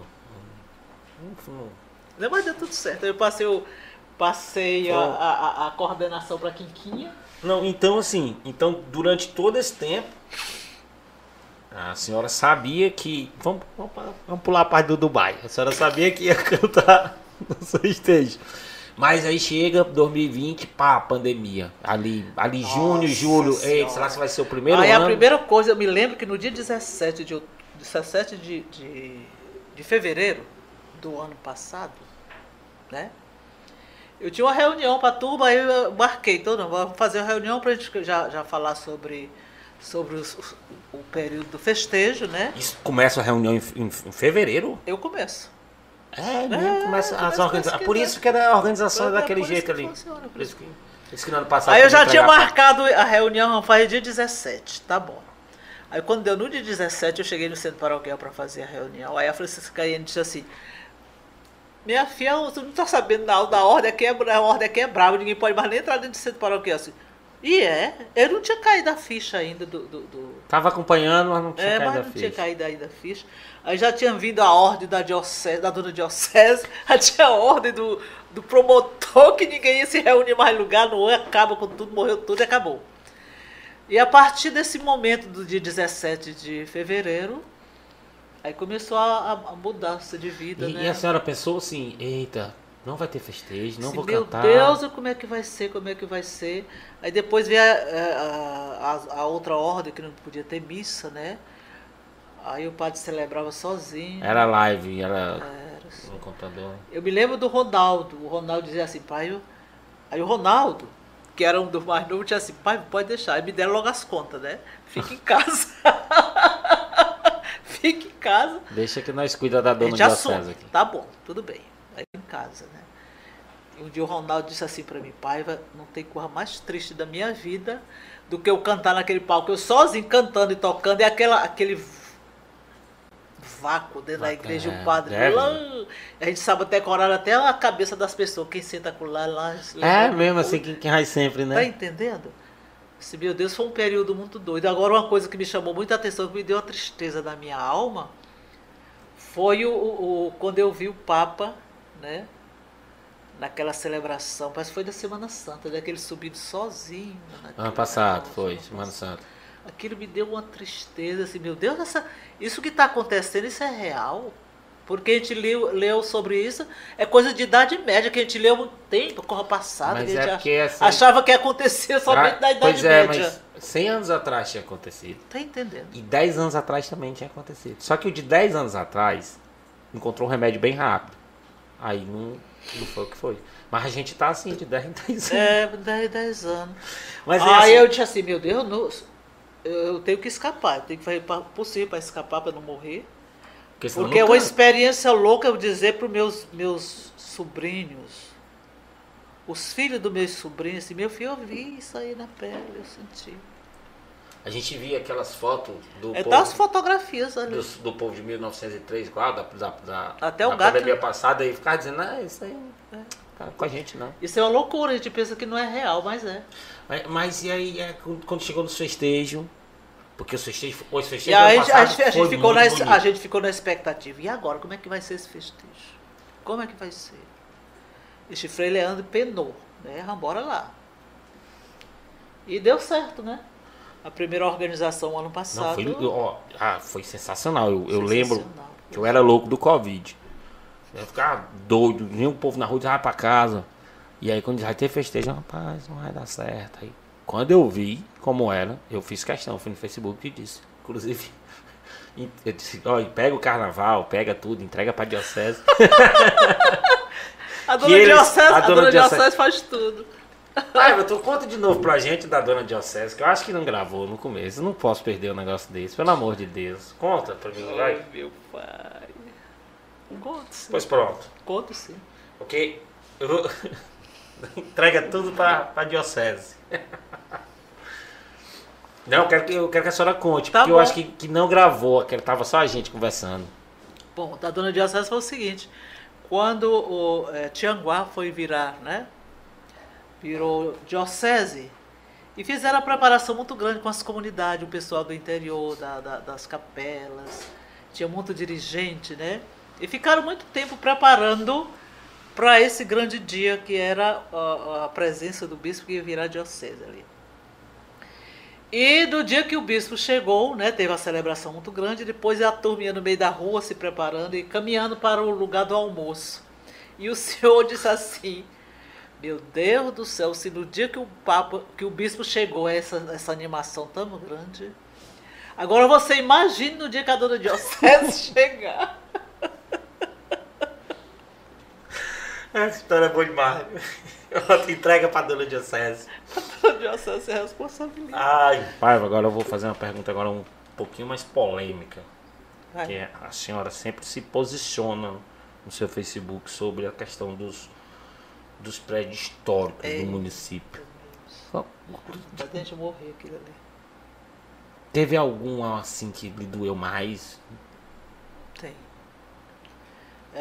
Não, mas deu tudo certo. Eu passei a coordenação pra Quinquinha. Não, então assim, durante todo esse tempo, a senhora sabia que. Vamos pular a parte do Dubai. A senhora sabia que ia cantar no seu stage. Mas aí chega 2020, pá, pandemia. Ali junho, julho. Ei, Senhora. será que vai ser o primeiro Aí ano? a primeira coisa, eu me lembro que no dia 17 de fevereiro do ano passado, né? Eu tinha uma reunião para a turma, aí eu marquei vamos fazer uma reunião para a gente já falar sobre o período do festejo, né? Isso começa a reunião em fevereiro? Eu começo. É, mesmo, começa as começa organizações. que Por isso que era a organização Por daquele isso jeito que ali. funciona, Por isso que no ano passado. Aí eu podia já tinha entregar marcado a reunião, vamos fazer dia 17, tá bom. Aí quando deu no dia 17, eu cheguei no centro paroquial para fazer a reunião. Aí a Franciscaína disse assim, minha filha, você não está sabendo da ordem aqui, a ordem aqui é brava, ninguém pode mais nem entrar dentro do centro paroquial. Assim, eu não tinha caído a ficha ainda Tava acompanhando, mas não tinha caído mas a não ficha. tinha caído ainda a ficha. Aí já tinha vindo a ordem da diocese, da dona diocese, já tinha a ordem do promotor que ninguém ia se reunir mais em lugar, não acaba com tudo, morreu tudo e acabou. E a partir desse momento do dia 17 de fevereiro, aí começou a mudança de vida, né? E a senhora pensou assim, eita, não vai ter festejo, não Assim, vou meu cantar. Deus, como é que vai ser? Aí depois veio a outra ordem, que não podia ter missa, né? Aí o padre celebrava sozinho. Era live, era Era assim. no computador. Eu me lembro do Ronaldo. O Ronaldo dizia assim, pai, Aí o Ronaldo, que era um dos mais novos, tinha assim, pai, pode deixar. Aí me deram logo as contas, né? Fica em casa. Fica em casa. Deixa que nós cuida da A dona gente de assume. acesso aqui. Tá bom, tudo bem. Aí em casa, né? E um dia o Ronaldo disse assim pra mim, Paiva, não tem coisa mais triste da minha vida do que eu cantar naquele palco. Eu sozinho cantando e tocando, e aquele vácuo dentro da igreja, o padre. A gente sabe decorar até a cabeça das pessoas, quem senta com lá. É mesmo, assim, quem vai sempre, né? Tá entendendo? Esse, meu Deus, foi um período muito doido. Agora, uma coisa que me chamou muita atenção, que me deu uma tristeza na minha alma, foi quando eu vi o Papa, né? Naquela celebração, parece que foi da Semana Santa, daquele subindo sozinho. Ano passado, foi, Semana Santa. Aquilo me deu uma tristeza, assim, meu Deus, isso que está acontecendo, isso é real? Porque a gente leu sobre isso, é coisa de idade média, que a gente leu muito tempo, corra passada, Mas que a gente porque, assim, achava que acontecia somente na idade pois é, média. mas 100 anos atrás tinha acontecido. Tá entendendo? E 10 anos atrás também tinha acontecido. Só que o de 10 anos atrás encontrou um remédio bem rápido. Aí não foi o que foi. Mas a gente tá assim, de 10 em 10 anos. É, 10 anos. Mas Aí assim, eu disse assim, meu Deus, eu tenho que escapar, eu tenho que fazer o possível para escapar, para não morrer. Porque é uma experiência louca eu dizer para os meus sobrinhos, os filhos dos meus sobrinhos, assim, meu filho, eu vi isso aí na pele, eu senti. a gente via aquelas fotos do povo, Das fotografias ali. do povo de 1903, claro, Até o da gato, pandemia né? passada, e ficava dizendo, isso aí não tá com a gente não. Isso é uma loucura, a gente pensa que não é real, mas é. Mas e aí, quando chegou no festejo, porque os festejos E do aí ano passado a gente ficou muito bonito. a gente ficou na expectativa. E agora, como é que vai ser esse festejo? Como é que vai ser? Este Frei Leandro penou, né? Vamos embora lá. E deu certo, né? A primeira organização ano passado. Foi sensacional. Eu lembro que eu era louco do Covid. Eu ficava doido, nem o povo na rua já vai pra casa. E aí quando vai ter festejo, rapaz, não vai dar certo. Aí, quando eu vi como era, eu fiz questão, fui no Facebook e disse, inclusive, eu disse, olha, pega o carnaval, pega tudo, entrega pra diocese. A dona diocese faz tudo. Tu conta de novo pra gente da dona diocese, que eu acho que não gravou no começo. Eu não posso perder um negócio desse, pelo amor de Deus. Conta pra mim, vai. Meu pai. Conto sim. Pois pronto. Conto sim. Ok? Eu vou... Entrega tudo pra diocese. Não, eu quero que a senhora conte, Tá porque bom. eu acho que não gravou, que tava só a gente conversando. Bom, da dona diocese foi o seguinte. Quando o Tianguá foi virar, né? Virou diocese. E fizeram a preparação muito grande com as comunidades, o pessoal do interior, das capelas. Tinha muito dirigente, né? E ficaram muito tempo preparando para esse grande dia que era a presença do bispo que ia virar diocese ali. E do dia que o bispo chegou, né, teve a celebração muito grande, depois a turma ia no meio da rua se preparando e caminhando para o lugar do almoço. E o senhor disse assim, meu Deus do céu, se no dia que o bispo chegou, essa animação tão grande, agora você imagine no dia que a dona diocese chegar. Essa história é boa demais. Ela entrega pra dona diocese. A dona diocese é responsabilidade. Ai, pai, agora eu vou fazer uma pergunta agora um pouquinho mais polêmica. Vai. Que é, a senhora sempre se posiciona no seu Facebook sobre a questão dos prédios históricos do município. Vai deixa eu morrer aquilo ali. Teve algum assim que lhe doeu mais? Tem. É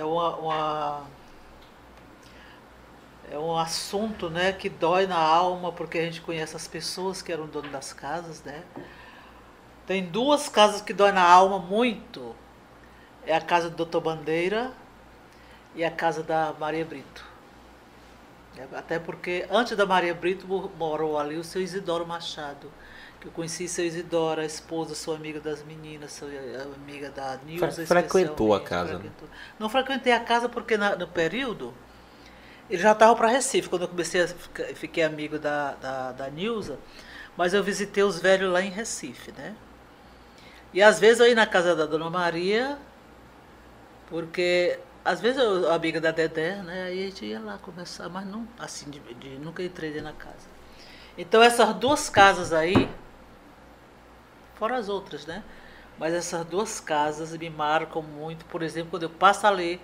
um assunto, né, que dói na alma, porque a gente conhece as pessoas que eram dono das casas, né? Tem duas casas que dói na alma muito. É a casa do Dr. Bandeira e a casa da Maria Brito. Até porque antes da Maria Brito morou ali o seu Isidoro Machado. Que eu conheci seu Isidoro, a esposa, sua amiga das meninas, sua amiga da Nilza. Frequentou a casa, né? Não frequentei a casa porque no período ele já estava para Recife, quando eu fiquei amigo da Nilza, mas eu visitei os velhos lá em Recife, né? E às vezes eu ia na casa da Dona Maria, porque Às vezes eu, amiga da Dedé, né? Aí a gente ia lá conversar, mas não, assim, nunca entrei dentro da casa. Então essas duas casas aí, fora as outras, né? Mas essas duas casas me marcam muito. Por exemplo, quando eu passo ali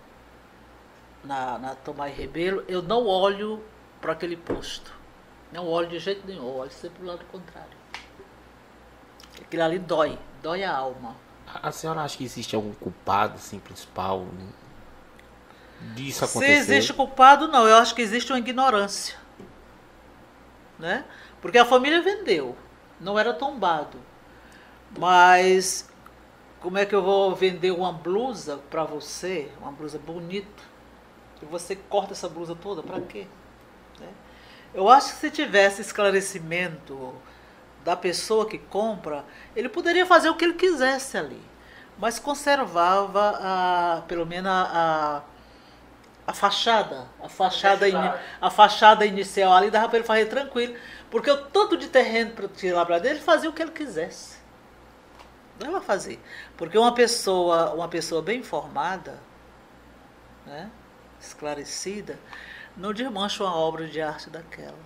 na Tomás Rebelo, eu não olho para aquele posto. Não olho de jeito nenhum, eu olho sempre pro lado contrário. Aquilo ali dói a alma. A senhora acha que existe algum culpado, assim, principal, né, disso Se acontecer? existe culpado, não. Eu acho que existe uma ignorância. Né? Porque a família vendeu. Não era tombado. Mas como é que eu vou vender uma blusa para você, uma blusa bonita, e você corta essa blusa toda, para quê? Né? Eu acho que se tivesse esclarecimento da pessoa que compra, ele poderia fazer o que ele quisesse ali, mas conservava pelo menos a fachada, a fachada inicial ali dava para ele fazer tranquilo, porque o tanto de terreno para tirar para dele, ele fazia o que ele quisesse. Não vai fazer. Porque uma pessoa bem informada, né, esclarecida, não desmancha uma obra de arte daquela.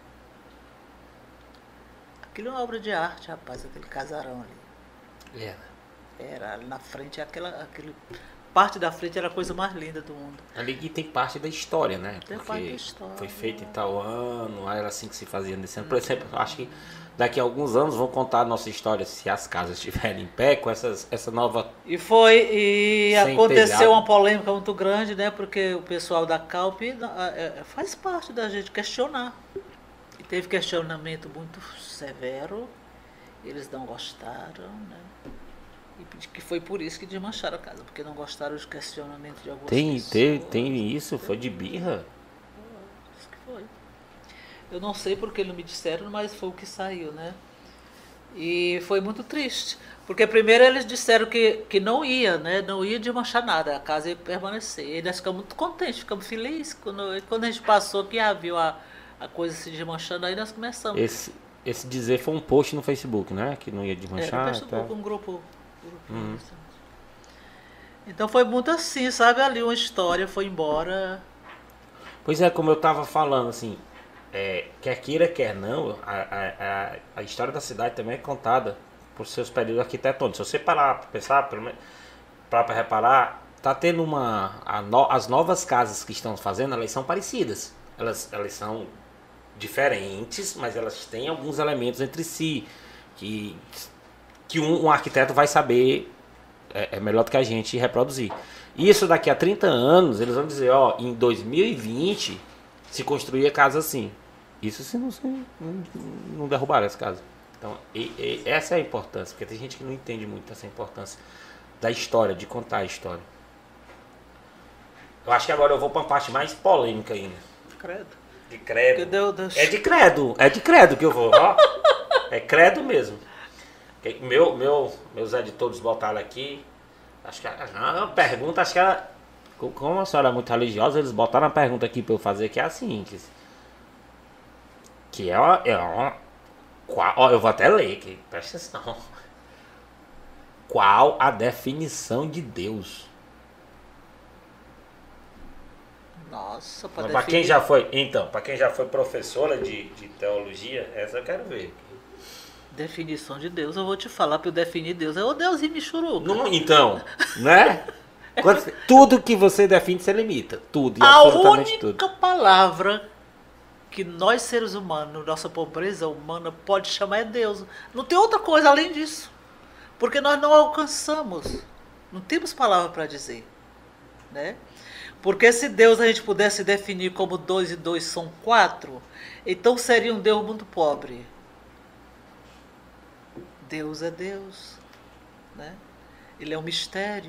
Aquilo é uma obra de arte, rapaz, aquele casarão ali. Era ali na frente, parte da frente era a coisa mais linda do mundo. Ali que tem parte da história, né? Tem Porque parte da história. foi feito em tal ano, era assim que se fazia nesse ano. Por exemplo, eu acho que daqui a alguns anos vão contar a nossa história, se as casas estiverem em pé, com essa nova... E Sem aconteceu telhado. uma polêmica muito grande, né? Porque o pessoal da Calp faz parte da gente questionar. E teve questionamento muito severo, eles não gostaram, né? E que foi por isso que desmancharam a casa, porque não gostaram dos questionamentos de algumas pessoas. Tem isso? Foi de birra? Acho que foi. Eu não sei porque não me disseram, mas foi o que saiu, né? E foi muito triste. Porque primeiro eles disseram que não ia, né? Não ia desmanchar nada, a casa ia permanecer. E nós ficamos muito contentes, ficamos felizes. Quando a gente passou que viu a coisa se desmanchando, aí nós começamos. Esse dizer foi um post no Facebook, né? Que não ia Era desmanchar. no Facebook, um grupo. Então foi muito assim, sabe? Ali uma história foi embora. Pois é, como eu tava falando, assim, quer queira, quer não, a história da cidade também é contada por seus períodos arquitetônicos. Se você parar para pensar, para reparar, tá tendo as novas casas que estão fazendo, elas são parecidas. Elas são diferentes, mas elas têm alguns elementos entre si que um arquiteto vai saber melhor do que a gente reproduzir. Isso daqui a 30 anos, eles vão dizer, em 2020 se construía casa assim. Isso se não derrubaram essa casa. Então, essa é a importância, porque tem gente que não entende muito essa importância da história, de contar a história. Eu acho que agora eu vou para uma parte mais polêmica ainda. Credo. De credo. Deus. É de credo que eu vou, ó. É credo mesmo. Meus editores botaram aqui. Acho que a pergunta, acho que era. Como a senhora é muito religiosa, eles botaram uma pergunta aqui para eu fazer, que é a seguinte. Que eu vou até ler aqui, presta atenção. Qual a definição de Deus? Nossa, Para quem já foi, professora de teologia, essa eu quero ver. Definição de Deus, eu vou te falar, para eu definir Deus é o Deusinho Michuruca. Então, né? Tudo que você define, você limita. Tudo, a absolutamente tudo. única palavra que nós seres humanos, nossa pobreza humana, pode chamar é Deus. Não tem outra coisa além disso. Porque nós não alcançamos. Não temos palavra para dizer. Né? Porque se Deus a gente pudesse definir como 2 e 2 são 4, então seria um Deus muito pobre. Deus é Deus, né? Ele é um mistério.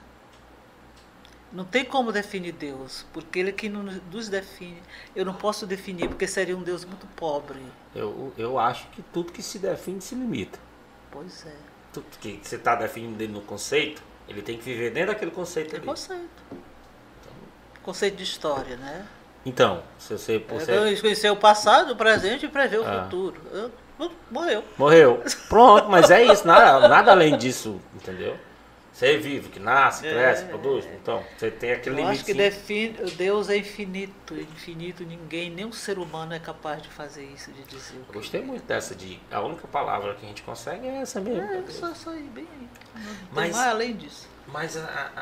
Não tem como definir Deus, porque Ele é quem nos define. Eu não posso definir, porque seria um Deus muito pobre. Eu acho que tudo que se define se limita. Pois é. Tudo que você está definindo ele no conceito, ele tem que viver dentro daquele conceito ali. Conceito. Conceito de história, né? Então, se você... Conhecer o passado, o presente e prever o futuro. Morreu. Pronto, mas é isso, nada além disso, entendeu? Ser vivo, que nasce, cresce, produz. Então, você tem aquele limite. Eu acho que define, Deus é infinito. Infinito, ninguém, nem um ser humano é capaz de fazer isso, de dizer o que Gostei muito dessa de. A única palavra que a gente consegue é essa mesmo. só ir bem aí. Não tem Mas- mais além disso. Mas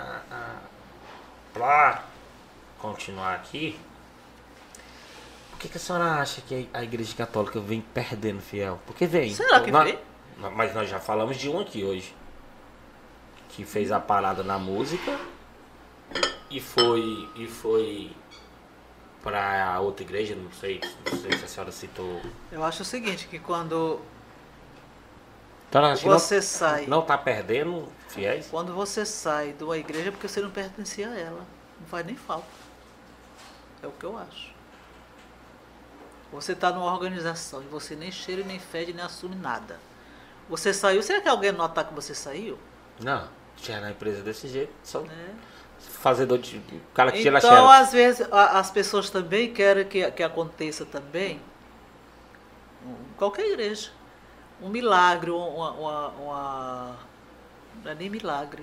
pra continuar aqui, por que a senhora acha que a Igreja Católica vem perdendo fiel? Porque vem. Será que vem? Mas nós já falamos de um aqui hoje. Que fez a parada na música e foi pra outra igreja, não sei se a senhora citou. Eu acho o seguinte, que quando Então, acho que você sai... não tá perdendo fiéis? Quando você sai de uma igreja é porque você não pertencia a ela. Não faz nem falta. É o que eu acho. Você está numa organização e você nem cheira, nem fede, nem assume nada. Você saiu, será que alguém notar que você saiu? Não, tinha na empresa desse jeito, só Né? fazedor de... O cara que tira a Então, xerox. às vezes, as pessoas também querem que aconteça também, em qualquer igreja, um milagre, não é nem milagre.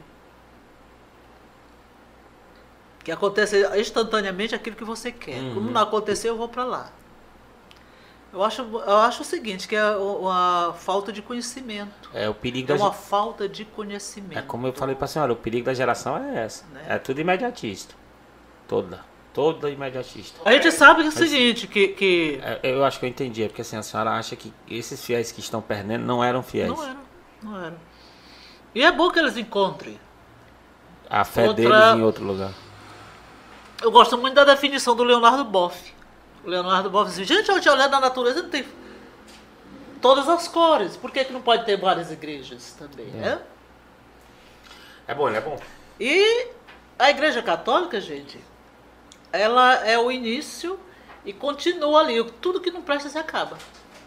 Que aconteça instantaneamente aquilo que você quer. Como não aconteceu, eu vou para lá. Eu acho o seguinte, que é uma falta de conhecimento. É o perigo É da uma falta de conhecimento. É como eu falei pra senhora, o perigo da geração é essa. Né? É tudo imediatista. Toda imediatista. A gente sabe que é o seguinte, que Eu acho que eu entendi, é porque assim, a senhora acha que esses fiéis que estão perdendo não eram fiéis. não era. E é bom que eles encontrem. A fé Outra- deles em outro lugar. Eu gosto muito da definição do Leonardo Boff. O Leonardo Boff diz, gente, a gente olhar na natureza não tem todas as cores. Por que não pode ter várias igrejas também, né? É bom, ele é bom. E a Igreja Católica, gente, ela é o início e continua ali. Tudo que não presta se acaba.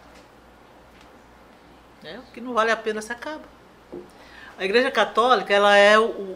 Né? O que não vale a pena se acaba. A Igreja Católica, ela é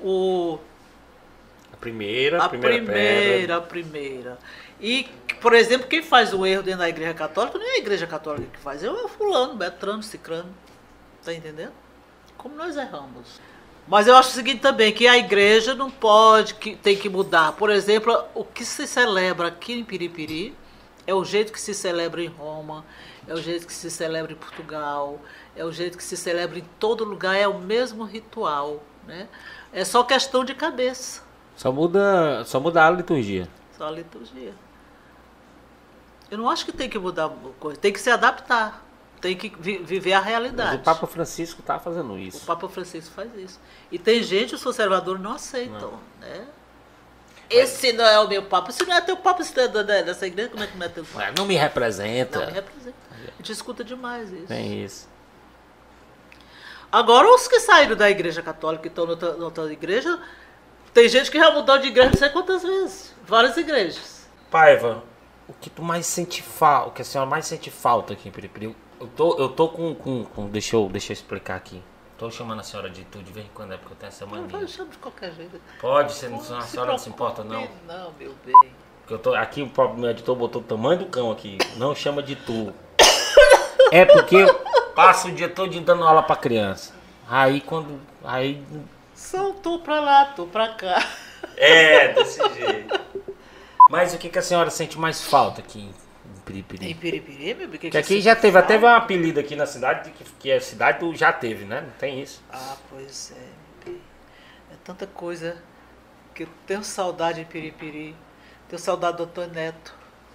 A primeira a primeira. E, por exemplo, quem faz o erro dentro da Igreja Católica não é a Igreja Católica que faz, é o fulano, Beltrano, Cicrano. Tá entendendo? Como nós erramos. Mas eu acho o seguinte também, que a igreja não pode, tem que mudar. Por exemplo, o que se celebra aqui em Piripiri é o jeito que se celebra em Roma, é o jeito que se celebra em Portugal, é o jeito que se celebra em todo lugar, é o mesmo ritual, né? É só questão de cabeça, Só muda a liturgia. só a liturgia. Eu não acho que tem que mudar coisa, tem que se adaptar, tem que viver a Mas realidade. o Papa Francisco tá fazendo O isso. Papa Francisco faz isso. E tem gente, os conservadores não aceitam, né? Esse não é o meu Papa. Se não é teu Papa, se não é dessa igreja, como é que não é teu Papa? Não me representa. Não me representa. A gente escuta demais isso. Tem isso. Agora, os que saíram da igreja católica e estão na outra igreja, tem gente que já mudou de igreja não sei quantas vezes. Várias igrejas. Paiva, o que tu mais sente falta, o que a senhora mais sente falta aqui em Piripiri? Eu tô com deixa eu explicar aqui. Tô chamando a senhora de tu de vez em quando, é porque eu tenho essa Não, mania. vai chamar de qualquer jeito. Pode, a Não senhora não se importa não. preocupe, não, meu bem. Porque eu tô, aqui o próprio meu editor botou o tamanho do cão aqui. Não chama de tu. É porque eu passo o dia todo dando aula pra criança. Aí São tu pra lá, tu pra cá. é, desse jeito. Mas o que a senhora sente mais falta aqui em Piripiri? Em Piripiri, meu bem, Que aqui já teve até um apelido aqui na cidade, que a cidade do já teve, né? Não tem isso. Ah, pois é, meu bem. É tanta coisa que eu tenho saudade em Piripiri. Tenho saudade do Antônio Neto.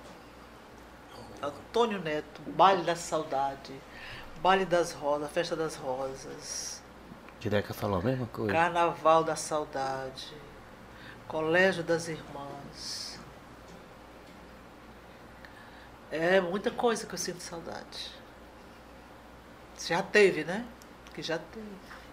Antônio Neto, Baile da Saudade, Baile das Rosas, Festa das Rosas, Direca falou a mesma coisa. Carnaval da Saudade, Colégio das Irmãs. É muita coisa que eu sinto saudade. Já teve, né? Que já teve.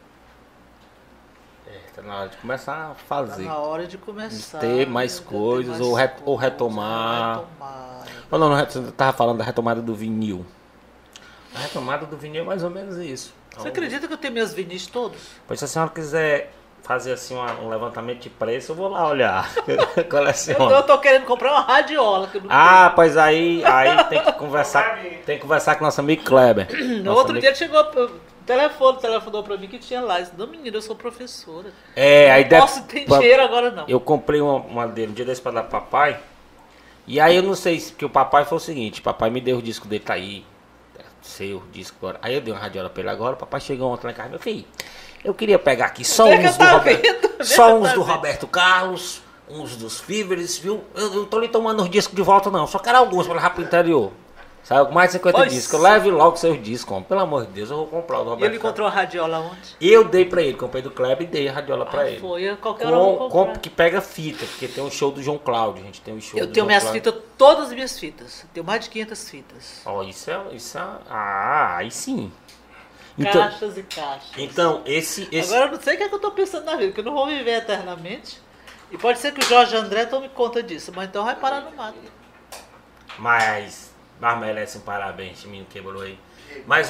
Tá na hora de começar a Tá fazer. na hora de começar. Ter mais ter coisas, ou retomar. retomar. Você tava falando da retomada do vinil. A retomada do vinil é mais ou menos isso. Você acredita que eu tenho meus vinis todos? Pois se a senhora quiser fazer assim um levantamento de preço, eu vou lá olhar. Coleciona. Eu tô querendo comprar uma radiola. Que eu não Ah, pois aí tem que conversar com nosso amigo Kleber. tenho. No Nosso outro amigo- dia ele chegou, telefonou pra mim que tinha lá. Eu disse, não, menina, eu sou professora. Aí não posso ter dinheiro agora, não. Eu comprei uma dele um dia desse pra dar pro papai. E aí eu não sei se, porque o papai foi o seguinte, papai me deu o disco dele, tá aí. Seu disco agora. Aí eu dei uma radiola pra ele agora, o papai chegou ontem lá em casa, meu filho, eu queria pegar aqui só uns do Roberto Carlos, uns dos Fíveres, viu? Eu não tô lhe tomando os discos de volta não, só quero alguns pra levar pro interior. Sabe, mais de 50 discos. Leve logo seus discos, homem. Pelo amor de Deus, eu vou comprar o do Roberto. E ele encontrou a radiola onde? Eu dei pra ele, comprei do Kleber e dei a radiola pra ele. Foi, qualquer hora eu vou comprar. Que pega fita, porque tem um show do João Cláudio, a gente tem um show Eu do tenho João minhas Cláudio. fitas, todas as minhas fitas. Tenho mais de 500 fitas. Ó, aí sim. Então, Caixas e caixas. então esse... Agora eu não sei o que é que eu tô pensando na vida, que eu não vou viver eternamente. E pode ser que o Jorge André tome conta disso, mas então vai parar no mato. Mas merece um parabéns, esse menino quebrou aí. Mas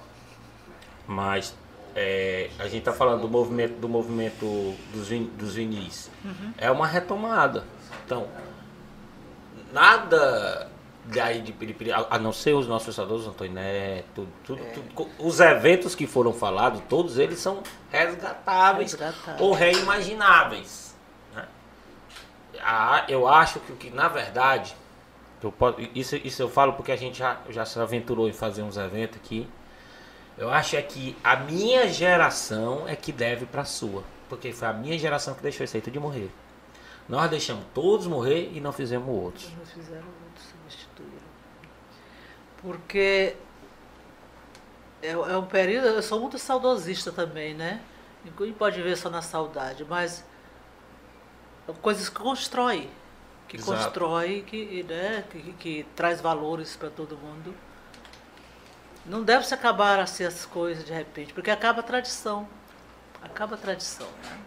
a gente tá falando do movimento dos vinis. É uma retomada. Então, nada daí de Piripiri, a não ser os nossos estaduais, Antônio Neto, tudo, os eventos que foram falados, todos eles são resgatáveis. Ou reimagináveis. Né? Eu acho que na verdade... Isso eu falo porque a gente já se aventurou em fazer uns eventos aqui. Eu acho que a minha geração é que deve pra sua. Porque foi a minha geração que deixou esse aí de morrer. Nós deixamos todos morrer e não fizemos outros. Não fizeram outros, substituíram. Porque é um período... Eu sou muito saudosista também, né? Ninguém pode ver só na saudade, mas... coisas que constrói. Que Exato. Constrói, que traz valores para todo mundo. Não deve se acabar assim as coisas de repente, porque acaba a tradição. Né?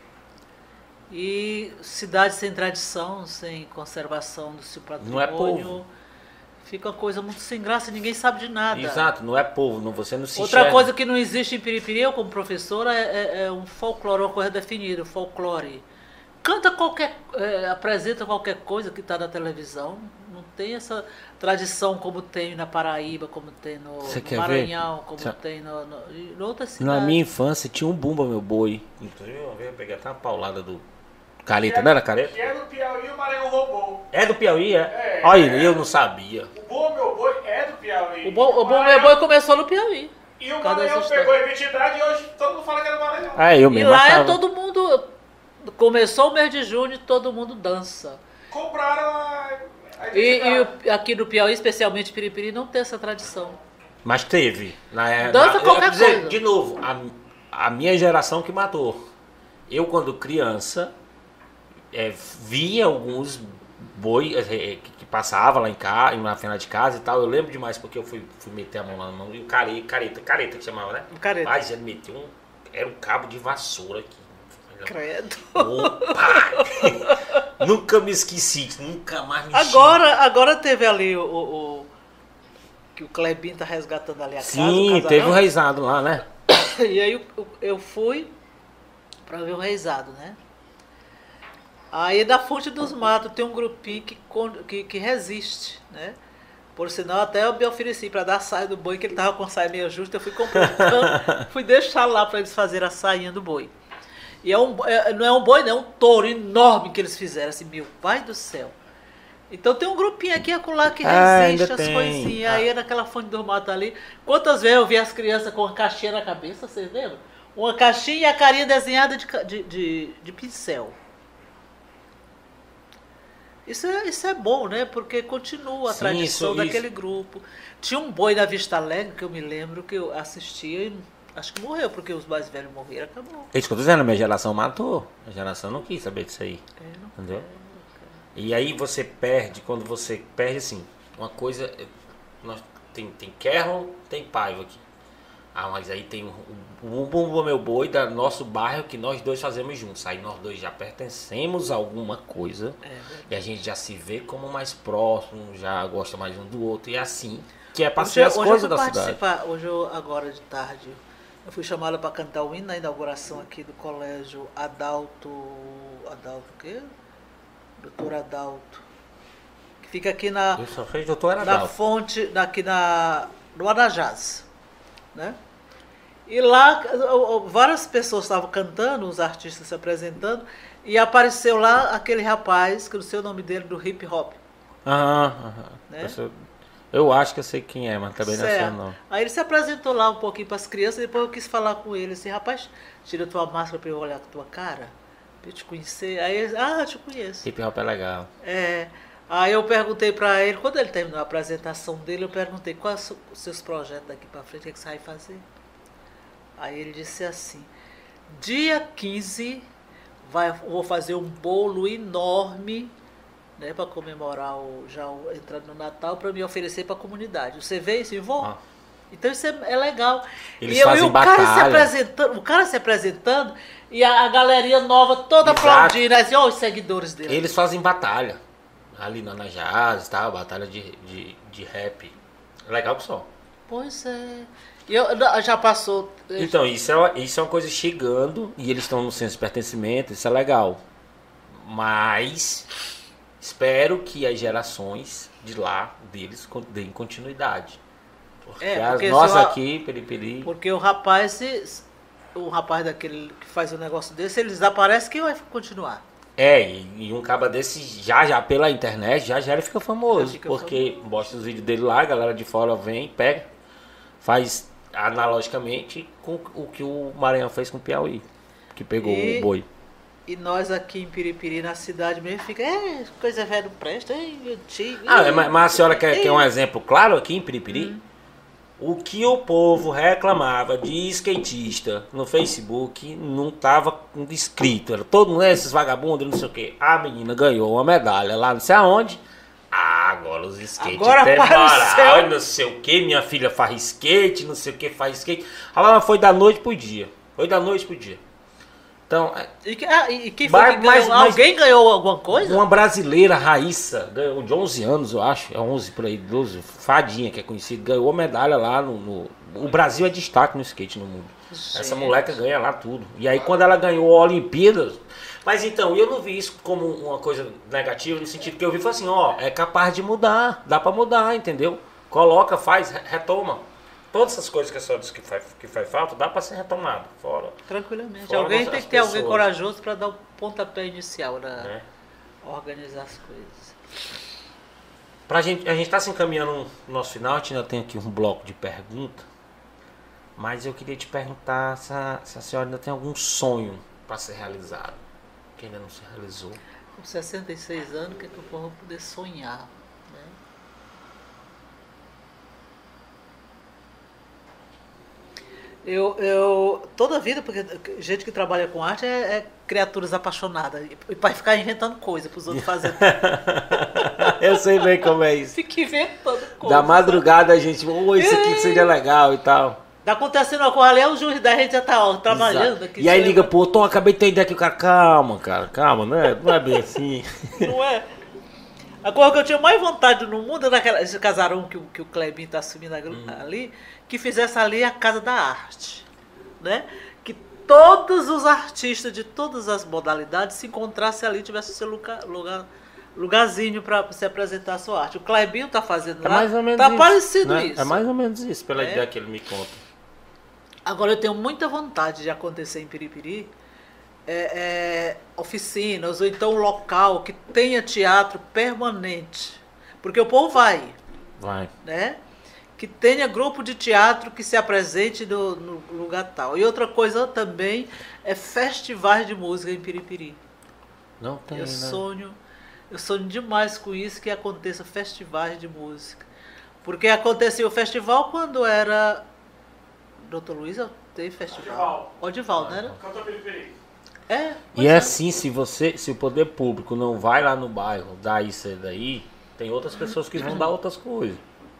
E cidade sem tradição, sem conservação do seu patrimônio, não é povo. Fica uma coisa muito sem graça, ninguém sabe de nada. Exato, não é povo, você não se Outra enxerga. coisa que não existe em Piripiri, eu como professora, é um folclore, uma coisa definida, folclore. Canta apresenta qualquer coisa que está na televisão. Não tem essa tradição como tem na Paraíba, como tem no Maranhão, como tem em outras cidades. Na minha infância tinha um Bumba Meu Boi. Inclusive uma vez eu peguei até uma paulada do Careta, não era Careta? Que é do Piauí, o Maranhão roubou. É do Piauí, é? Olha, eu não sabia. O Bom Meu Boi é do Piauí. O Bom Meu Boi começou no Piauí. E o Maranhão pegou a identidade e hoje todo mundo fala que é do Maranhão. Eu E mesmo lá achava. todo mundo... Começou o mês de junho e todo mundo dança. Compraram a identidade. E aqui no Piauí, especialmente Piripiri, não tem essa tradição. Mas teve. Dança qualquer coisa. De novo, a minha geração que matou. Eu, quando criança, via alguns boi que passava lá em casa, na final de casa e tal. Eu lembro demais porque eu fui meter a mão lá na mão. E o careta que chamava, né? Careta. Mas ele meteu era um cabo de vassoura aqui. Credo. Opa! Nunca me esqueci, nunca mais me Agora teve ali que o Clebinho tá resgatando ali a casa. Sim, teve um reizado lá, né? E aí eu fui pra ver o reizado, né? Aí da Fonte dos Matos tem um grupinho que resiste, né? Por sinal, até eu me ofereci para dar a saia do boi, que ele tava com a saia meio justa, eu fui comprar um cano, fui deixar lá para eles fazerem a sainha do boi. E não é um boi, não, é um touro enorme que eles fizeram, assim, meu pai do céu. Então tem um grupinho aqui e acolá que resiste as coisinhas. Aí naquela Fonte do Mato ali. Quantas vezes eu vi as crianças com uma caixinha na cabeça, vocês lembram? Uma caixinha e a carinha desenhada de pincel. Isso é bom, né? Porque continua a tradição daquele grupo. Tinha um boi na Vista Alegre, que eu me lembro, que eu assistia e acho que morreu, porque os mais velhos morreram, acabou. É isso que eu tô dizendo, a minha geração matou. A geração não quis saber disso aí. Entendeu? E aí você perde, quando você perde assim, uma coisa. Tem Kerron, tem Paiva aqui. Mas aí tem o Bumba Meu Boi da nosso bairro que nós dois fazemos juntos. Aí nós dois já pertencemos a alguma coisa. E a gente já se vê como mais próximo, já gosta mais um do outro. E é assim que é pra ser as coisas da cidade. Hoje, agora de tarde, eu fui chamada para cantar o hino na inauguração aqui do colégio Adalto o quê? Doutor Adalto. Que fica aqui na doutor Adalto. Fonte, aqui no Anajás, né? E lá várias pessoas estavam cantando, os artistas se apresentando, e apareceu lá aquele rapaz, que eu não sei o nome dele, do hip hop. Né? Eu acho que eu sei quem é, mas também não sei o nome. Aí ele se apresentou lá um pouquinho para as crianças, depois eu quis falar com ele, assim, rapaz, tira tua máscara para eu olhar com tua cara, para eu te conhecer. Aí ele, eu te conheço. Hip hop é legal. Aí eu perguntei para ele, quando ele terminou a apresentação dele, eu perguntei, quais são os seus projetos daqui para frente, o que você vai fazer? Aí ele disse assim, dia 15 vou fazer um bolo enorme, né, para comemorar entrando no Natal, para me oferecer para a comunidade. Você vê isso? Vou. Então isso é legal. Eles fazem o cara se apresentando e a galerinha nova toda aplaudindo, assim, os seguidores dele. Eles fazem batalha. Ali na Jazz, tá? Batalha de rap. Legal que só. Pois é. Já passou. Então, isso é uma coisa chegando e eles estão no senso de pertencimento, isso é legal. Mas espero que as gerações de lá deles deem continuidade. Porque as nossas aqui, Piripiri. Porque o rapaz daquele que faz um negócio desse, ele desaparece, quem vai continuar? E um caba desse já pela internet, já ele fica famoso. Porque mostra os vídeos dele lá, a galera de fora vem, pega, faz analogicamente com o que o Maranhão fez com o Piauí, que pegou o boi. E nós aqui em Piripiri, na cidade mesmo, fica, coisa velha não presta, antigo. Mas a senhora quer um exemplo claro aqui em Piripiri? O que o povo reclamava de skatista no Facebook não estava escrito. Era todo mundo, esses vagabundos, não sei o quê. A menina ganhou uma medalha lá não sei aonde. Agora os skates tem moral, não sei o que. Minha filha faz skate, não sei o que, faz skate. Ela foi da noite pro dia. Então, e quem foi que ganhou? Alguém ganhou alguma coisa? Uma brasileira, Raíssa, ganhou de 11 anos, eu acho, é 11 por aí, 12, Fadinha, que é conhecida, ganhou medalha lá O Brasil é destaque no skate no mundo. Gente. Essa moleca ganha lá tudo. E aí quando ela ganhou a Olimpíadas... Mas então, eu não vi isso como uma coisa negativa, no sentido que eu vi, foi assim, é capaz de mudar, dá pra mudar, entendeu? Coloca, faz, retoma. Todas essas coisas que a senhora disse que faz falta, dá para ser retomado. Fora. Tranquilamente. Fora alguém tem que ter alguém corajoso para dar o pontapé inicial, organizar as coisas. A gente está se encaminhando no nosso final, a gente ainda tem aqui um bloco de perguntas. Mas eu queria te perguntar se a senhora ainda tem algum sonho para ser realizado, que ainda não se realizou. Com 66 anos, o que é que eu vou poder sonhar? Eu toda a vida, porque gente que trabalha com arte é criaturas apaixonadas e para ficar inventando coisa para os outros fazerem. Eu sei bem como é isso. Fica inventando coisa. Da madrugada a gente, isso aqui seria legal e tal. Tá acontecendo uma coisa ali, o juiz da gente já tá trabalhando aqui. E aí liga, Tom, acabei de ter ideia que o cara, calma, não é bem assim. Não é? A coisa que eu tinha mais vontade no mundo era esse casarão que o Clebinho está assumindo ali, que fizesse ali a Casa da Arte, né? Que todos os artistas de todas as modalidades se encontrassem ali, tivesse seu lugarzinho para se apresentar a sua arte. O Clebinho está fazendo lá, mais ou menos tá isso, parecido né? isso. É mais ou menos isso, pela ideia que ele me conta. Agora eu tenho muita vontade de acontecer em Piripiri, oficinas, ou então um local que tenha teatro permanente. Porque o povo vai. Né? Que tenha grupo de teatro que se apresente no lugar tal. E outra coisa também é festivais de música em Piripiri. Não tem, eu sonho demais com isso, que aconteça festivais de música. Porque acontecia o festival quando era... Doutor Luiz, teve festival. Odival, né? Canta Piripiri. E é assim, se o poder público não vai lá no bairro dar isso daí, tem outras pessoas que vão dar outras coisas.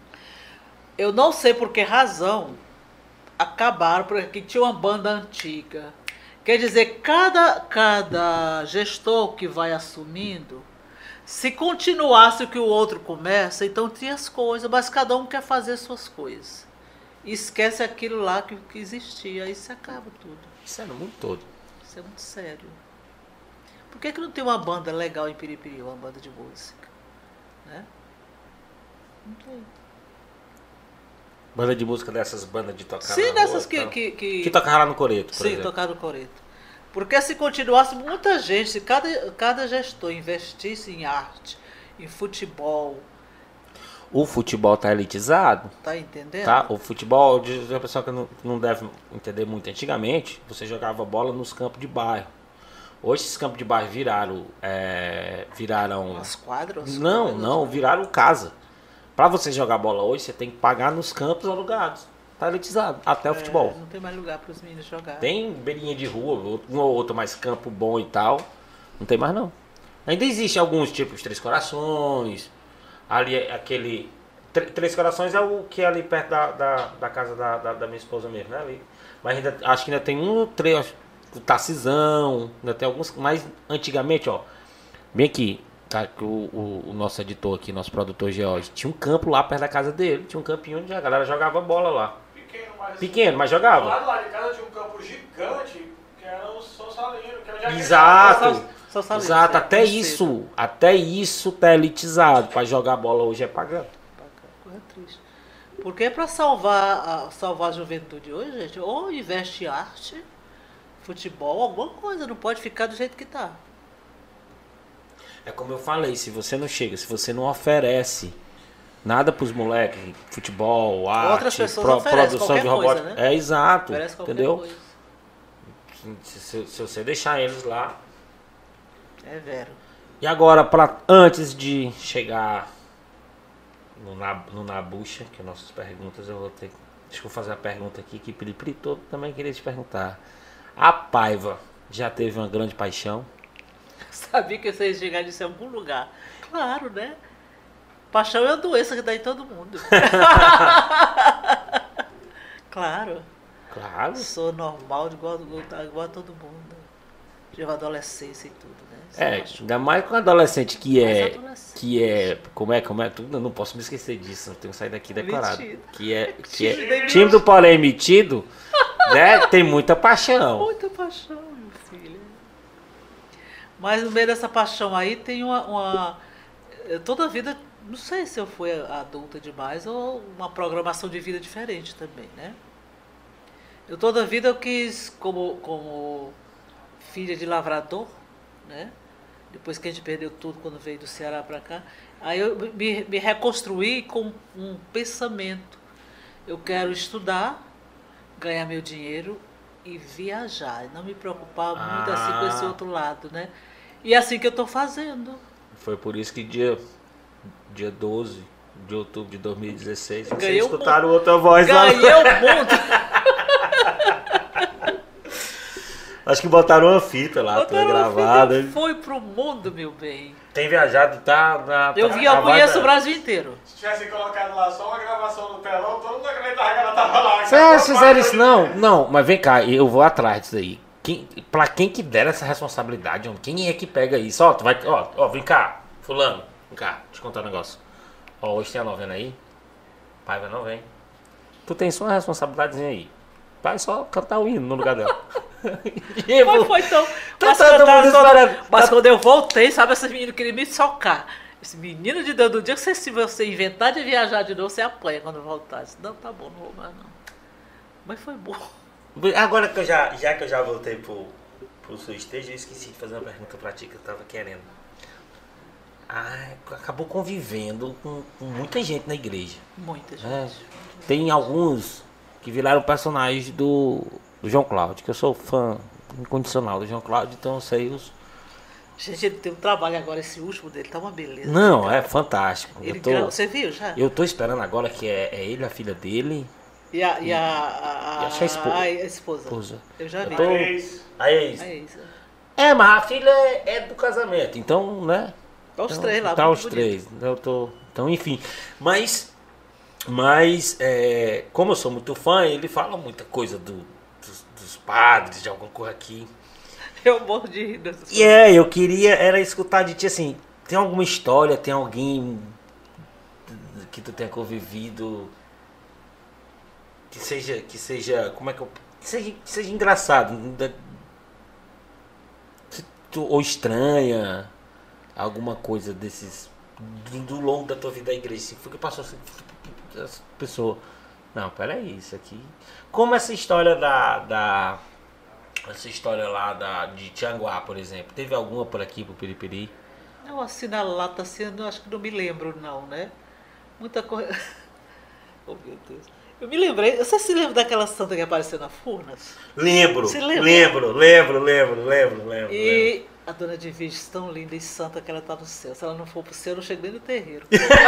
Eu não sei por que razão acabaram, porque tinha uma banda antiga. Quer dizer, cada gestor que vai assumindo, se continuasse o que o outro começa, então tinha as coisas, mas cada um quer fazer suas coisas. E esquece aquilo lá que existia, aí se acaba tudo. Isso é no mundo todo. Isso é muito sério. Por que não tem uma banda legal em Piripiri, uma banda de música? Né? Não tem. Banda de música dessas bandas de tocar Sim, na dessas rua, que que tocaram lá no Coreto, por sim, exemplo. tocar no Coreto. Porque se continuasse muita gente, se cada gestor investisse em arte, em futebol, O futebol tá elitizado, tá entendendo? tá? O futebol, de uma pessoa que não deve entender muito, antigamente, você jogava bola nos campos de bairro. Hoje esses campos de bairro viraram... As quadras? Não, viraram casa. Pra você jogar bola hoje, você tem que pagar nos campos alugados. Tá elitizado, até o futebol. Não tem mais lugar para os meninos jogar. Tem beirinha de rua, um ou outro mais campo bom e tal. Não tem mais não. Ainda existe alguns tipos, Três Corações. Ali aquele. Três Corações é o que é ali perto da casa da minha esposa mesmo, né? Ali. Mas ainda, acho que ainda tem o Tacizão, ainda tem alguns. Mas antigamente, ó. Bem aqui, tá, que o nosso editor aqui, nosso produtor George, tinha um campo lá perto da casa dele. Tinha um campinho onde a galera jogava bola lá. Pequeno, mas jogava. Lá de casa tinha um campo gigante, que era o São Salino. Que era Exato. Só Salino, Exato, certo? até isso tá elitizado. Pra jogar bola hoje é pagando. Coisa triste. Porque é para salvar a juventude hoje, gente, ou investe em arte, futebol, alguma coisa, não pode ficar do jeito que tá. É como eu falei, se você não chega, se você não oferece nada pros moleques, futebol, arte, Outras pessoas oferecem produção qualquer de robótica. coisa, né? É exato, Parece qualquer entendeu? coisa. Se você deixar eles lá. É vero. E agora, antes de chegar no Nabucha, que é nossas perguntas, eu vou ter. Deixa eu fazer a pergunta aqui que Piripiri todo também queria te perguntar. A Paiva já teve uma grande paixão? Sabia que vocês chegaram disso em algum lugar. Claro, né? Paixão é uma doença que dá em todo mundo. Claro. Claro. Sou normal, igual a todo mundo. Tive adolescência e tudo, né? Ainda mais com um adolescente que Mas é. adolescente. Que é. Como é? Tudo, eu não posso me esquecer disso. Eu tenho que sair daqui decorado. Metido. Que é Tímido. tímido, porém metido, né? Tem muita paixão. Muita paixão, meu filho. Mas no meio dessa paixão aí tem toda a vida, não sei se eu fui adulta demais ou uma programação de vida diferente também, né? Toda a vida eu quis, como filha de lavrador, né? Depois que a gente perdeu tudo quando veio do Ceará para cá, aí eu me reconstruí com um pensamento. Eu quero estudar, ganhar meu dinheiro e viajar, não me preocupar muito assim com esse outro lado, né? E é assim que eu estou fazendo. Foi por isso que dia 12 de outubro de 2016 vocês Ganhei escutaram outra voz lá. Ganhei o mundo. Acho que botaram uma fita lá, toda gravada. Foi pro mundo, meu bem. Tem viajado, tá. Eu conheço o Brasil inteiro. Se tivesse colocado lá só uma gravação no telão, todo mundo acreditava que ela tava lá. Vocês fizeram isso não? Não, mas vem cá, eu vou atrás disso aí. Pra quem que dera essa responsabilidade, homem? Quem é que pega isso? Vem cá, fulano, vem cá, deixa eu contar um negócio. Hoje tem a novena aí, Paiva não vem. Tu tem só uma responsabilidadezinha aí. Vai só cantar o hino no lugar dela. Foi tão. Mas quando eu voltei, sabe, esse menino queria me socar. Esse menino de Deus, do dia que você inventar de viajar de novo, você apanha quando voltar. Disse, não, tá bom, não vou mais não. Mas foi bom. Agora que eu já voltei pro seu esteja, eu esqueci de fazer uma pergunta pra ti que eu tava querendo. Acabou convivendo com muita gente na igreja. Muita gente. É, tem alguns que viraram personagens do João Cláudio, que eu sou fã incondicional do João Cláudio, então eu sei os... Gente, ele tem um trabalho agora, esse último dele, tá uma beleza. Não, é fantástico. Você viu já? Eu tô esperando agora que é ele, a filha dele... E a esposa. Eu já vi. A ex. Mas a filha é do casamento, então, né? Tá os três lá. Tá os três. Então, enfim. Mas como eu sou muito fã, ele fala muita coisa dos padres, de alguma coisa aqui. Eu morro de rir dessas coisas. Eu queria escutar de ti, assim, tem alguma história, tem alguém que tu tenha convivido... Que seja, como é que eu... Que seja engraçado. Ou estranha. Alguma coisa desses... Do longo da tua vida da igreja. Assim, foi que passou assim... Essa pessoa... Não, peraí, isso aqui... Como essa história essa história lá de Tianguá, por exemplo, teve alguma por aqui, pro Piripiri? Não, assim na lata, assim, eu acho que não me lembro não, né? Muita coisa... Oh, meu Deus. Eu me lembrei, você se lembra daquela santa que apareceu na Furnas? Lembro, Você lembra? lembro. E a dona de Virgem, tão linda e santa que ela tá no céu. Se ela não for pro céu, eu não chego nem no terreiro.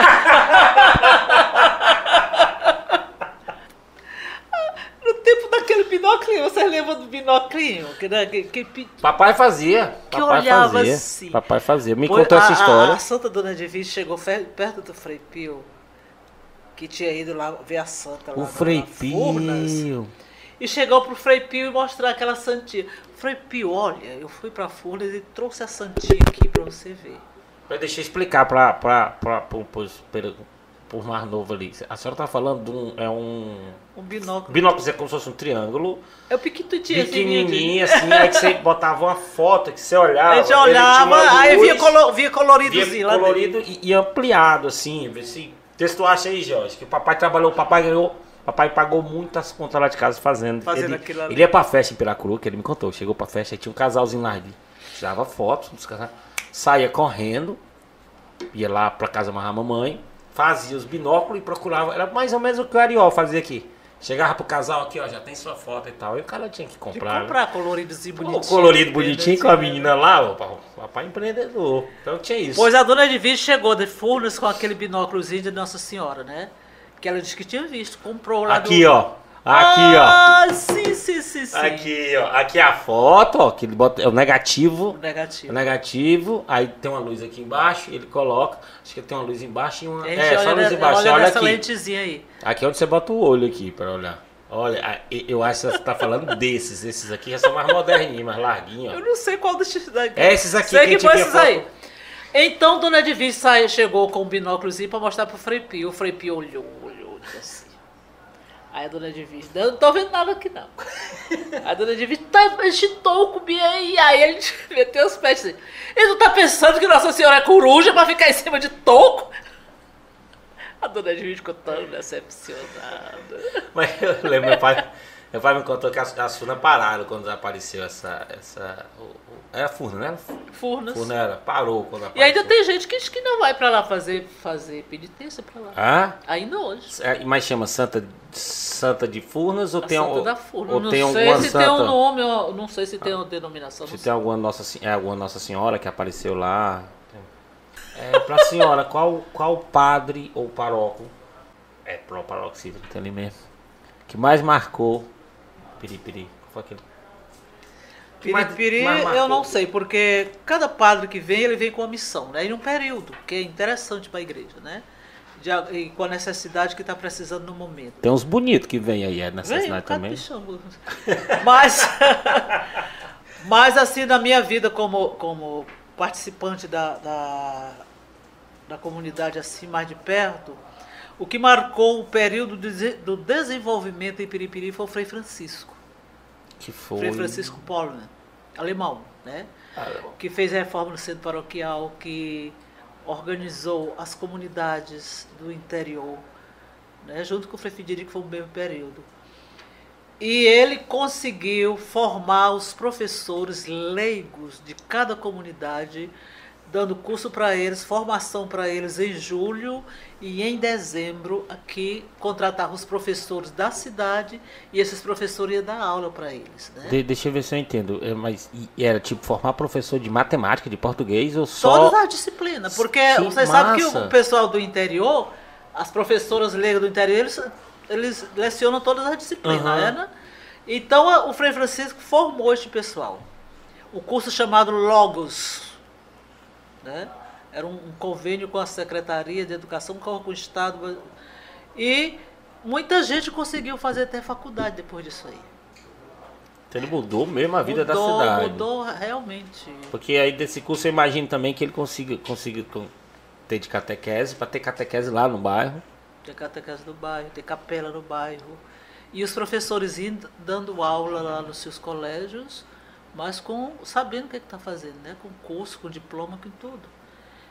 No tempo daquele binoclinho, vocês lembram do binoclinho? Papai fazia. Papai olhava fazia. assim. Papai fazia. Me Pois contou essa história. A santa dona de Virgem chegou perto do Frei Pio, que tinha ido lá ver a santa lá O na Frei Furnas. Pio. E chegou pro Frei Pio e mostrar aquela santinha. Frei Pio, olha, eu fui pra Furnas e trouxe a santinha aqui pra você ver. Deixa eu explicar por mais novo ali. A senhora tá falando de um binóculo. Binóculo é como se fosse um triângulo. É o piquitutinho, Pequenininho, assim, aí que você botava uma foto, que você olhava. A gente olhava, aí via coloridozinho via lá colorido dentro. e ampliado, assim. Vê se tu acha aí, Jorge, que o papai trabalhou, o papai ganhou. Papai pagou muitas contas lá de casa fazendo Aquilo ali. Ele ia pra festa em Piracuru, que ele me contou. Chegou pra festa, aí tinha um casalzinho lá. Ele tirava fotos dos casais, saía correndo, ia lá pra casa amarrar a mamãe, fazia os binóculos e procurava. Era mais ou menos o que o Ariol fazia aqui. Chegava pro casal aqui, ó, já tem sua foto e tal. E o cara tinha que comprar. Coloridozinho bonitinho. O colorido bonitinho com a menina lá, o papai empreendedor. Então tinha isso. Pois a dona de Virgem chegou de Furnas com aquele binóculozinho de Nossa Senhora, né? Que ela disse que tinha visto, comprou lá aqui, ó. Ah, sim. Aqui, ó. Aqui é a foto, ó. Que ele bota, é o negativo. O negativo. Aí tem uma luz aqui embaixo, ele coloca. Acho que tem uma luz embaixo e uma. Só luz embaixo. Olha essa aqui. lentezinha aí. Aqui é onde você bota o olho aqui pra olhar. Olha, eu acho que você tá falando desses. Esses aqui já são mais moderninhos, mais larguinhos, ó. Eu não sei qual desses daqui. Esses aqui sei que foi esses foto... aí. Então Dona de Virgem chegou com um binóculozinho pra mostrar pro Frei Pio. O Frei Pio olhou assim. Aí a Dona de Virgem, eu não tô vendo nada aqui não. A Dona de Virgem, esse touco bem aí. Aí ele meteu os pés assim. Ele não tá pensando que Nossa Senhora é coruja pra ficar em cima de touco? A Dona de Virgem ficou tão decepcionada. Mas eu lembro, meu pai me contou que as Furnas pararam quando apareceu essa era Furna, né? Furnas. Furna era, parou quando apareceu. E ainda tem gente que diz que não vai pra lá fazer penitência pra lá. Ah? Ainda hoje. Mas chama Santa de Furnas ou tem Santa da Furnas. Ou não tem sei alguma se santa... tem um nome, não sei se tem uma denominação. Se tem alguma Nossa Senhora que apareceu lá. Pra senhora, qual padre ou paróquio, paroxismo, tem ali mesmo, que mais marcou Piripiri? Qual foi aquele? Piripiri eu não sei, porque cada padre que vem, ele vem com uma missão, né? E num período, que é interessante para a igreja, né? E com a necessidade que está precisando no momento. Tem uns bonitos que vem aí, é necessidade também. Mas assim, na minha vida como participante da comunidade assim mais de perto, o que marcou o período do desenvolvimento em Piripiri foi o Frei Francisco. Que foi? Frei Francisco Paulmann, alemão, né? Que fez a reforma no centro paroquial, que organizou as comunidades do interior, né? Junto com o Frei Federico, que foi o mesmo período. E ele conseguiu formar os professores leigos de cada comunidade, dando curso para eles, formação para eles em julho, e em dezembro aqui contratava os professores da cidade e esses professores iam dar aula para eles. Né? Deixa eu ver se eu entendo, mas era tipo formar professor de matemática, de português ou só... Todas as disciplinas, porque que você massa. sabe que o pessoal do interior, as professoras leigas do interior, eles lecionam todas as disciplinas, né? Então o Frei Francisco formou este pessoal. O curso chamado Logos, né? Era um convênio com a Secretaria de Educação, com o Estado. E muita gente conseguiu fazer até faculdade depois disso aí. Então ele mudou mesmo a vida da cidade. Mudou realmente. Porque aí desse curso eu imagino também que ele consiga ter de catequese, para ter catequese lá no bairro. Ter catequese no bairro, ter capela no bairro. E os professores indo, dando aula lá nos seus colégios, mas sabendo o que está fazendo, né? Com curso, com diploma, com tudo.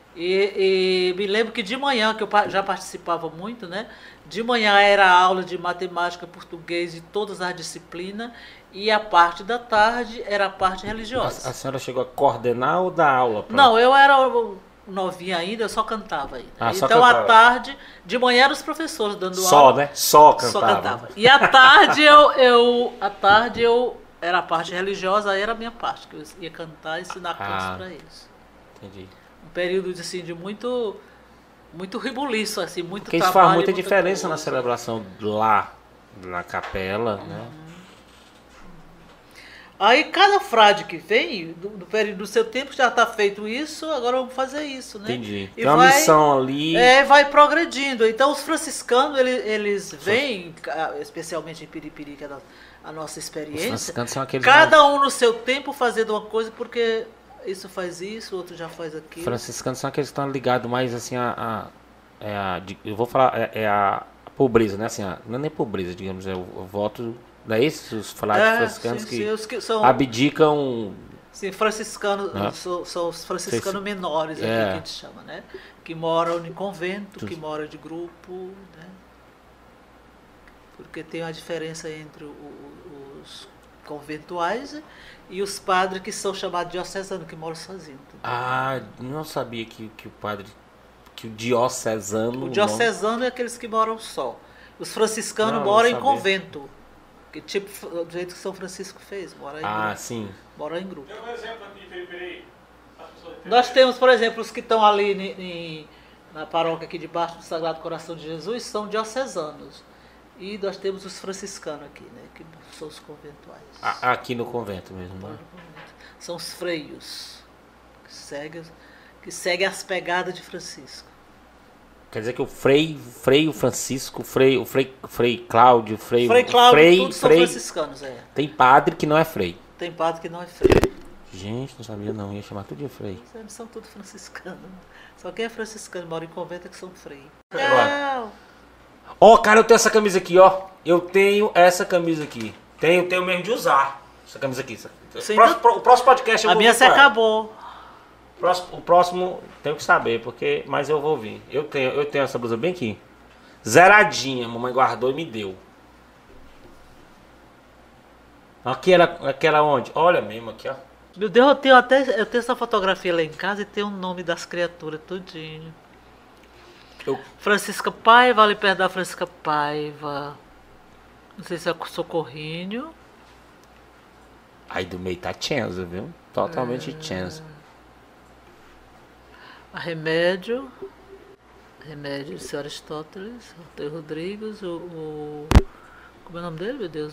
E me lembro que de manhã, que eu já participava muito, né? De manhã era aula de matemática, português e todas as disciplinas, e a parte da tarde era a parte religiosa. A senhora chegou a coordenar ou dar aula? Não, eu era novinha ainda, eu só cantava ainda. Só então cantava. à tarde, de manhã eram os professores dando Só, aula. né? Só cantava. Só cantava. E à tarde eu era a parte religiosa, aí era a minha parte, que eu ia cantar e ensinar cantos para eles. Entendi. Um período assim, de muito ribuliço, assim, muito Porque trabalho. isso faz muita muita diferença na coisa. celebração lá na capela, né? Aí cada frade que vem, no período do seu tempo já está feito isso, agora vamos fazer isso, né? Entendi. E Tem uma missão ali. vai progredindo. Então os franciscanos, eles vêm, especialmente em Piripiri, que é a nossa Os experiência, franciscanos são aqueles cada um no seu tempo fazendo uma coisa, porque isso faz isso, o outro já faz aquilo. franciscanos são aqueles que estão ligados mais assim eu vou falar, a pobreza, né? Assim, não é nem pobreza, digamos, é o voto. Não é isso? Os franciscanos sim, os que são, abdicam. sim, franciscanos, Né? são os franciscanos menores, aqui que a gente chama, né? Que moram em convento, que moram de grupo, né? Porque tem uma diferença entre os conventuais e os padres que são chamados diocesanos, que moram sozinhos. Não sabia que o padre, que o diocesano. O diocesano é aqueles que moram só. Os franciscanos Não moram em sabia. convento. Que tipo do jeito que São Francisco fez, mora em grupo. Sim. Mora em grupo. Tem um exemplo aqui de Piripiri. As pessoas entendem. Nós temos, por exemplo, os que estão ali na paróquia aqui debaixo do Sagrado Coração de Jesus, são diocesanos. E nós temos os franciscanos aqui, né? Que são os conventuais. Aqui no convento mesmo, né? São os freios, que seguem as pegadas de Francisco. Quer dizer que o Frei Francisco, o Frei Cláudio, Frei Cláudio, todos são Frei, franciscanos, tem padre que não é Frei. Tem padre que não é freio. Gente, não sabia não, ia chamar tudo de Frei. Eles são todos franciscanos. Só quem é franciscano mora em convento é que são freios. Cara, eu tenho essa camisa aqui, ó. Eu tenho essa camisa aqui. Tenho mesmo de usar. Essa camisa aqui. O próximo podcast eu a vou minha vir se com ela. acabou. O próximo tenho que saber, mas eu vou vir. Eu tenho essa blusa bem aqui. Zeradinha, mamãe guardou e me deu. Aquela onde? Olha mesmo aqui, ó. Meu Deus, eu tenho essa fotografia lá em casa e tem o nome das criaturas tudinho. Francisca Paiva, ali perto da Francisca Paiva. Não sei se é Socorrinho. Aí do meio tá Chenza, viu? Totalmente Chenza. A Remédio de Sr. Aristóteles, Antônio Rodrigues, como é o nome dele, meu Deus?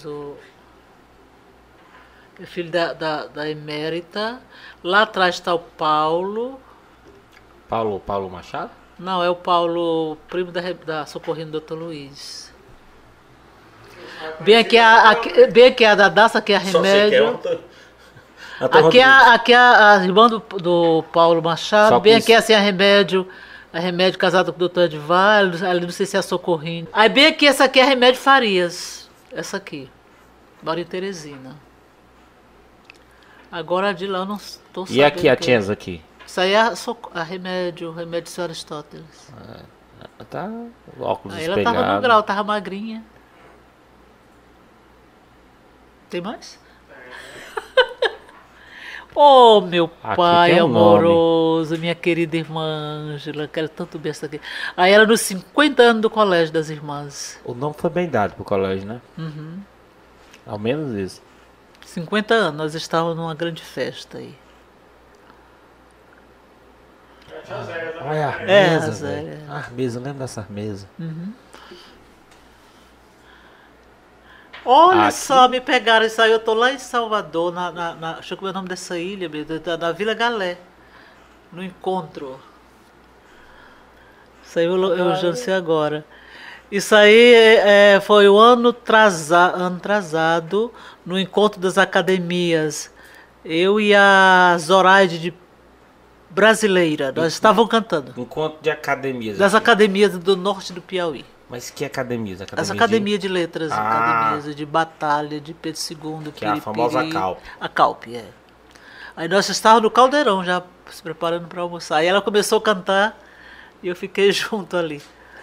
É filho da Emérita. Lá atrás está o Paulo. Paulo Machado? Não, é o Paulo, primo da Socorrino do Dr. Luiz. Bem aqui a da Daça, aqui é a Remédio. Aqui é a irmã do Paulo Machado. Bem aqui assim a Remédio casado com o doutor Edvar. Ali não sei se é a Socorrinho. Aí bem aqui, essa aqui é a Remédio Farias. Essa aqui. Mora em Teresina. Agora de lá eu não estou sabendo. E aqui a Chenza aqui? Isso aí é a Remédio de Sr. Aristóteles. Tá óculos aí espelhado. ela tava no grau, tava magrinha. Tem mais? Oh, meu pai tem um amoroso, minha querida irmã Ângela, quero tanto bem essa aqui. Aí era nos 50 anos do Colégio das Irmãs. O nome foi bem dado pro colégio, né? Uhum. Ao menos isso. 50 anos, nós estávamos numa grande festa aí. Olha a É, mesa, a velho. Zélia. A mesa, lembra dessa mesa? Olha Aqui. só, me pegaram isso aí, eu tô lá em Salvador, deixa eu ver o nome dessa ilha, da Vila Galé, no encontro. Isso aí eu já sei agora. Isso aí foi o ano atrasado, no encontro das academias. Eu e a Zoraide de Brasileira, nós estávamos cantando. Encontro de academias. Das aqui. academias do norte do Piauí. Mas que academias? As academias de letras, Ah. academias de batalha, de Pedro II, Que é a famosa CALP. A CALP, é. Aí nós estávamos no caldeirão já se preparando para almoçar. Aí ela começou a cantar e eu fiquei junto ali.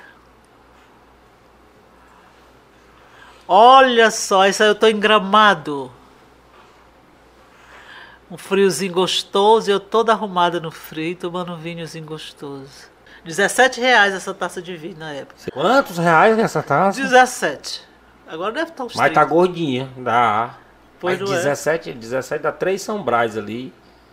Olha só, isso aí eu tô em Gramado. Um friozinho gostoso e eu toda arrumada no frio, tomando um vinhozinho gostoso. R$17 essa taça de vinho na época. Quantos reais nessa taça? 17. Agora deve estar uns Mas 30. tá gordinha, dá. Pois Mas não é. 17 dá 3 São Brás ali.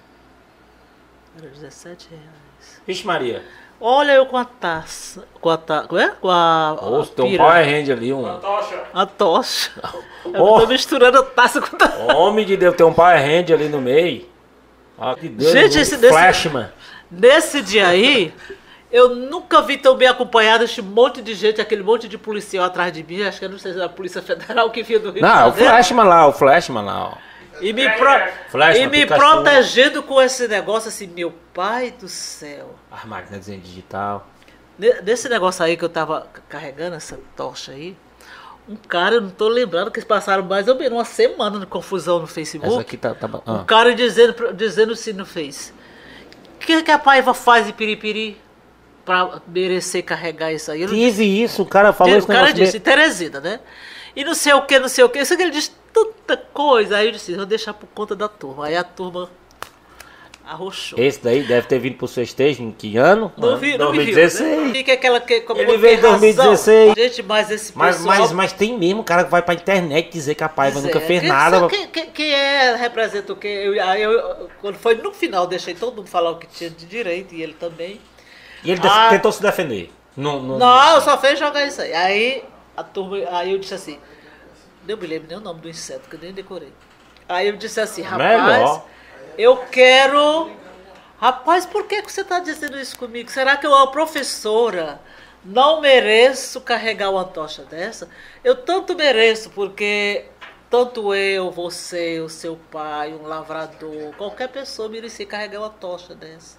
Era R$17. Vixe Maria. Olha eu com a taça. Com a taça. Com a Ô, tem um pira. Power Hand ali, um. Tocha. A tocha. Eu Oh. tô misturando a taça com a taça. Homem de Deus, tem um Power Hand ali no meio. Ah, que Deus. Gente, esse desse- Flashman. Nesse dia aí, eu nunca vi tão bem acompanhado este monte de gente, aquele monte de policial atrás de mim. Acho que eu não sei se era a Polícia Federal que vinha do Rio de Não, é o Janeiro. Flashman lá, ó. E me, Flashman, e me Pikachu. protegendo com esse negócio assim, meu pai do céu. As máquinas digital. Nesse negócio aí que eu tava carregando, essa tocha aí, um cara, eu não tô lembrando, que eles passaram mais ou menos uma semana de confusão no Facebook. Essa aqui tá. Um cara dizendo assim no Face. O que a Paiva faz em Piripiri pra merecer carregar isso aí? Eu não Tive isso, o cara falou isso o cara disse, Teresina, né? E não sei o que, não sei o que. Isso que ele disse tanta coisa. Aí eu disse, vou deixar por conta da turma. Aí a turma arrochou. Esse daí deve ter vindo pro festejo em que ano? Não vi, não me viu, 2016. né? Que aquela que, como Ele tem veio em razão. 2016. Gente, mas esse pessoal... Mas tem mesmo cara que vai pra internet dizer que a Paiva Pois nunca é. fez Quem- nada. sabe Quem representa o quê? Quando foi no final, deixei todo mundo falar o que tinha de direito, e ele também. E ele Ah. tentou se defender. Não, Não, eu só fez jogar isso aí. Aí a turma, aí eu disse assim, não me lembro nem o nome do inseto, que eu nem decorei. Aí eu disse assim, rapaz, Melhor. eu quero... Rapaz, por que você está dizendo isso comigo? Será que eu, a professora, não mereço carregar uma tocha dessa? Eu tanto mereço, porque tanto eu, você, o seu pai, um lavrador, qualquer pessoa merecia carregar uma tocha dessa.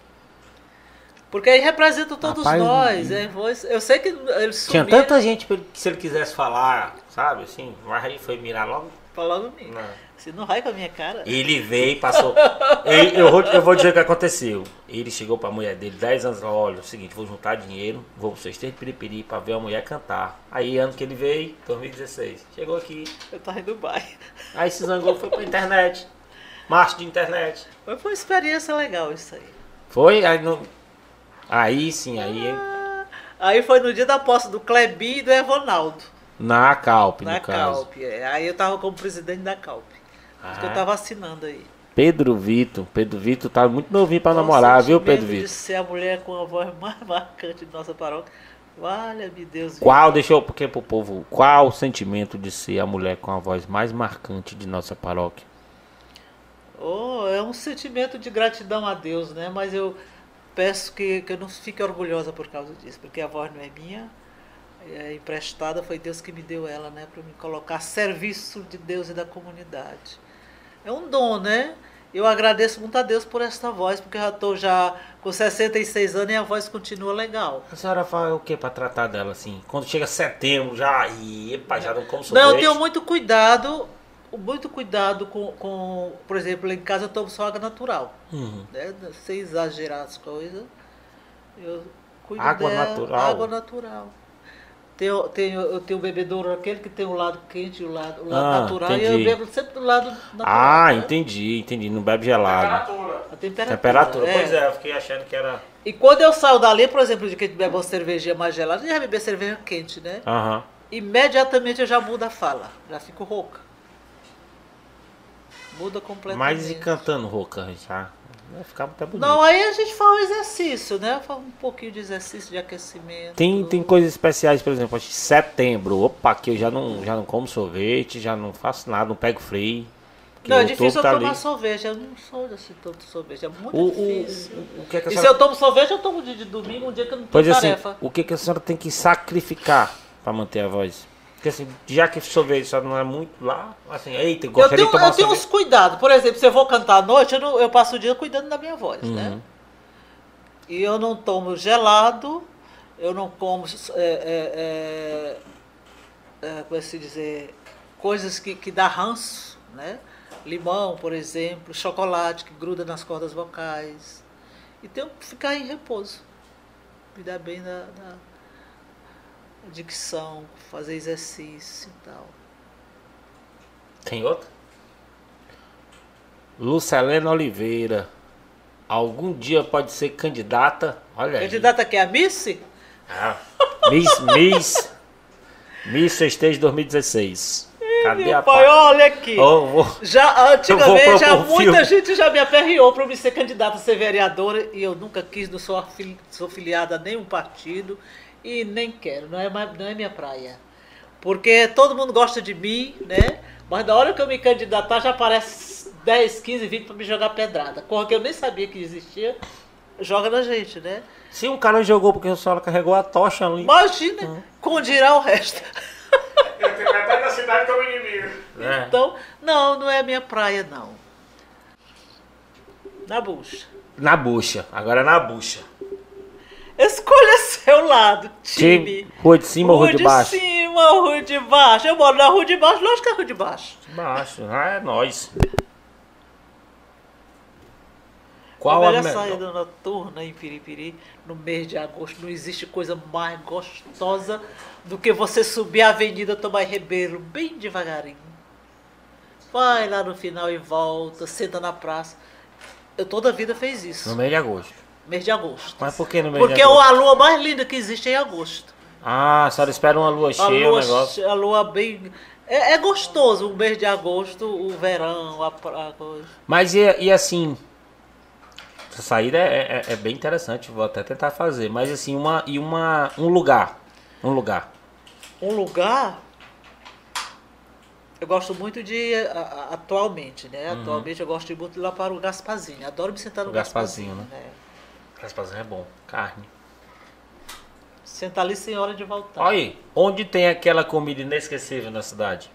Porque aí representa todos Rapaz, nós. Eu sei que ele Tinha sumia, tanta gente que se ele quisesse falar, sabe, assim, mas aí foi mirar logo. falando em mim. Não. Se não vai com a minha cara. Ele veio e passou. Eu vou dizer o que aconteceu. Ele chegou pra mulher dele 10 anos, olha, é o seguinte, vou juntar dinheiro, vou pro Sexteto de Piripiri pra ver a mulher cantar. Aí ano que ele veio, 2016, chegou aqui, Eu tava em Dubai. aí se zangou, foi pra internet. Marcha de internet. Mas foi uma experiência legal isso aí. Foi, aí não. Aí sim, aí Aí foi no dia da posse do Clebinho e do Evonaldo. na Calp, Na no caso. Calp. Aí eu tava como presidente da Calp. Acho que eu tava assinando aí. Pedro Vitor tá muito novinho pra namorar, viu, Pedro Sentimento de Vitor? ser a mulher com a voz mais marcante de nossa paróquia. Valha-me Deus. Qual, deixa eu, porque pro povo, qual o sentimento de ser a mulher com a voz mais marcante de nossa paróquia? Oh, é um sentimento de gratidão a Deus, né? Mas eu peço que eu não fique orgulhosa por causa disso, porque a voz não é minha, é emprestada, foi Deus que me deu ela, né? Para me colocar a serviço de Deus e da comunidade. É um dom, né? Eu agradeço muito a Deus por esta voz, porque eu já estou com 66 anos e a voz continua legal. A senhora fala o que pra tratar dela assim? Quando chega setembro, já, epa, já não como sorvete. Não, eu tenho muito cuidado com, por exemplo, lá em casa eu tomo só água natural. Uhum. Né? Sem exagerar as coisas. Eu cuido Água dela. natural? Água natural. Eu tenho o bebedouro, aquele que tem o lado quente e o lado natural. entendi. E eu bebo sempre do lado natural. Ah, né? entendi. Não bebe gelado. Temperatura. A temperatura. Temperatura, é. pois é, eu fiquei achando que era... E quando eu saio dali, por exemplo, de que bebe uma cervejinha mais gelada, eu já beber cerveja quente, né? Aham. Imediatamente eu já mudo a fala. Já fico rouca. Muda completamente. Mas e cantando rouca, já? Vai ficar até bonito. Não, aí a gente faz um exercício, né? Faz um pouquinho de exercício de aquecimento. Tem coisas especiais, por exemplo, acho que setembro, opa, que eu já não como sorvete, já não faço nada, não pego frio. porque Não, é o difícil eu outubro tá tomar ali. sorvete. Eu não sou assim tanto sorvete. É muito O difícil. que é que a E se senhora... eu tomo sorvete, eu tomo de domingo, um dia que eu não tenho Pois assim, tarefa. o que que a senhora tem que sacrificar pra manter a voz? Porque assim, já que sorvete só não é muito lá, assim, eita, Eu gostaria tenho, de tomar eu tenho uns sorvete. cuidados. Por exemplo, se eu vou cantar à noite, eu passo o dia cuidando da minha voz, né? Uhum. E eu não tomo gelado, eu não como, como é se dizer, coisas que dá ranço, né? Limão, por exemplo, chocolate que gruda nas cordas vocais. E tenho que ficar em repouso. Cuidar bem da dicção, fazer exercício e tal. Tem outra? Lucelena Oliveira. Algum dia pode ser candidata? Olha aí. Candidata que é a Miss? Ah, Miss Festejo 2016. Cadê a Pai, olha aqui. Já, antigamente, muita gente já me aperreou para eu me ser candidata a ser vereadora e eu nunca quis, não sou filiada a nenhum partido e nem quero, não é minha praia. Porque todo mundo gosta de mim, né? Mas na hora que eu me candidatar já aparece 10, 15, 20 para me jogar pedrada. Coisa que eu nem sabia que existia, joga na gente, né? Se um cara jogou porque a senhora carregou a tocha ali. Imagina, como dirá o resto. Eu tenho metade da cidade como inimigo. É. Então, não é minha praia, não. Na bucha. Na bucha, agora na bucha. Escolha seu lado, time. Rua de cima ou rua de baixo? Rua de cima ou rua de baixo? Eu moro na rua de baixo, lógico que é rua de baixo. Baixo, é nóis. Qual a melhor melhor saída noturna em Piripiri no mês de agosto? Não existe coisa mais gostosa do que você subir a Avenida Tomás Ribeiro bem devagarinho. Vai lá no final e volta, senta na praça. Eu toda a vida fiz isso. No mês de agosto. Mês de agosto. Mas por que no mês de Porque agosto? a lua mais linda que existe é em agosto. Ah, a senhora espera uma lua cheia, o negócio. A lua bem... É gostoso o mês de agosto, o verão, a coisa. Mas e assim... Essa saída é bem interessante, vou até tentar fazer. Mas assim, um lugar. Um lugar. Um lugar... Eu gosto muito de... Atualmente, né? Uhum. Atualmente eu gosto de muito ir lá para o Gasparzinho. Adoro me sentar no Gasparzinho, né? Gasparzinho é bom. Carne. Sentar ali sem hora de voltar. Olha aí, onde tem aquela comida inesquecível na cidade?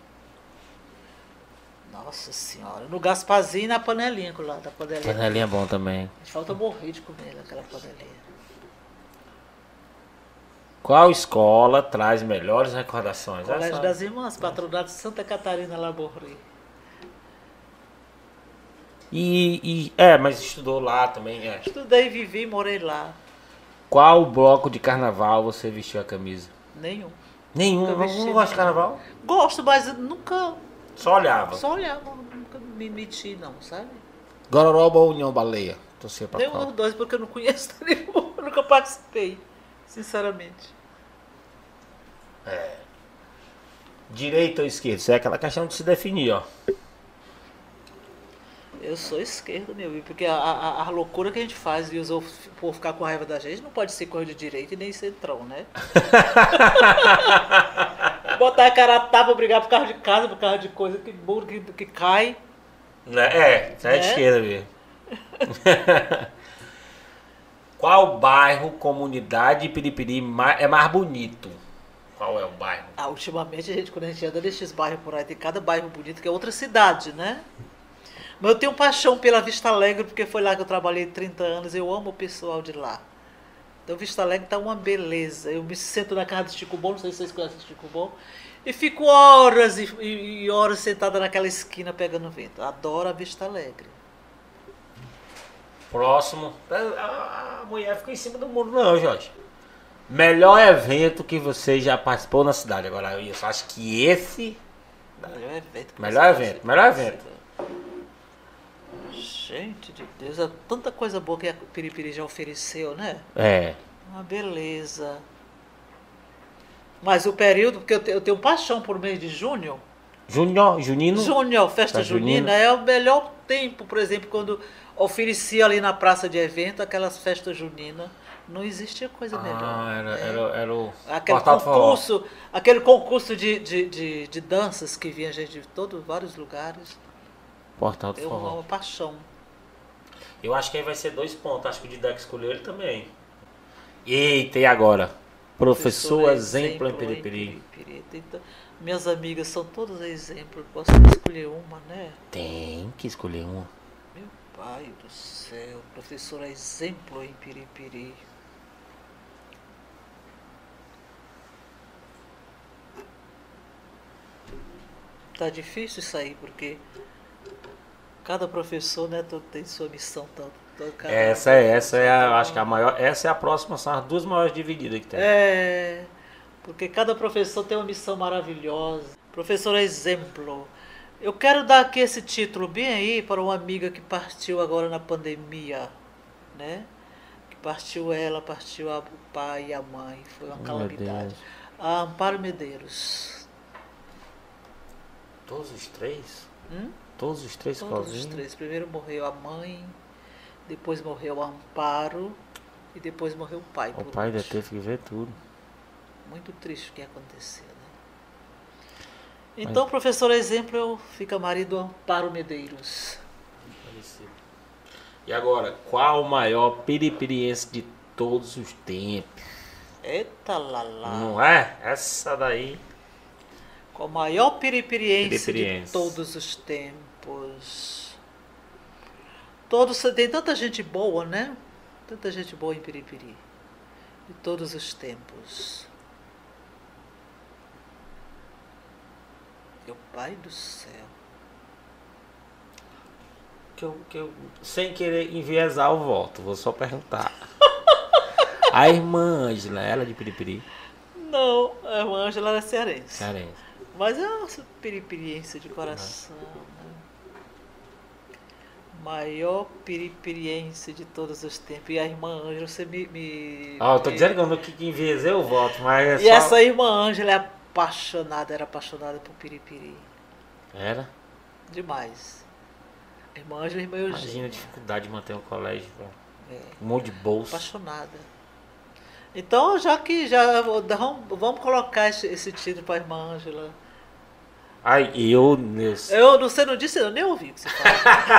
Nossa senhora. No Gasparzinho e na panelinha lá, da panelinha. Panelinha é bom também. A gente falta morrer de comer aquela panelinha. Qual escola traz melhores recordações? Colégio das Irmãs, patronato de Santa Catarina Laborri. Mas estudou lá também, é. Estudei, vivi, morei lá. Qual bloco de carnaval você vestiu a camisa? Nenhum. Nenhum? Nunca vesti, Não gosta de carnaval? Gosto, mas nunca... Só olhava. Só olhava, nunca me meti não, sabe? Gororoba ou União Baleia? Torcia pra Nenhum qual? dos dois, porque eu não conheço nenhum. Eu nunca participei, sinceramente. Direita ou esquerda? Isso é aquela questão de se definir, ó. Eu sou esquerda, meu, porque a loucura que a gente faz e os outros por ficar com raiva da gente não pode ser coisa de direita e nem centrão, né? Botar a cara a tapa, brigar por causa de casa, por causa de coisa que burro, que cai. Isso é de esquerda mesmo. Qual bairro, comunidade de Piripiri é mais bonito? Qual é o bairro? Ultimamente, quando a gente anda nesses bairros por aí, tem cada bairro bonito que é outra cidade, né? Mas eu tenho paixão pela Vista Alegre, porque foi lá que eu trabalhei 30 anos, eu amo o pessoal de lá. Então, Vista Alegre tá uma beleza. Eu me sento na casa do Chico Bom, não sei se vocês conhecem o Chico Bom, e fico horas e horas sentada naquela esquina pegando vento. Adoro a Vista Alegre. Próximo. A mulher ficou em cima do muro, não, Jorge. Melhor evento que você já participou na cidade. Agora, eu só acho que esse... Melhor evento. Melhor evento. Gente de Deus, é tanta coisa boa que a Piripiri já ofereceu, né? É. Uma beleza. Mas o período, porque eu tenho paixão por mês de junho. Junino? Junho, festa junina, é o melhor tempo, por exemplo, quando oferecia ali na praça de evento aquelas festas juninas. Não existia coisa melhor. Era o aquele concurso de danças que vinha gente de vários lugares. Portal do Forró. Forró. Uma paixão. Eu acho que aí vai ser 2 pontos. Acho que o Didac escolheu ele também. Eita, e agora? Professor exemplo em Piripiri. Então, minhas amigas são todas exemplos. Posso escolher uma, né? Tem que escolher uma. Meu pai do céu. Professora exemplo em Piripiri. tá difícil isso aí, porque cada professor, né, tem sua missão. Essa é acho que a maior, essa é a próxima, são as duas maiores divididas que tem. Porque cada professor tem uma missão maravilhosa. Professor exemplo. Eu quero dar aqui esse título bem aí para uma amiga que partiu agora na pandemia, né? Que partiu o pai e a mãe. Foi uma calamidade. A Amparo Medeiros. Todos os três? Todos os três sozinhos? Todos os três. Primeiro morreu a mãe, depois morreu a Amparo e depois morreu o pai. O pai ainda teve que ver tudo. Muito triste o que aconteceu, né? Então, professor exemplo, fica marido Amparo Medeiros. E agora, qual o maior piripiriense de todos os tempos? Eita lalá. Não é? Essa daí. Qual o maior piripiriense de todos os tempos? Tem tanta gente boa, né? Tanta gente boa em Piripiri. De todos os tempos. Meu pai do céu. Que eu, sem querer enviesar o voto, vou só perguntar. A irmã Ângela, ela é de Piripiri? Não, a irmã Ângela era cearense. Cearense. Mas é uma piripiriense de coração, né? Maior piripiriense de todos os tempos. E a irmã Ângela, você eu tô dizendo que eu não enviesei o voto, mas E essa irmã Ângela era apaixonada por Piripiri. Era? Demais. A irmã Ângela e a irmã Eugênia. Imagina a dificuldade de manter um colégio, um monte de bolsa. Apaixonada. Então, vamos colocar esse título para a irmã Ângela. Você não disse, eu nem ouvi o que você falou.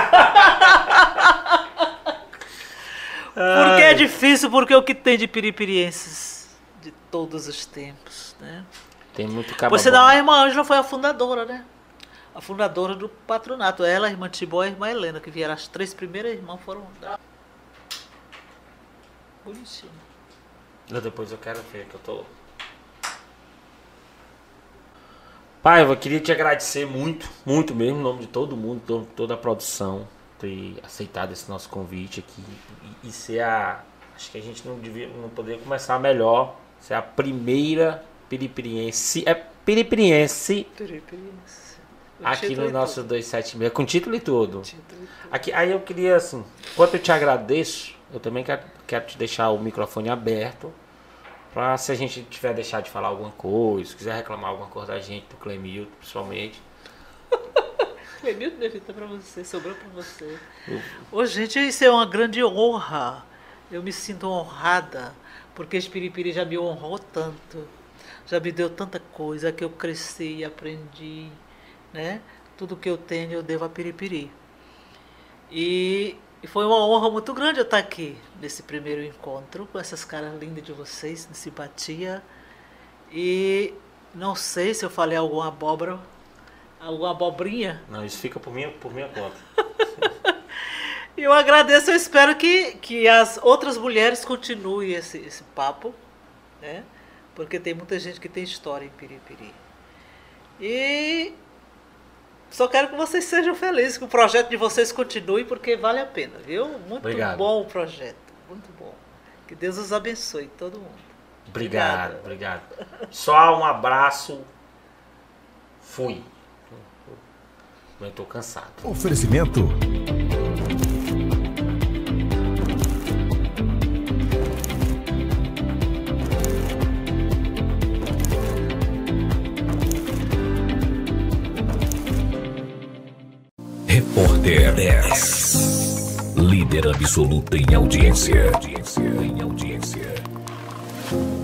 Porque é difícil, porque o que tem de piripirienses de todos os tempos, né? Tem muito cabelo. Por sinal, a irmã Ângela foi a fundadora, né? A fundadora do patronato. Ela, a irmã Tibó e a irmã Helena, que vieram as 3 primeiras irmãs, foram bonitinho. Depois eu quero ver que eu tô. Pai, eu queria te agradecer muito, muito mesmo, em nome de todo mundo, toda a produção, ter aceitado esse nosso convite aqui e ser acho que a gente não poderia começar melhor, ser a primeira piripiriense. Piripiriense. Aqui no nosso 276, com título e tudo. Aqui, aí eu queria, assim, enquanto eu te agradeço, eu também quero te deixar o microfone aberto, pra se a gente tiver deixado de falar alguma coisa, se quiser reclamar alguma coisa da gente, do Clemilton, principalmente. Clemilton, tá pra você, sobrou pra você. Ô, gente, isso é uma grande honra. Eu me sinto honrada, porque esse Piripiri já me honrou tanto, já me deu tanta coisa que eu cresci e aprendi, né? Tudo que eu tenho eu devo a Piripiri. E foi uma honra muito grande eu estar aqui nesse primeiro encontro com essas caras lindas de vocês, de simpatia. E não sei se eu falei alguma abobrinha. Não, isso fica por minha conta. Eu agradeço, eu espero que as outras mulheres continuem esse papo, né? Porque tem muita gente que tem história em Piripiri. E só quero que vocês sejam felizes, que o projeto de vocês continue, porque vale a pena, viu? Muito Obrigado. Bom o projeto, muito bom. Que Deus os abençoe, todo mundo. Obrigado. Só um abraço. Fui. Eu estou cansado. Oferecimento. Repórter 10. Líder absoluta em audiência.